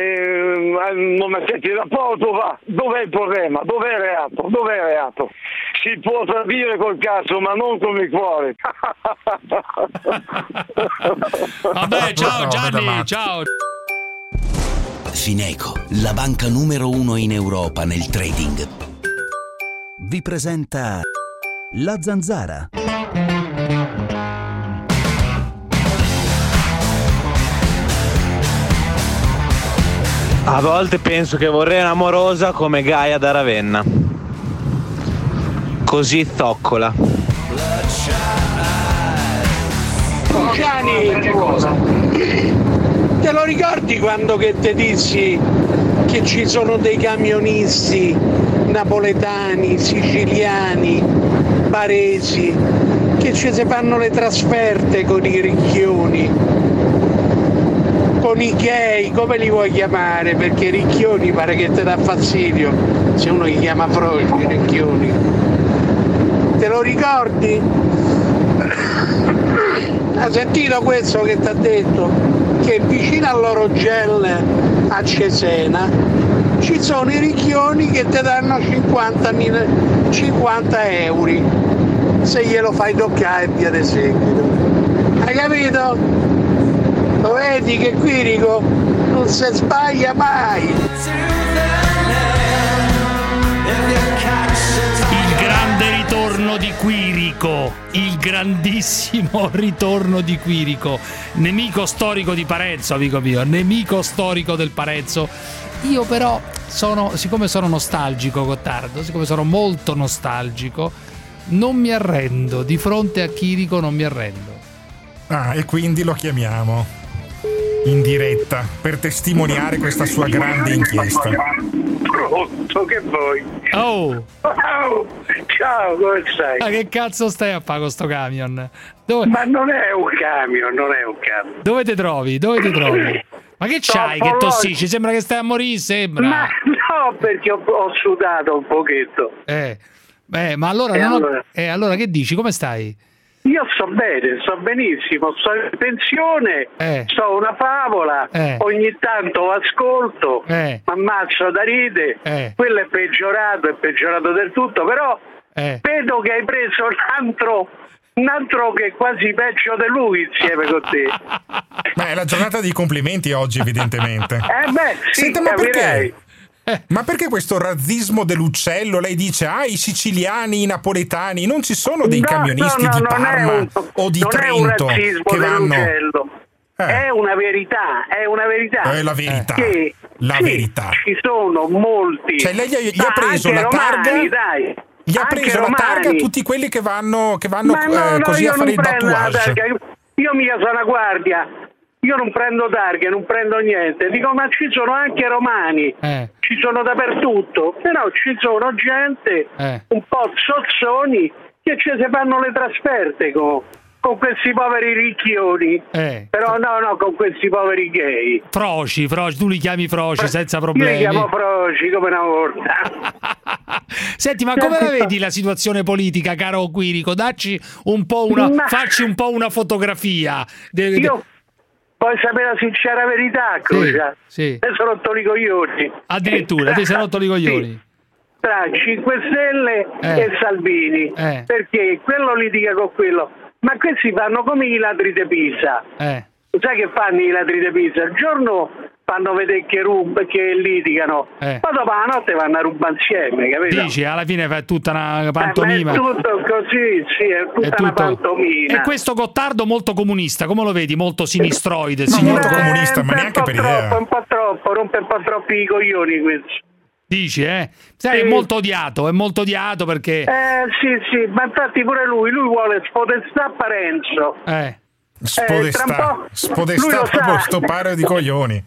eh, non accetti il rapporto, va. Dov'è il problema? Dov'è il reato? Dov'è il reato? Si può tradire col cazzo, ma non con il cuore. Vabbè, ciao No, Gianni, Medamato. ciao. Fineco, la banca numero uno in Europa nel trading, vi presenta La Zanzara. A volte penso che vorrei un'amorosa come Gaia da Ravenna. Così zoccola. Gianni, te lo ricordi quando che te dissi che ci sono dei camionisti napoletani, siciliani, baresi, che ci si fanno le trasferte con i ricchioni? Con i gay, come li vuoi chiamare? Perché ricchioni pare che ti dà fastidio se uno gli chiama froci, ricchioni. Te lo ricordi? Ha sentito questo che ti ha detto? Che vicino all'Orogel a Cesena ci sono i ricchioni che ti danno cinquanta euro se glielo fai toccare e via di seguito. Hai capito? Lo vedi che Quirico non si sbaglia mai. Il grande ritorno di Quirico, il grandissimo ritorno di Quirico, nemico storico di Parenzo, amico mio, nemico storico del Parenzo. Io però sono, siccome sono nostalgico, Gottardo, siccome sono molto nostalgico, non mi arrendo, di fronte a Quirico non mi arrendo. Ah, e quindi lo chiamiamo in diretta per testimoniare questa sua grande inchiesta. Pronto, che vuoi? Oh! Oh, ciao, come stai? Ma che cazzo stai a fare con sto camion? Dove... Ma non è un camion, non è un camion. Dove ti trovi? Dove ti trovi? Ma che c'hai che tossisci? Sembra che stai a morire, sembra. Ma no, perché ho, ho sudato un pochetto. Eh, beh, ma allora, E non ho- allora? eh, allora che dici? Come stai? Io sto bene, sto benissimo, sto in pensione, Eh. sto una favola, Eh. ogni tanto ascolto, Eh. mi ammazzo da ride, Eh. quello è peggiorato, è peggiorato del tutto, però Eh. vedo che hai preso un altro, un altro che è quasi peggio di lui insieme con te. Ma è la giornata dei complimenti oggi, evidentemente. Eh beh, sì, Senta, ma capirei. perché? Ma perché questo razzismo dell'uccello? Lei dice, ah, i siciliani, i napoletani, non ci sono dei No, camionisti no, no, di non è Parma un- o di non Trento è un razzismo che vanno... dell'uccello. È una verità, è una verità. È la verità, Che, la sì, verità. Ci sono molti. Cioè lei gli ha, gli ha Ma preso anche la romani, targa, dai. gli ha Anche preso la romani. targa a tutti quelli che vanno, che vanno Ma no, eh, no, così io a fare non il prendo la battuage. targa. Io mica sono a guardia. Io non prendo targhe, non prendo niente. Dico, ma ci sono anche romani. Eh. Ci sono dappertutto. Però ci sono gente Eh. un po' zozzoni che ci si fanno le trasferte con, con questi poveri ricchioni. Eh. Però no, no, con questi poveri gay. Froci, froci, tu li chiami froci senza Io li problemi. chiamo froci come una volta. Senti, ma come la vedi la situazione politica, caro Quirico? Dacci un po' una, Ma- facci un po' una fotografia. De- de- Io vuoi sapere la sincera verità, Crucia? sì. Mi sono rotto i coglioni. Addirittura, ti sei rotto i coglioni. Sì. Tra cinque Stelle Eh. e Salvini. Eh. Perché quello litiga con quello. Ma questi fanno come i ladri di Pisa. Eh. Sai che fanno i ladri di Pisa? Il giorno fanno vedere che rub, che litigano, Eh. ma dopo la notte vanno a rubare insieme, capito? Dici, alla fine fa tutta una Eh, pantomima. ma è tutto così, sì, è tutta È una tutto- pantomima. E questo Gottardo molto comunista, come lo vedi? Molto sinistroide, il signor Eh, comunista, ma un neanche po' per troppo, idea. un po' troppo, rompe un po' troppi i coglioni questo. Dici, eh? Sai, è molto odiato, è molto odiato perché... Eh sì, sì, ma infatti pure lui, lui vuole spodestare Parenzo. Eh. Spodestà, Eh, tra un po' spodestà lui lo proprio sa. sto paro di coglioni.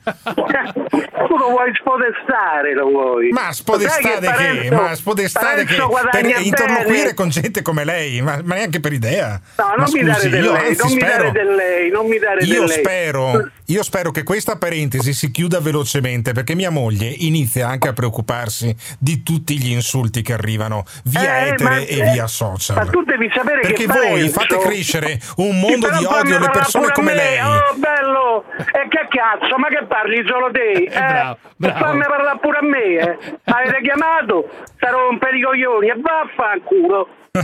Tu lo vuoi spodestare, lo vuoi. Ma spodestate Sai che? Parenzo- Ma spodestate che Parenzo per guadagna interloquire bene. con gente come lei, ma, ma neanche per idea. No, Ma non mi dare scusi, del io lei, anzi non mi spero, dare del lei, non mi dare io del lei. spero, io spero che questa parentesi si chiuda velocemente, perché mia moglie inizia anche a preoccuparsi di tutti gli insulti che arrivano via Eh, etere ma- e via social. Ma tu devi sapere Perché che voi Parenzo- fate crescere un mondo Sì, di però odio fammi alle parlare persone pure a come me. lei. Oh, bello! E che cazzo, ma che parli solo te? Eh, bravo, bravo. Fammi parlare pure a me, eh. Avete chiamato? Sta rompere i coglioni e vaffanculo. Eh,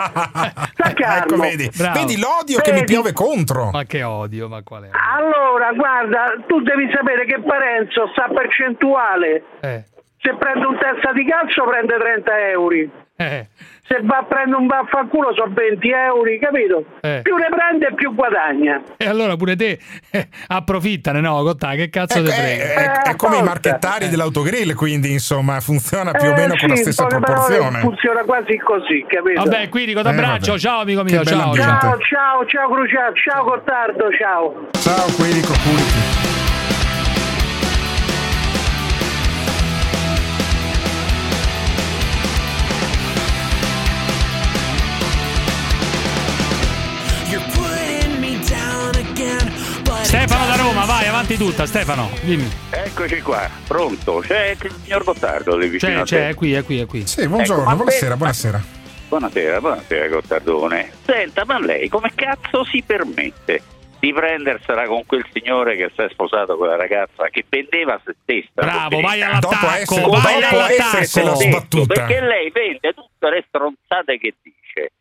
sta calmo. Ecco, vedi, Bravo. vedi l'odio che mi Vedi? piove contro. Ma che odio, ma qual è? Allora, guarda, tu devi sapere che Parenzo sta percentuale. Eh. Se prende un testa di calcio prende trenta euro. Eh. Se va a prendere un vaffanculo sono venti euro, capito? Eh. Più ne prende più guadagna. E allora pure te eh, approfittane, no? Cottà, che cazzo te frega? È, è, è come i marchettari dell'autogrill, quindi insomma funziona più o Eh, meno sì, con la stessa in poche proporzione. parole funziona quasi così, capito? Vabbè, quindi con Eh, abbraccio, vabbè. ciao amico Che mio, bella ciao. gente. Ciao, ciao, ciao Cruciato, ciao Gottardo, ciao. Ciao Quirico Puliti. Stefano da Roma, vai, avanti tutta, Stefano, dimmi. Eccoci qua, pronto. C'è il signor Gottardo lì vicino C'è, a te. c'è, è qui, è qui, è qui. Sì, buongiorno, Ecco, ma buonasera, per- buonasera. Buonasera, buonasera Gottardone. Senta, ma lei come cazzo si permette di prendersela con quel signore che si è sposato con la ragazza che vendeva se stessa? Bravo, vai Dopo all'attacco, essere- vai dopo essersela all'attacco. sbattuta. Perché lei vende tutte le stronzate che dice.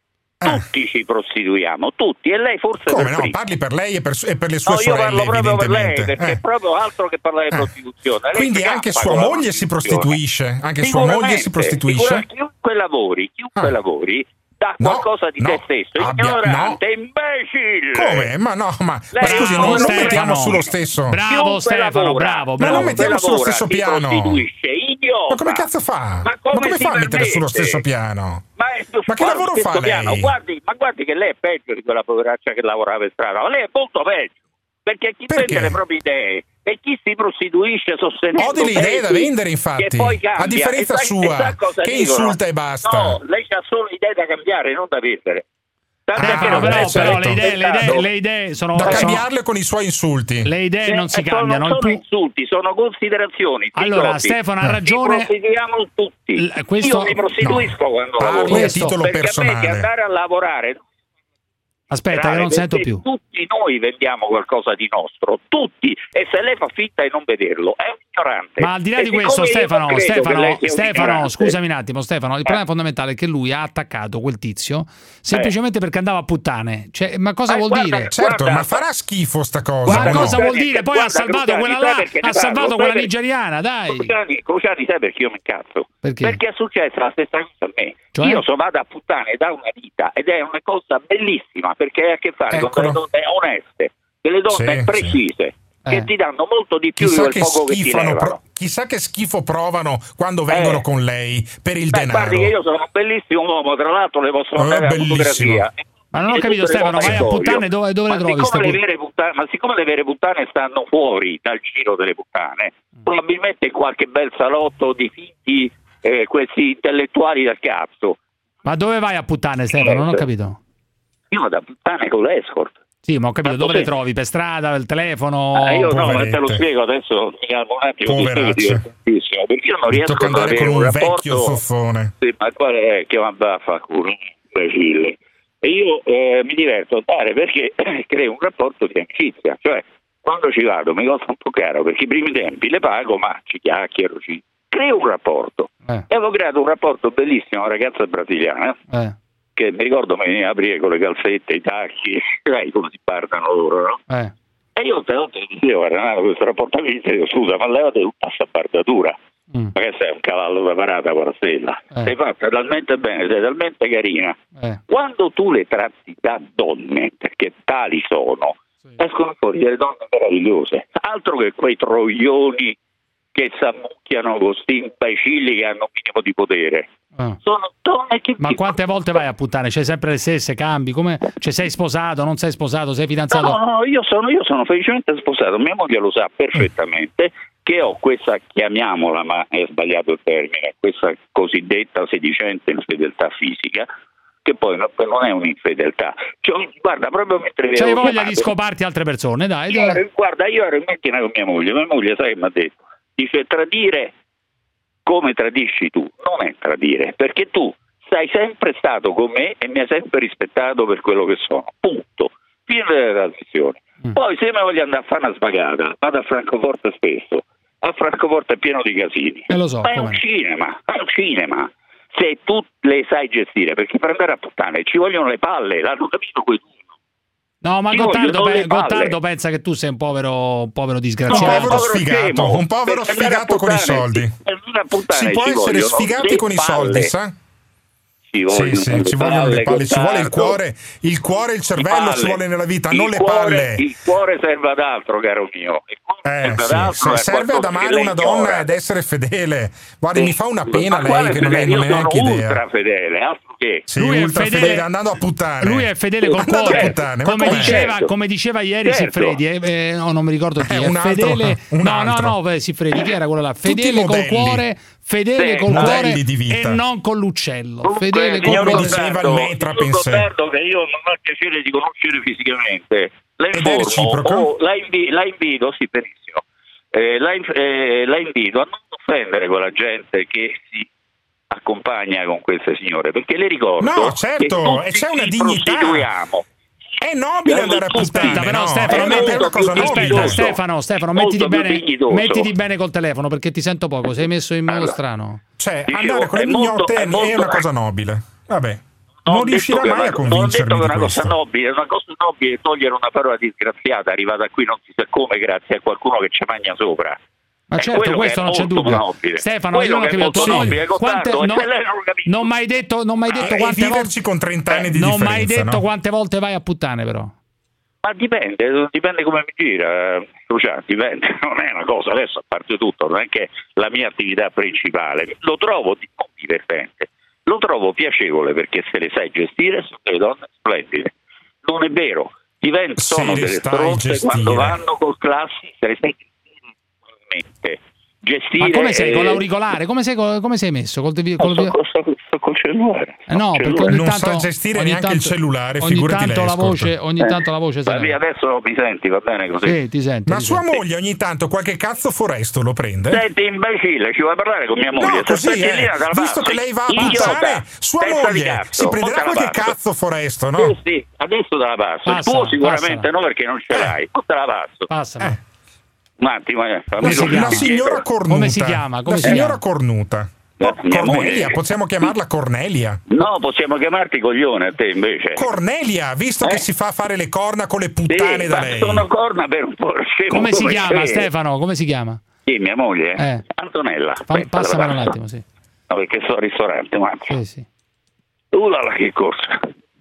Tutti ci prostituiamo, tutti, e lei forse Come per no? prima. Parli per lei e per, e per le sue No, io sorelle, parlo proprio per lei, evidentemente. perché Eh. è proprio altro che parlare di Eh. prostituzione. Lei Quindi si anche campa sua con la moglie si prostituisce? Anche sua Sicuramente, moglie si prostituisce? sicuramente. Chiunque lavori, chiunque Ah. lavori, dà No, qualcosa di no, se stesso. abbia- Ignorante, imbecille. Come? Ma no, ma, ma Lei scusi, ha non, non Stefano. mettiamo sullo stesso. Bravo Chiunque Stefano, lavora, bravo, Ma bravo. non mettiamo sullo lavora, stesso si piano. prostituisce, idiota. Ma come cazzo fa? Ma come come si fa a mettere sullo permette? stesso piano? Ma, è sul Ma che lavoro stesso fa piano. lei? Guardi, ma guardi che lei è peggio di quella poveraccia che lavorava per strada. Ma lei è molto peggio. Perché chi Perché? vende le proprie idee e chi si prostituisce sostenendo Ho delle idee da tesi vendere, infatti. che poi cambia. A differenza E sa- sua, e sa cosa che dicono? insulta e basta. No, lei ha solo idee da cambiare, non da vendere. Tanto Ah, che Stefano, non però, deve essere però le idee, le idee, contestato. le idee sono, Da sono- cambiarle con i suoi insulti. le idee Sì, non si e sono- cambiano. Non il sono pu- insulti, sono considerazioni. Allora, Ticotti. Stefano ha Ci ragione. prostituiamo tutti. L- questo- Io mi prostituisco no. quando Parli lavoro. a Questo- titolo perché a me personale. che andare a lavorare Aspetta, che grave, non sento perché più. tutti noi vendiamo qualcosa di nostro, tutti, e se lei fa finta di non vederlo è un ignorante. Ma al di là E di questo, siccome io non Stefano, credo che Stefano, lei sia un Stefano, ignorante- scusami un attimo, Stefano, il Eh. problema fondamentale è che lui ha attaccato quel tizio semplicemente perché andava a puttane. Cioè, ma cosa Eh, vuol guarda, dire? Certo, Guarda- ma farà schifo sta cosa. Ma o no? cosa vuol Cruciani, dire? Poi ha guarda, salvato Cruciani, quella sai là, perché ne ha parlo? salvato Sai quella perché- nigeriana, dai. Cruciani, Cruciani, sai perché io mi incazzo? Perché? Perché è successa la stessa cosa a me. Cioè? Io sono vado a puttane da una vita ed è una cosa bellissima perché hai a che fare con Eccolo. delle donne oneste, delle donne Sì, precise, che Eh. ti danno molto di più di Chissà quel che, poco che ti schifano, levano. pro- chissà che schifo provano quando vengono Eh. con lei per il Beh, denaro. guardi che io sono un bellissimo uomo, tra l'altro le posso Eh, mandare la bellissimo. fotografia. Ma non ho E capito, tutte le Stefano, donne vai che a voglio. puttane, dove, dove le ma trovi? ste siccome, le pu- vere puttane, ma siccome le vere puttane stanno fuori dal giro delle puttane, probabilmente in qualche bel salotto di finti eh, questi intellettuali del cazzo. Ma dove vai a puttane, Stefano? Non ho capito. Io vado a puttane con l'escort. Sì, ma ho capito, Ma dove sì. le trovi? Per strada, il telefono? Ah, io no, ma te lo poverette. spiego adesso, mi calmo un attimo, ti spiego Poveracce. divertentissimo, perché io non riesco Tocca ad andare avere con un un rapporto. vecchio soffone. Sì, ma qual è che va a fa culo, imbecille. E io eh, mi diverto a andare perché creo un rapporto di amicizia, cioè quando ci vado mi costa un po' caro perché i primi tempi le pago, ma ci chiacchiero, ci creo un rapporto. Eh. E avevo creato un rapporto bellissimo, una ragazza brasiliana Eh, che mi ricordo mi veniva a aprire con le calzette, i tacchi, sai come si parlano loro, no? eh. E io tante volte gli dicevo, era nato questo rapporto amicizia, dico, scusa, ma levate tutta sta bardatura. Mm. Ma che sei un cavallo da parata con la stella? Eh. Sei fatta talmente bene, sei talmente carina. Eh. Quando tu le tratti da donne, perché tali sono, Sì. escono fuori delle donne meravigliose. Altro che quei troioni che s'ammucchiano con sti imbecilli che hanno un minimo di potere. Ah. Sono donne che... Ma quante volte vai a puttane? C'è sempre le stesse, cambi? Come? Cioè, sei sposato, non sei sposato, sei fidanzato? No, no, io sono, io sono felicemente sposato, mia moglie lo sa perfettamente che ho questa, chiamiamola, ma è sbagliato il termine, questa cosiddetta sedicente infedeltà fisica, che poi non non è un'infedeltà. Cioè, guarda, proprio mentre vi C'hai avevo voglia di chiamato, scoparti altre persone, dai. io dai. ero- guarda, io ero in macchina con mia moglie, mia moglie sai che mi ha detto? Dice, tradire come tradisci tu non è tradire, perché tu sei sempre stato con me e mi hai sempre rispettato per quello che sono, punto, fine della trasmissione. Mm. Poi se mi voglio andare a fare una svagata, vado a Francoforte spesso, a Francoforte è pieno di casini, Eh, lo so, ma è come un no. cinema, è un cinema, se tu le sai gestire, perché per andare a puttane ci vogliono le palle, l'hanno capito quei No, ma Ci Gottardo, vogliono pe- le palle. Gottardo pensa che tu sei un povero, un povero Un disgraziato. povero povero sfigato, scemo. un povero Per andare a sfigato con i puttane, soldi. per andare a puttane Si può ci essere vogliono sfigati le con i palle. soldi, sa? Ci Sì, vogliono, sì, le ci vogliono le palle, ci vuole il Gottardo. cuore, il cuore e il cervello palle. ci vuole nella vita, Il non le cuore- palle. Il cuore serve ad altro, caro mio. Il cuore Eh, serve ad sì, altro, se- è serve ad qualcosa che amare lei una donna ignora. ed essere fedele. Guardi, Sì. mi fa una pena Ma lei quale che non, è, fedele? non Io ha neanche sono idea. ultra fedele, altro che. Sì, Lui è ultra fedele- fedele, andando a puttane. Lui è fedele col Andando cuore, a puttane, ma come com'è? diceva, Certo. come diceva ieri Certo. Siffredi, eh, eh, no, non mi ricordo chi, Eh, è un altro- fedele, un no, altro. no, no, beh, Siffredi, chi era quello là? Tutti Fedele col modelli. cuore, fedele Sì, col modelli cuore di vita. e non con l'uccello. Comunque, Fedele col signor come cuore. diceva Gottardo, il Metra, signor pensè. Gottardo, che io non ho il piacere di conoscere fisicamente, la Ed è informo, reciproco? o la, invi- la invito, sì, benissimo, eh, la, inf- eh, la invito a non offendere quella gente che si accompagna con queste signore, perché le ricordo No, che certo, tutti e c'è una ci dignità. prostituiamo. È nobile andare a puttane, Aspetta, però no? Stefano, è, metti- è una cosa molto nobile. Aspetta, dignitoso. Stefano, Stefano, Molto mettiti più bene, dignitoso. mettiti bene col telefono perché ti sento poco, sei messo in modo Allora. strano. Cioè, Dicevo, andare con le è molto- mignotte è è, molto- una cosa nobile. Vabbè, Non non, ho riuscirà detto che mai a è una- non ho convincermi detto che è di una cosa questo. nobile, una cosa nobile è togliere una parola disgraziata arrivata qui non si sa come grazie a qualcuno che ci magna sopra. Ma È certo, quello questo che è non c'è molto dubbio. nobile. Stefano, Quello io non ho che è capito. molto tu- nobile, quante- Gottardo, no- e se lei non lo capisce. non mai detto, non mai detto E quante volte. viverci con trenta anni di Non differenza, mai detto no? quante volte vai a puttane, però. Ma dipende, dipende come mi gira, eh, Luciano, dipende, non è una cosa, adesso a parte tutto, non è che la mia attività principale, lo trovo di- non divertente, lo trovo piacevole perché se le sai gestire sono delle donne splendide. Non è vero, divent- Se sono le delle stai stronze gestire. quando vanno col classi, se le sai gestire ugualmente. Gestire Ma come sei? eh, Con l'auricolare? Come sei, come sei messo? Col, col, sto, sto, sto, sto col cellulare. Eh no, Cellulare. perché ogni Non tanto, sa gestire ogni neanche il tanto- cellulare, ogni figurati tanto lei, la ascolta. voce, ogni Eh. tanto la voce se Va ne via, va. adesso mi senti, va bene così? Sì, ti sento. Ma ti sua sento. moglie ogni tanto qualche cazzo foresto lo prende? Senti imbecille, ci vuoi parlare con mia moglie? No, così Se aspetti lì, è. te la Visto passo. che lei va a Idiota, puttane, sua testa di moglie cazzo, si prenderà mo te la qualche passo. cazzo foresto, no? Sì, sì, adesso te la passo. Il Passala, tuo sicuramente passala. no perché non ce l'hai. Non te la passo. Passami. Eh. Un attimo, eh, fammi La, si si- tornare la chiama? signora indietro. cornuta. Come si chiama? Come la si signora chiama? cornuta. La mia Cornelia, moglie. possiamo chiamarla Cornelia. No, possiamo chiamarti coglione a te invece. Cornelia, visto Eh? che si fa fare le corna con le Sì, puttane da ma lei. sono corna per un po' scemo Come si chiama, te. Stefano? Come si chiama? Sì, mia moglie. Eh. Antonella. Fa- Aspetta, passamelo te la un passo. attimo, sì. No, perché sto al ristorante, un attimo. Sì, sì. Uh là là, che corsa.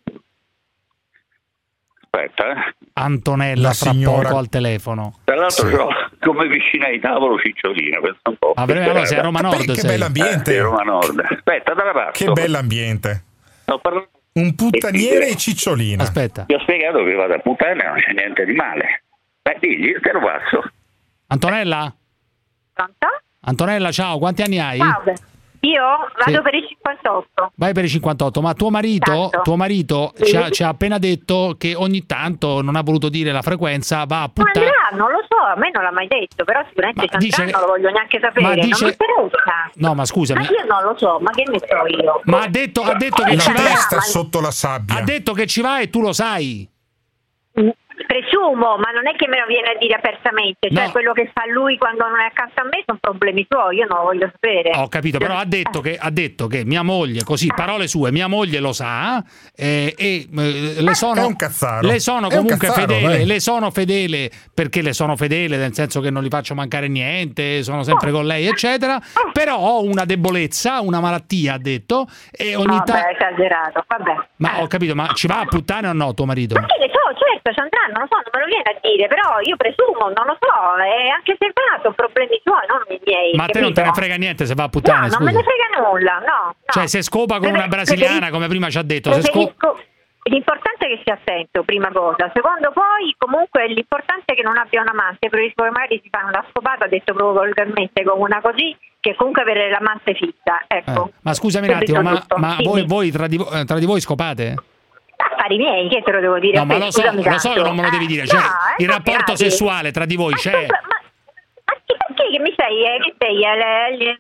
Aspetta, eh. Antonella La fra signora- poco al telefono. Tra l'altro Sì. c'ho come vicina ai tavolo Cicciolina, pensa un po'. Ah, veramente? Allora sei a Roma Beh, Nord, che sei. bell'ambiente. Eh, sì, Roma Nord. Aspetta, te la passo. Che bell'ambiente. Sto parlando- Un puttaniere e cicciolina. Aspetta. Ti ho spiegato che vado a puttane, non c'è niente di male. Beh, digli, te lo passo. Antonella? Pronto? Antonella, ciao, quanti anni hai? Salve. Io vado Sì. per i cinquantotto. Vai per i cinquantotto, ma tuo marito, Esatto. tuo marito Sì. ci, ha, ci ha appena detto che ogni tanto, non ha voluto dire la frequenza, va a Ma puttane. andrà, non lo so, a me non l'ha mai detto, però sicuramente Ma ci andrà, dice che- non lo voglio neanche sapere, Ma dice- non mi interessa. No, ma scusami. Ma io non lo so, ma che ne so io? Ma ha detto, ha detto che La ci va. testa ma- sotto la sabbia. Ha detto che ci va e tu lo sai. Mm, Presumo, ma non è che me lo viene a dire apertamente, cioè No. quello che fa lui quando non è accanto a me sono problemi suoi, io non lo voglio sapere. Ho capito, però ha detto che, ha detto che mia moglie, così, parole sue, mia moglie lo sa eh, e eh, le sono, È un cazzaro. le sono È un comunque cazzaro, fedele, dai. le sono fedele perché le sono fedele, nel senso che non gli faccio mancare niente, sono sempre con lei, eccetera, però ho una debolezza, una malattia, ha detto, e ogni Vabbè, tanto... esagerato, vabbè. Ma ho capito, ma ci va a puttane o no tuo marito? Ma che ne so, certo, ci andranno, non lo so, non me lo viene a dire, però io presumo, non lo so, e anche se va sono problemi suoi, non i miei. Ma a te non te ne capito? frega niente se va a puttane, No, non scusa. me ne frega nulla, no. no. Cioè se scopa con una Prefer- brasiliana, preferisco- come prima ci ha detto, se scopa... preferisco- L'importante è che sia attento, prima cosa. Secondo, poi, comunque, l'importante è che non abbia un amante. Preferisco che magari si fanno una scopata, detto proprio volgarmente, con una così, che comunque avere l'amante fissa. Ecco. Eh, Ma scusami un Subito attimo, ma, tutto. ma Dimmi. voi, voi tra, di, vo- eh, tra di voi scopate? Affari miei, che te lo devo dire? No, ma Aspetta, lo so, scusami lo so che tanto. non me lo devi Eh, dire. Cioè, no, eh, il no, rapporto grazie. sessuale tra di voi Ma c'è. scusa, ma, ma chi- perché che mi sei? Eh, che sei? Eh, le- le-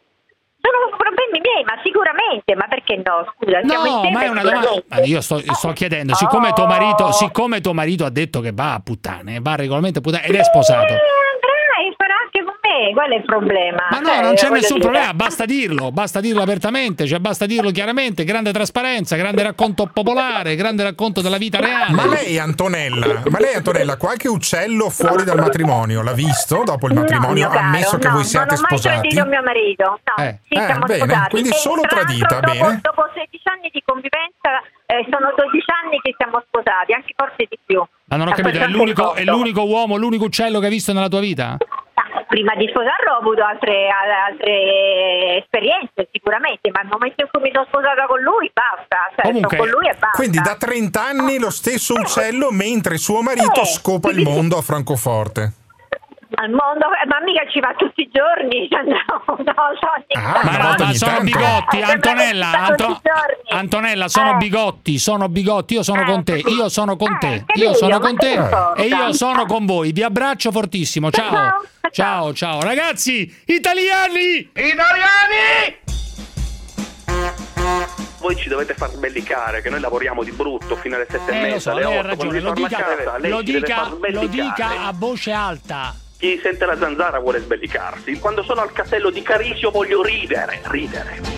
sono problemi miei, ma sicuramente, ma perché no? Scusa, siamo No, insieme ma è una domanda. sicuramente. Ma io sto, sto chiedendo, siccome tuo marito, siccome tuo marito ha detto che va a puttane, va regolarmente a puttane ed è sposato. Eh, andrai, farà anche con me, qual è il problema? Ma no, cioè, non c'è nessun dire... problema, basta dirlo, basta dirlo apertamente, cioè basta dirlo chiaramente, grande trasparenza, grande racconto popolare, grande racconto della vita reale. Ma lei Antonella, ma lei Antonella, qualche uccello fuori dal matrimonio l'ha visto dopo il matrimonio, no, ammesso caro, che no, voi siate non ho mai sposati? tradito mio marito, no, Eh, sì, eh, siamo bene, sposati. quindi E solo tra tradita, l'altro, bene. Dopo, dopo sedici anni di convivenza eh, sono dodici anni che siamo sposati, anche forse di più. Ma non ho Da capito, è questo l'unico, anche è l'unico uomo, l'unico uccello che hai visto nella tua vita? Prima di sposarlo ho avuto altre, altre esperienze sicuramente, ma al momento in cui mi sono sposata con lui basta, cioè Comunque, sono con lui e basta. quindi da trenta anni lo stesso uccello mentre suo marito Eh, scopa il mondo a Francoforte. Al mondo, eh, ma mica ci va tutti i giorni, no, no, Ah, Ma no, ma sono bigotti, Antonella, Anto- Antonella, sono Eh. bigotti, sono bigotti, io sono con te, io sono con te, io capito, sono ma con che te importa? e io sono con voi. Vi abbraccio fortissimo, ciao. Ciao, ciao, ragazzi, italiani! Italiani! Voi ci dovete far sbellicare, che noi lavoriamo di brutto fino alle sette Eh, e lo mezza, so, alle lei ha otto, quando ragione, vi lo torna a dica, casa, lei lo ci deve dica, far lo sbellicare. dica a voce alta. Chi sente la zanzara vuole sbellicarsi. Quando sono al castello di Carisio voglio ridere, ridere.